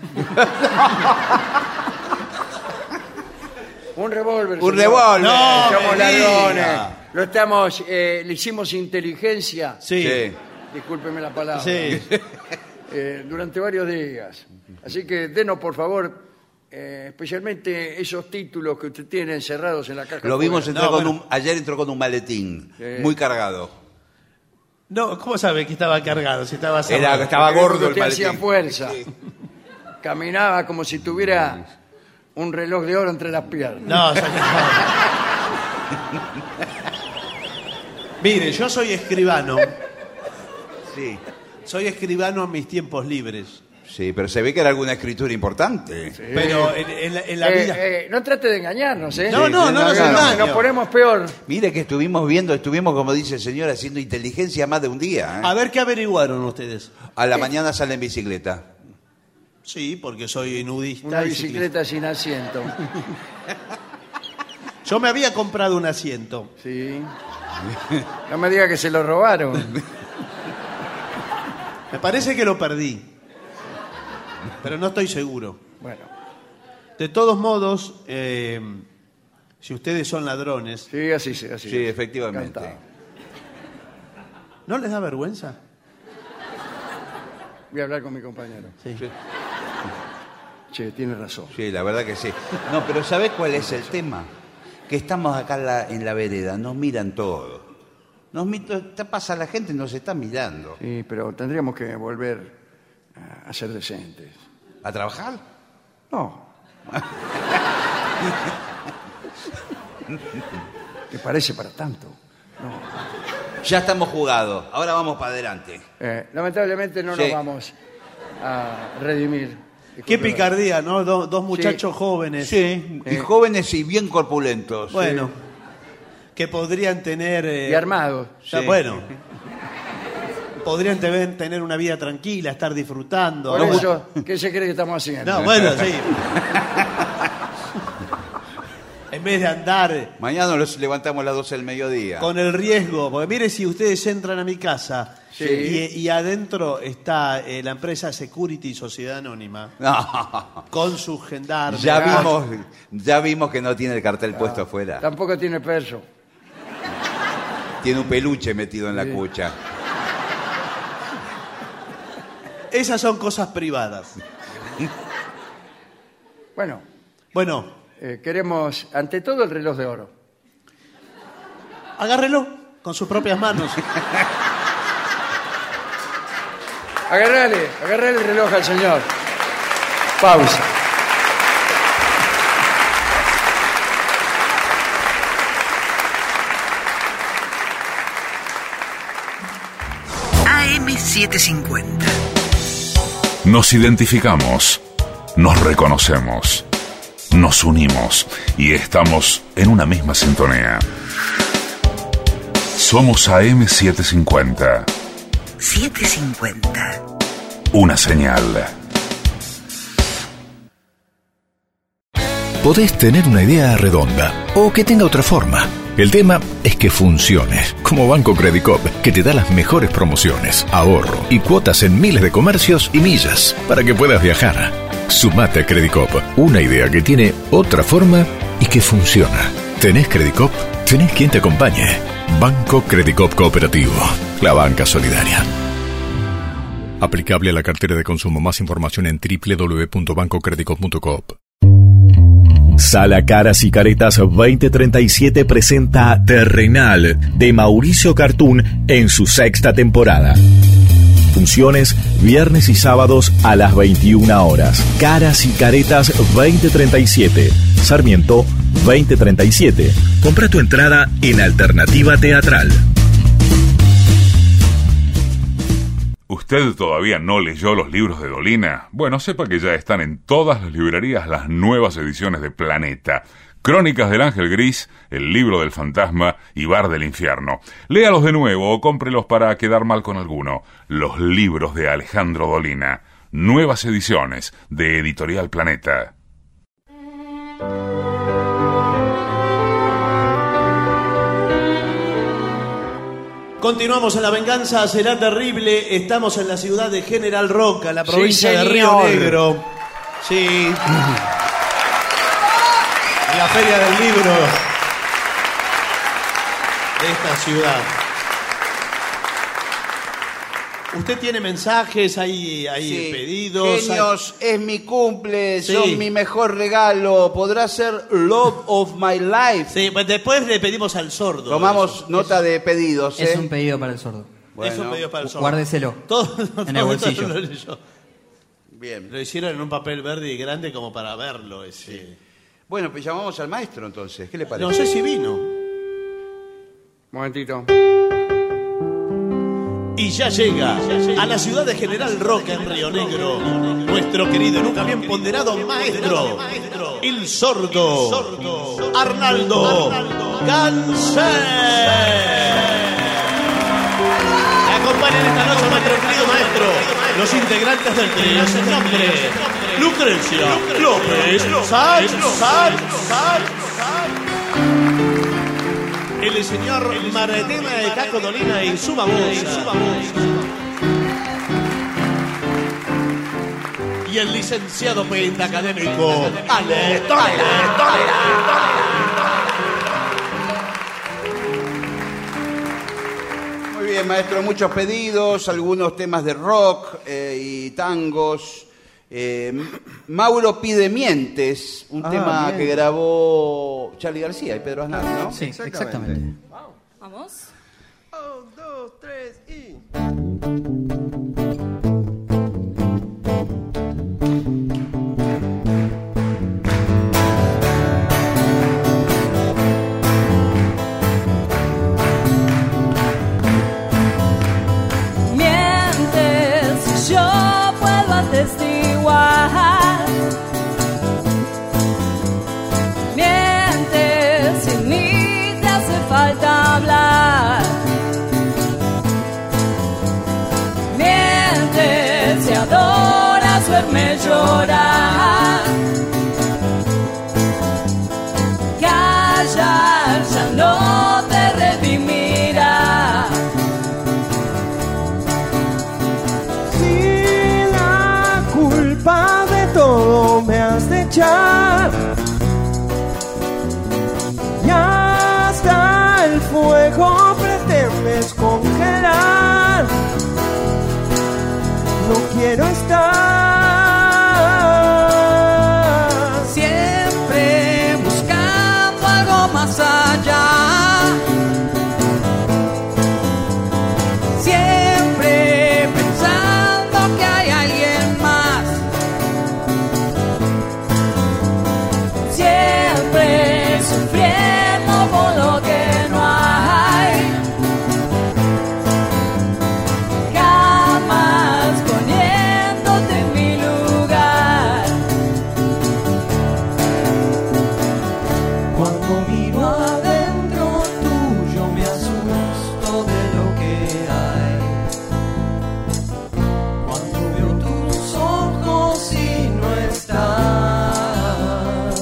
Speaker 6: Un revólver.
Speaker 8: Un
Speaker 6: señor.
Speaker 8: revólver.
Speaker 7: No,
Speaker 6: Somos
Speaker 7: me
Speaker 6: ladrones.
Speaker 7: diga.
Speaker 6: Lo estamos... le hicimos inteligencia.
Speaker 7: Sí.
Speaker 6: Discúlpeme la palabra.
Speaker 7: Sí.
Speaker 6: Durante varios días. Así que denos, por favor, especialmente esos títulos que usted tiene encerrados en la caja.
Speaker 8: Lo vimos
Speaker 6: fuera.
Speaker 8: entrar ayer entró con un maletín, muy cargado.
Speaker 7: No, ¿cómo sabe que estaba cargado? Si estaba
Speaker 8: Estaba
Speaker 6: Porque
Speaker 8: gordo el
Speaker 6: usted hacía
Speaker 8: maletín.
Speaker 6: fuerza. Caminaba como si tuviera un reloj de oro entre las piernas.
Speaker 7: No, señor. Mire, yo soy escribano.
Speaker 8: Sí.
Speaker 7: Soy escribano en mis tiempos libres.
Speaker 8: Sí, pero se ve que era alguna escritura importante.
Speaker 7: Pero en la vida...
Speaker 6: no trate de engañarnos, ¿eh?
Speaker 7: No, no nos engaño.
Speaker 6: Nos ponemos peor.
Speaker 8: Mire que estuvimos, como dice el señor, haciendo inteligencia más de un día.
Speaker 7: A ver, ¿qué averiguaron ustedes?
Speaker 8: A la mañana sale en bicicleta.
Speaker 7: Sí, porque soy nudista.
Speaker 6: Una
Speaker 7: y
Speaker 6: bicicleta sin asiento.
Speaker 7: ciclista. Yo me había comprado un asiento.
Speaker 6: Sí. No me diga que se lo robaron.
Speaker 7: Me parece que lo perdí. Pero no estoy seguro.
Speaker 6: Bueno.
Speaker 7: De todos modos, si ustedes son ladrones,
Speaker 6: Sí, así sí, así.
Speaker 8: Sí, efectivamente.
Speaker 6: Encantado.
Speaker 7: ¿no les da vergüenza?
Speaker 6: Voy a hablar con mi compañero.
Speaker 7: Sí.
Speaker 6: Che, tiene razón.
Speaker 8: Sí, la verdad que sí. No, pero ¿sabés cuál es el tema? Que estamos acá en la vereda, nos miran todos. Pasa la gente, nos está mirando.
Speaker 6: Sí, pero tendríamos que volver a ser decentes.
Speaker 8: ¿A trabajar?
Speaker 6: No. ¿Te parece para tanto?
Speaker 8: Ya estamos jugados, ahora vamos para adelante.
Speaker 6: Lamentablemente no
Speaker 8: Sí.
Speaker 6: nos vamos a redimir.
Speaker 7: Qué
Speaker 6: Disculpe.
Speaker 7: picardía, ¿no? Dos muchachos jóvenes.
Speaker 8: Sí, y jóvenes y bien corpulentos.
Speaker 7: Bueno, que podrían tener...
Speaker 6: Y armados.
Speaker 7: ya,
Speaker 8: Sí.
Speaker 7: bueno, podrían tener una vida tranquila, estar disfrutando.
Speaker 6: Por
Speaker 7: ¿no?
Speaker 6: eso, ¿qué se cree que estamos haciendo?
Speaker 7: No, bueno, sí. en vez de andar
Speaker 8: Mañana nos levantamos a las 12 del mediodía.
Speaker 7: con el riesgo. Porque mire, si ustedes entran a mi casa y adentro está la empresa Security Sociedad Anónima
Speaker 8: No.
Speaker 7: con sus gendarmes.
Speaker 8: Ya vimos que no tiene el cartel puesto afuera.
Speaker 6: Tampoco tiene peso.
Speaker 8: Tiene un peluche metido en la cucha.
Speaker 7: Esas son cosas privadas.
Speaker 6: Bueno, queremos, ante todo, el reloj de oro.
Speaker 7: Agárrelo con sus propias manos.
Speaker 6: Agarrale el reloj al señor. Pausa.
Speaker 10: AM750.
Speaker 4: Nos identificamos, nos reconocemos, nos unimos y estamos en una misma sintonía. Somos AM750.
Speaker 10: 750.
Speaker 4: Una señal.
Speaker 3: Podés tener una idea redonda o que tenga otra forma. El tema es que funcione, como Banco Credicop, que te da las mejores promociones, ahorro y cuotas en miles de comercios y millas para que puedas viajar. Sumate a Credicop, una idea que tiene otra forma y que funciona. ¿Tenés Credicop? Tenés quien te acompañe. Banco Credicop Cooperativo, la banca solidaria. Aplicable a la cartera de consumo. Más información en www.bancocredicop.coop.
Speaker 1: Sala Caras y Caretas 2037 presenta Terrenal de Mauricio Cartún en su 6ª temporada. Funciones viernes y sábados a las 21 horas. Caras y Caretas 2037. Sarmiento 2037. Compra tu entrada en Alternativa Teatral.
Speaker 4: ¿Usted todavía no leyó los libros de Dolina? Bueno, sepa que ya están en todas las librerías las nuevas ediciones de Planeta. Crónicas del Ángel Gris, El Libro del Fantasma y Bar del Infierno. Léalos de nuevo o cómprelos para quedar mal con alguno. Los libros de Alejandro Dolina. Nuevas ediciones de Editorial Planeta.
Speaker 7: Continuamos en La Venganza Será Terrible. Estamos en la ciudad de General Roca, la provincia de Río Negro. Sí. En la Feria del Libro de esta ciudad. ¿Usted tiene mensajes, hay
Speaker 8: Sí.
Speaker 7: pedidos?
Speaker 8: Genios, es mi cumple,
Speaker 7: Sí.
Speaker 8: son mi mejor regalo. ¿Podrá ser Love of My Life?
Speaker 7: Sí, pues después le pedimos al sordo.
Speaker 8: Tomamos nota de pedidos.
Speaker 13: Es un pedido para el sordo.
Speaker 8: Bueno,
Speaker 7: Es un pedido para el sordo.
Speaker 13: Guárdeselo. En el bolsillo.
Speaker 7: Lo leyó.
Speaker 8: Bien.
Speaker 7: Lo hicieron en un papel verde y grande como para verlo. Ese.
Speaker 8: Bueno, pues llamamos al maestro entonces. ¿Qué le parece?
Speaker 7: No sé si vino.
Speaker 6: Momentito.
Speaker 7: Y ya llega a la ciudad de General Roca en Río Negro nuestro querido y nunca bien ponderado maestro, el sordo Arnaldo Ganser. Acompañan esta noche a nuestro querido maestro, los integrantes del trío sin nombre: Lucrecia López Sánchez, el señor Maretema de Caco Dolina y su babosa. Y el licenciado pentacadémico Ale Tolera.
Speaker 8: Muy bien, maestro, muchos pedidos, algunos temas de rock y tangos. Mauro pide Mientes, un tema
Speaker 13: bien.
Speaker 8: que grabó Charly García y Pedro Aznar, ¿no?
Speaker 13: Sí, exactamente.
Speaker 14: Vamos.
Speaker 7: 1, 2, 3 y...
Speaker 14: Mientes, yo puedo atestiguar. Mientes y ni te hace falta hablar. Mientes y adoras verme llorar.
Speaker 2: marchar. Y hasta el fuego pretendes congelar. No quiero estar
Speaker 15: siempre buscando algo más allá. Siempre pensando que hay alguien más. Siempre sufriendo por lo que no hay. Jamás poniéndote en mi lugar. Cuando miro adentro tuyo me asusto de lo que hay. Cuando veo tus ojos y no estás.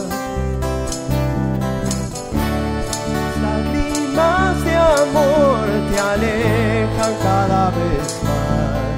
Speaker 2: Lágrimas de amor te alejan cada vez más.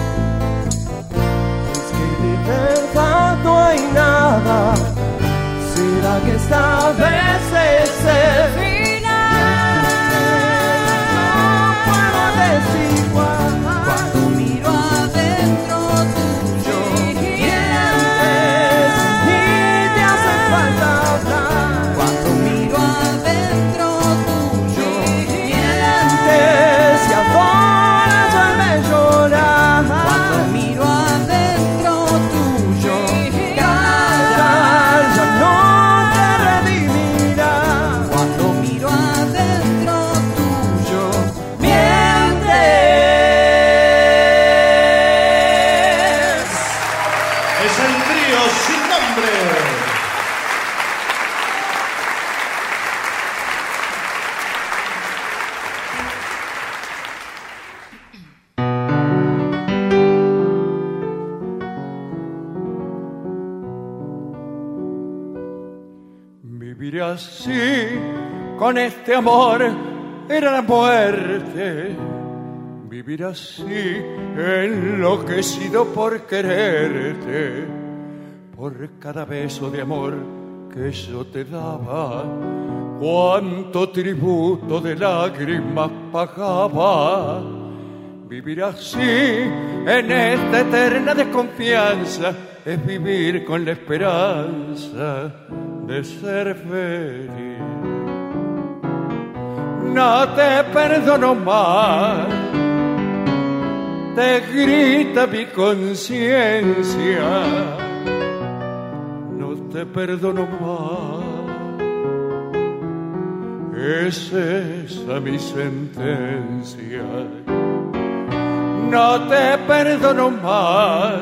Speaker 2: Es que de verdad no hay nada. ¿Será que esta vez es el final? No puedo desigual.
Speaker 15: Cuando miro adentro tuyo
Speaker 2: Mientes y te hace falta hablar.
Speaker 15: Cuando miro adentro tuyo
Speaker 2: Mientes y ahora vuelve a llorar.
Speaker 15: Cuando miro adentro tuyo
Speaker 2: Callar ya no te redimirá.
Speaker 15: Cuando miro adentro tuyo
Speaker 2: Mientes.
Speaker 7: Es el trío sin nombre.
Speaker 6: Vivir así, con este amor, era la muerte. Vivir así, enloquecido por quererte. Por cada beso de amor que yo te daba, cuánto tributo de lágrimas pagaba. Vivir así, en esta eterna desconfianza, es vivir con la esperanza de ser feliz. No te perdono más, te grita mi conciencia. No te perdono más, es esa mi sentencia. No te perdono más,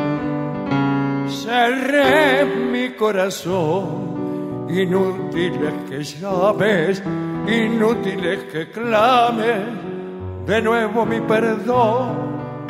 Speaker 6: cerré mi corazón. Inútil es que llames, inútil es que clames de nuevo mi perdón.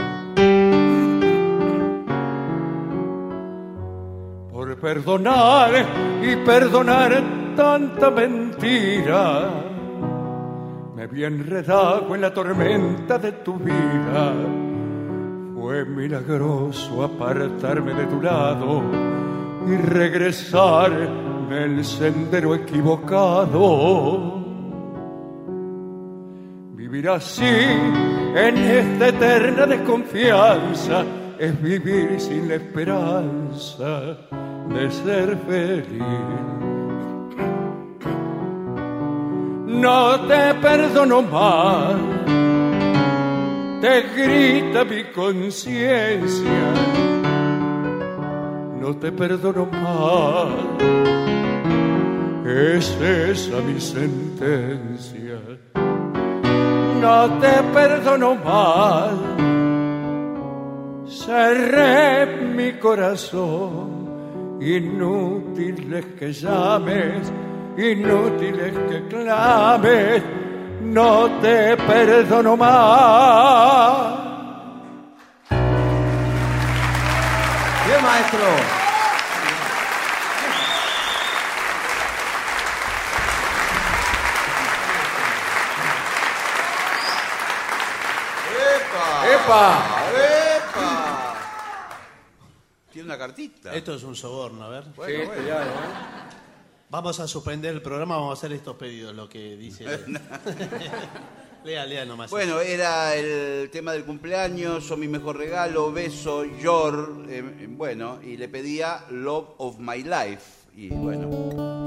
Speaker 6: Por perdonar y perdonar tanta mentira, me vi enredado en la tormenta de tu vida. Fue milagroso apartarme de tu lado y regresar del sendero equivocado. Vivir así, en esta eterna desconfianza, es vivir sin la esperanza de ser feliz. No te perdono más, te grita mi conciencia. No te perdono más, es esa mi sentencia. No te perdono más, cerré mi corazón. Inútil es que llames, inútil es que clames, no te perdono más.
Speaker 7: Bien, maestro.
Speaker 6: ¡Epa!
Speaker 8: Tiene una cartita.
Speaker 7: Esto es un soborno, a ver.
Speaker 8: Bueno, bueno.
Speaker 7: Vamos a suspender el programa, vamos a hacer estos pedidos, lo que dice. Lea nomás.
Speaker 8: Bueno, era el tema del cumpleaños, Sos mi mejor regalo, beso, your, bueno, y le pedía Love of My Life, y bueno.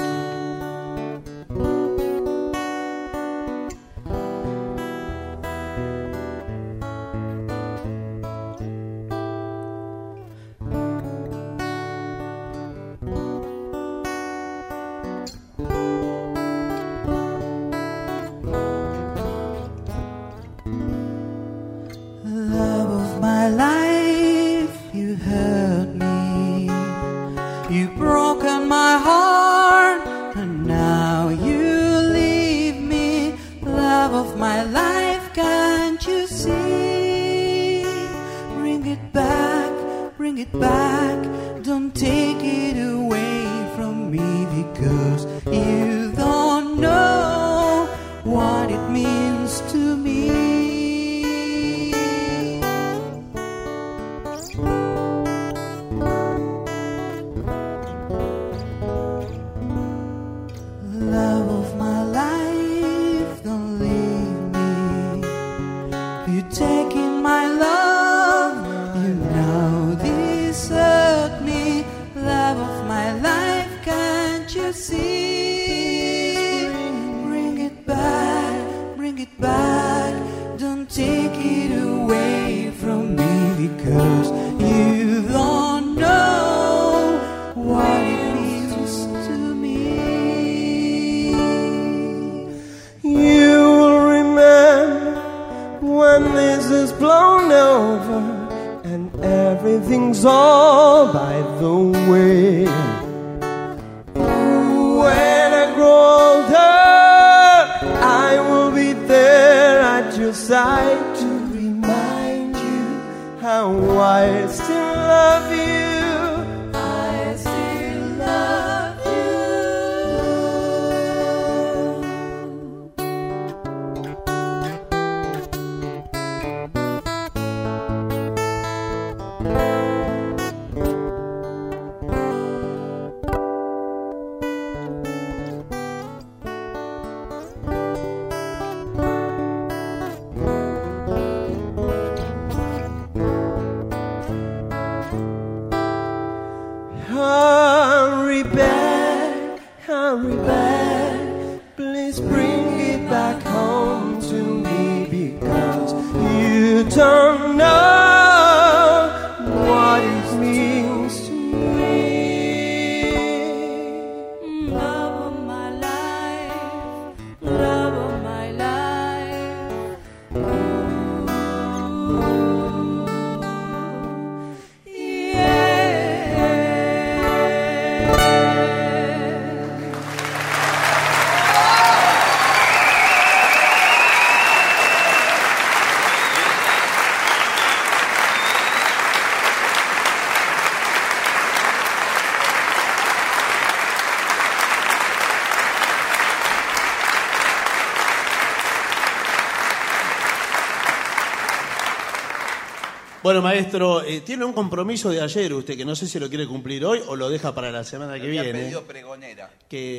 Speaker 7: Bueno, maestro, tiene un compromiso de ayer usted, que no sé si lo quiere cumplir hoy o lo deja para la semana que viene.
Speaker 8: Pedido pregonera.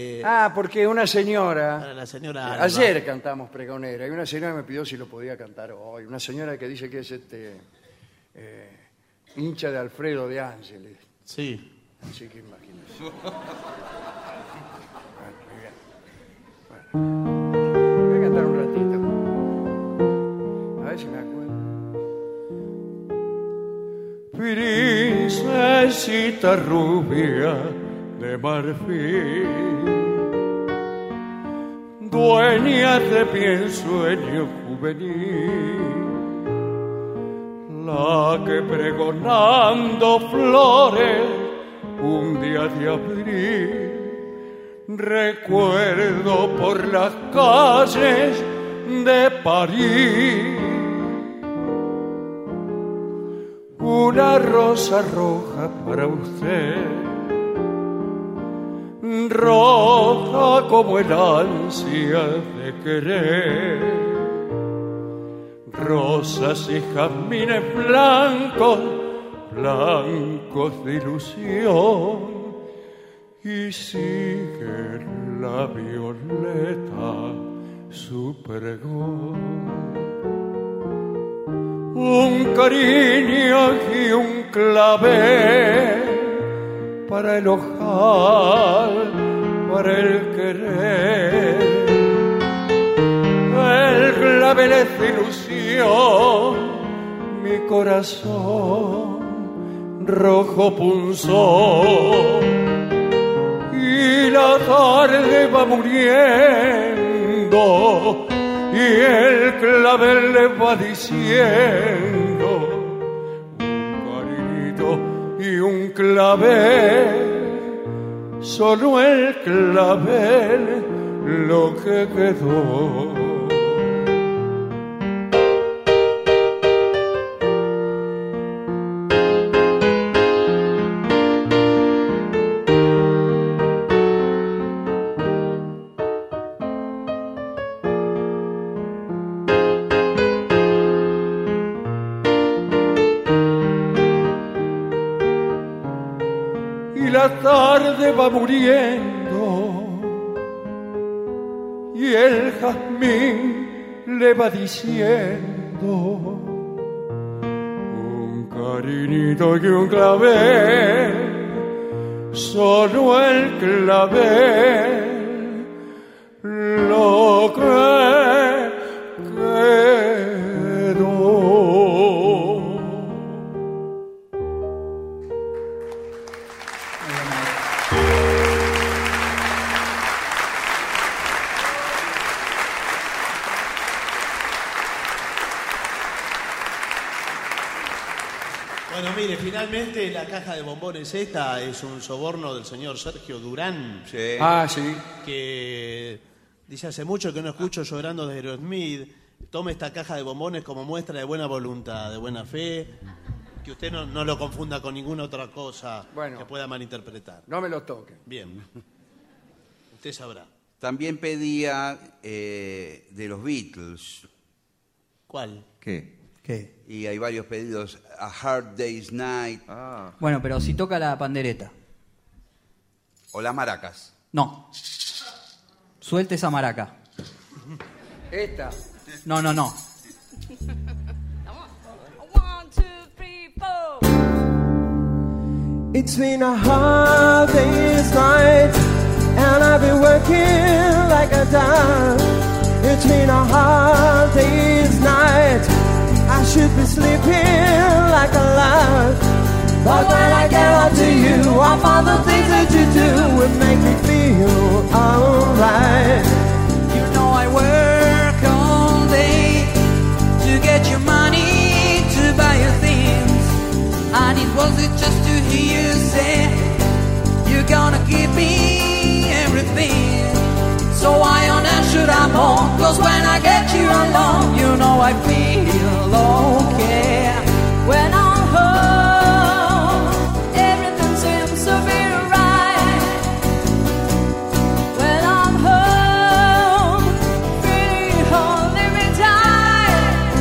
Speaker 6: Porque una señora...
Speaker 7: Para la señora Alba.
Speaker 6: Ayer cantamos pregonera y una señora me pidió si lo podía cantar hoy. Una señora que dice que es hincha de Alfredo de Ángeles.
Speaker 7: Sí.
Speaker 6: Así que imagínese. Voy a cantar un ratito. A ver si me acuerdo. Princesita rubia de marfil, dueña de mi sueño juvenil, la que pregonando flores un día de abril, recuerdo por las calles de París. Una rosa roja para usted, roja como el ansia de querer. Rosas y jazmines blancos
Speaker 2: blancos de ilusión y sigue la violeta su pregón. Un cariño y un clavel para el ojal, para el querer. El clavel es ilusión, mi corazón rojo punzón. Y la tarde va muriendo y el clavel le va diciendo un cariñito y un clavel, solo el clavel lo que quedó. La tarde va muriendo y el jazmín le va diciendo un cariñito y un clavel, solo el clavel lo que quedó.
Speaker 7: Bueno, mire, finalmente la caja de bombones esta es un soborno del señor Sergio Durán.
Speaker 8: Sí.
Speaker 6: Ah, sí.
Speaker 7: Que dice hace mucho que no escucho Llorando de Aerosmith. Tome esta caja de bombones como muestra de buena voluntad, de buena fe. Que usted no lo confunda con ninguna otra cosa que pueda malinterpretar.
Speaker 6: No me lo toque.
Speaker 7: Bien. Usted sabrá.
Speaker 8: También pedía de los Beatles.
Speaker 7: ¿Cuál?
Speaker 13: ¿Qué?
Speaker 8: Y hay varios pedidos. A Hard Day's Night.
Speaker 13: Bueno, pero si toca la pandereta.
Speaker 8: O las maracas.
Speaker 13: No. Suelte esa maraca.
Speaker 6: Esta.
Speaker 13: No.
Speaker 14: One, two, three, four.
Speaker 2: It's been a hard day's night, and I've been working like a dime. It's been a hard day's night, I should be sleeping like a lion. But when I get up to you, I find the things that you do would make me feel alright.
Speaker 15: You know I work all day to get your money to buy your things, and it wasn't just to hear you say you're gonna give me everything. So why on earth should I mourn? 'Cause when I get you alone, you know I feel okay.
Speaker 14: When I'm home, everything seems to be right. When I'm home, feeling holding me tight.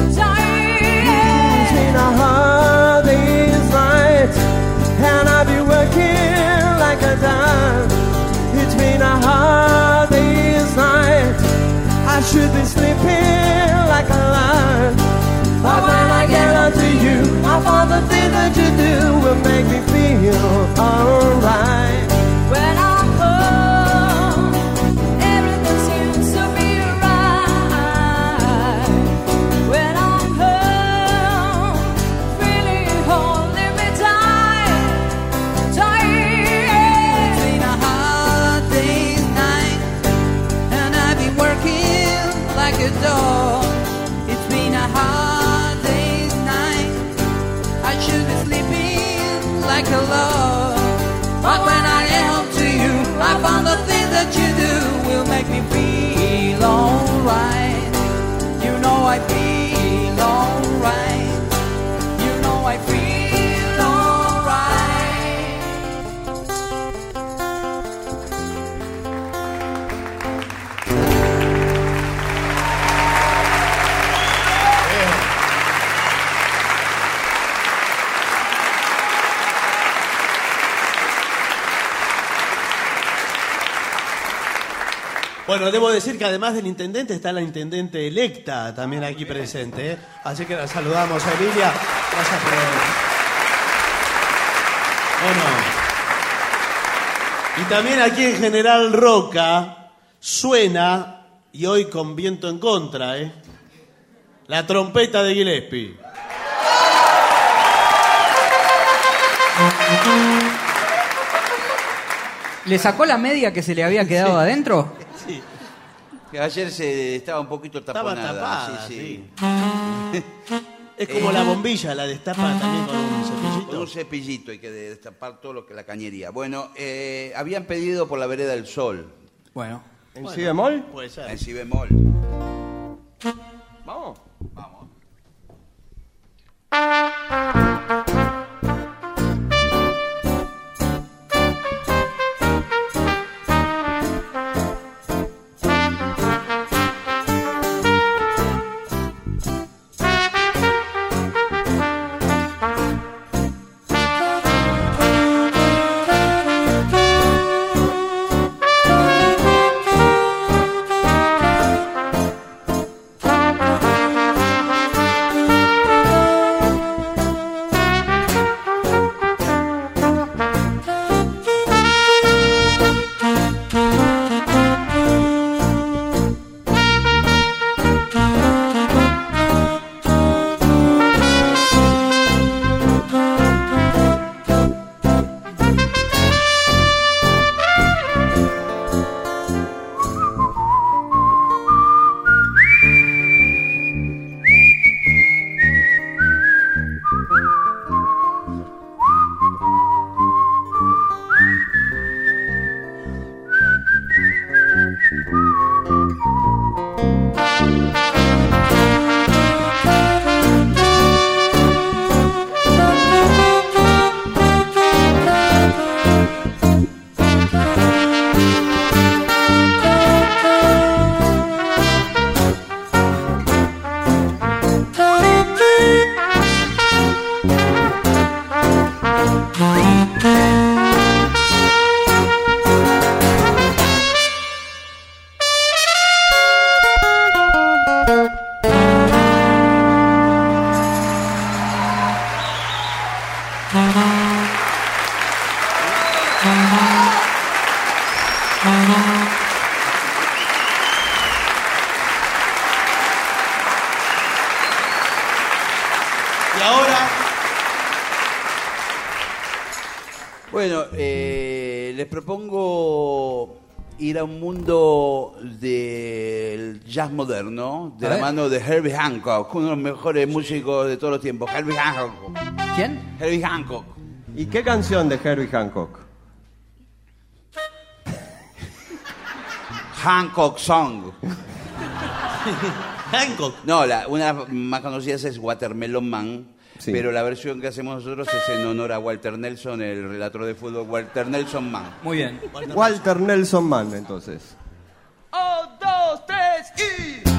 Speaker 2: It's been a hard day's night, and I've been working like a dime. It's been a hard day's night, I should be sleeping like a lion. But when I get up to you, I find the things that you do will make me feel alright.
Speaker 14: When I'm home, everything seems to be right. When I'm home, feeling holding me tight.
Speaker 15: It's been a hard day's night, and I've been working like a dog. It's been a hard day's night, I should be sleeping like a log. But when I get home to you, I found the things that you do will make me feel alright. You know I feel alright. You know I feel alright.
Speaker 7: Bueno, debo decir que además del intendente está la intendente electa también aquí presente, ¿eh? Así que la saludamos a Emilia. Gracias por venir. Bueno. Y también aquí en General Roca suena, y hoy con viento en contra, la trompeta de Gillespie.
Speaker 13: ¿Le sacó la media que se le había quedado adentro?
Speaker 7: Sí.
Speaker 8: Que ayer estaba un poquito taponada.
Speaker 7: Estaba tapada,
Speaker 8: sí.
Speaker 7: Es como la bombilla, la destapa también con un cepillito.
Speaker 8: Con un cepillito hay que destapar todo lo que la cañería. Bueno, habían pedido por la vereda del Sol.
Speaker 13: Bueno.
Speaker 16: ¿En si bemol?
Speaker 7: Puede ser.
Speaker 8: En si bemol.
Speaker 16: Vamos.
Speaker 8: Vamos.
Speaker 7: Y ahora...
Speaker 8: Bueno, les propongo ir a un mundo del jazz moderno, de la mano de Herbie Hancock, uno de los mejores músicos de todos los tiempos. Herbie Hancock.
Speaker 13: ¿Quién?
Speaker 8: Herbie Hancock.
Speaker 16: ¿Y qué canción de Herbie Hancock?
Speaker 8: Hancock Song.
Speaker 7: Hancock.
Speaker 8: No, una más conocida es Watermelon Man, sí. Pero la versión que hacemos nosotros es en honor a Walter Nelson, el relator de fútbol, Walter Nelson Man.
Speaker 13: Muy bien.
Speaker 16: Walter Nelson Man, entonces.
Speaker 2: 1, 2, 3 y...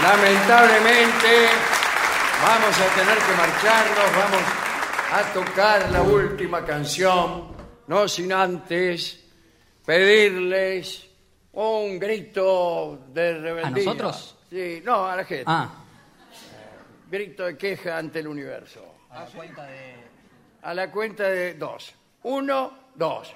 Speaker 6: Lamentablemente vamos a tener que marcharnos, vamos a tocar la última canción, no sin antes pedirles un grito de rebeldía.
Speaker 13: ¿A nosotros?
Speaker 6: Sí, no, a la gente.
Speaker 13: Ah.
Speaker 6: Grito de queja ante el universo.
Speaker 13: A la cuenta de...
Speaker 6: A la cuenta de 2. 1, 2.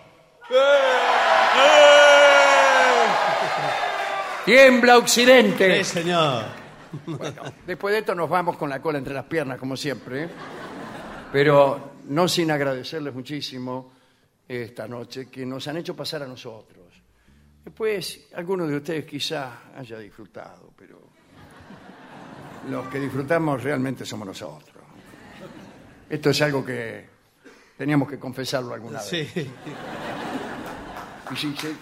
Speaker 6: Tiembla Occidente.
Speaker 7: Sí, señor.
Speaker 6: Bueno, después de esto nos vamos con la cola entre las piernas, como siempre. Pero no sin agradecerles muchísimo esta noche que nos han hecho pasar a nosotros. Después, algunos de ustedes quizá haya disfrutado, pero los que disfrutamos realmente somos nosotros. Esto es algo que teníamos que confesarlo alguna vez.
Speaker 7: Sí.
Speaker 6: Y sí, sí.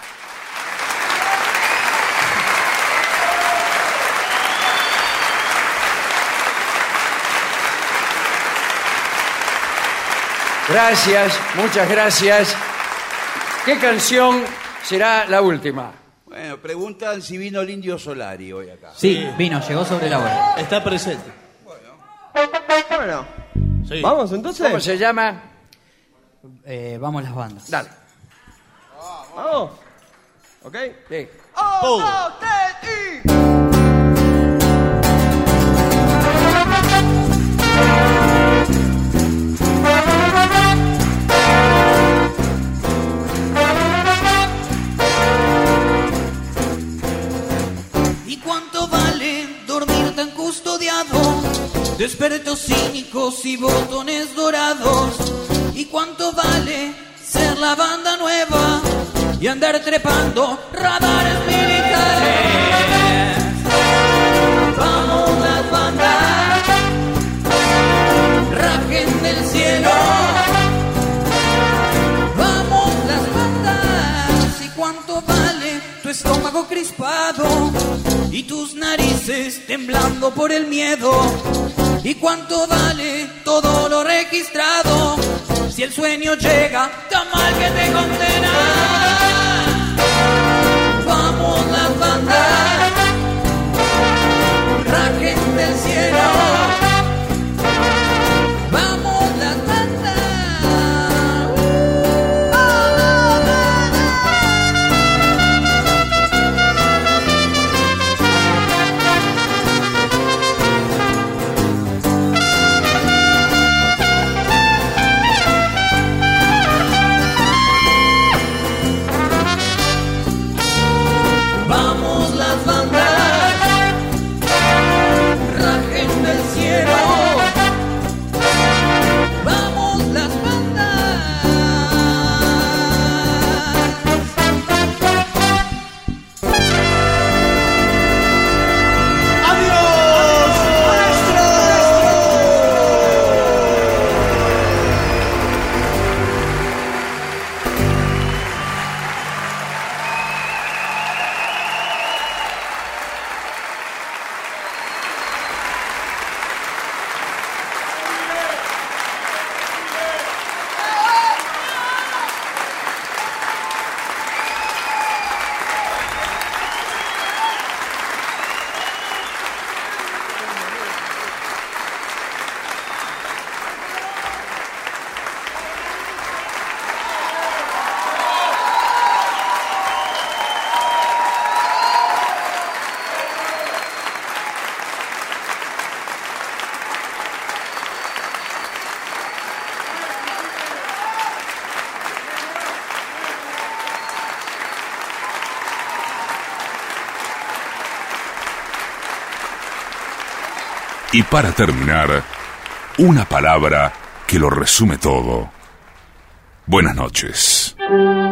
Speaker 6: Gracias, muchas gracias. ¿Qué canción será la última?
Speaker 8: Bueno, preguntan si vino el Indio Solari hoy acá.
Speaker 13: Sí, vino, llegó sobre la hora.
Speaker 7: Está presente.
Speaker 16: Bueno,
Speaker 7: Sí.
Speaker 16: vamos entonces.
Speaker 6: ¿Cómo se llama?
Speaker 13: Vamos las bandas.
Speaker 6: Dale.
Speaker 16: Vamos. ¿Ok?
Speaker 6: Sí.
Speaker 15: ¿Y cuánto vale dormir tan custodiado? De expertos cínicos y botones dorados. ¿Y cuánto vale ser la banda nueva y andar trepando radares militares? Vamos las bandas, rajen del cielo. Vamos las bandas. ¿Y cuánto vale tu estómago crispado y tus narices temblando por el miedo? ¿Y cuánto vale todo lo registrado? Si el sueño llega tan mal que te condena. Vamos las bandas, rajen del cielo. Vamos las bandas. Vamos las bandas, rajen del cielo. Vamos las bandas.
Speaker 4: Y para terminar, una palabra que lo resume todo. Buenas noches.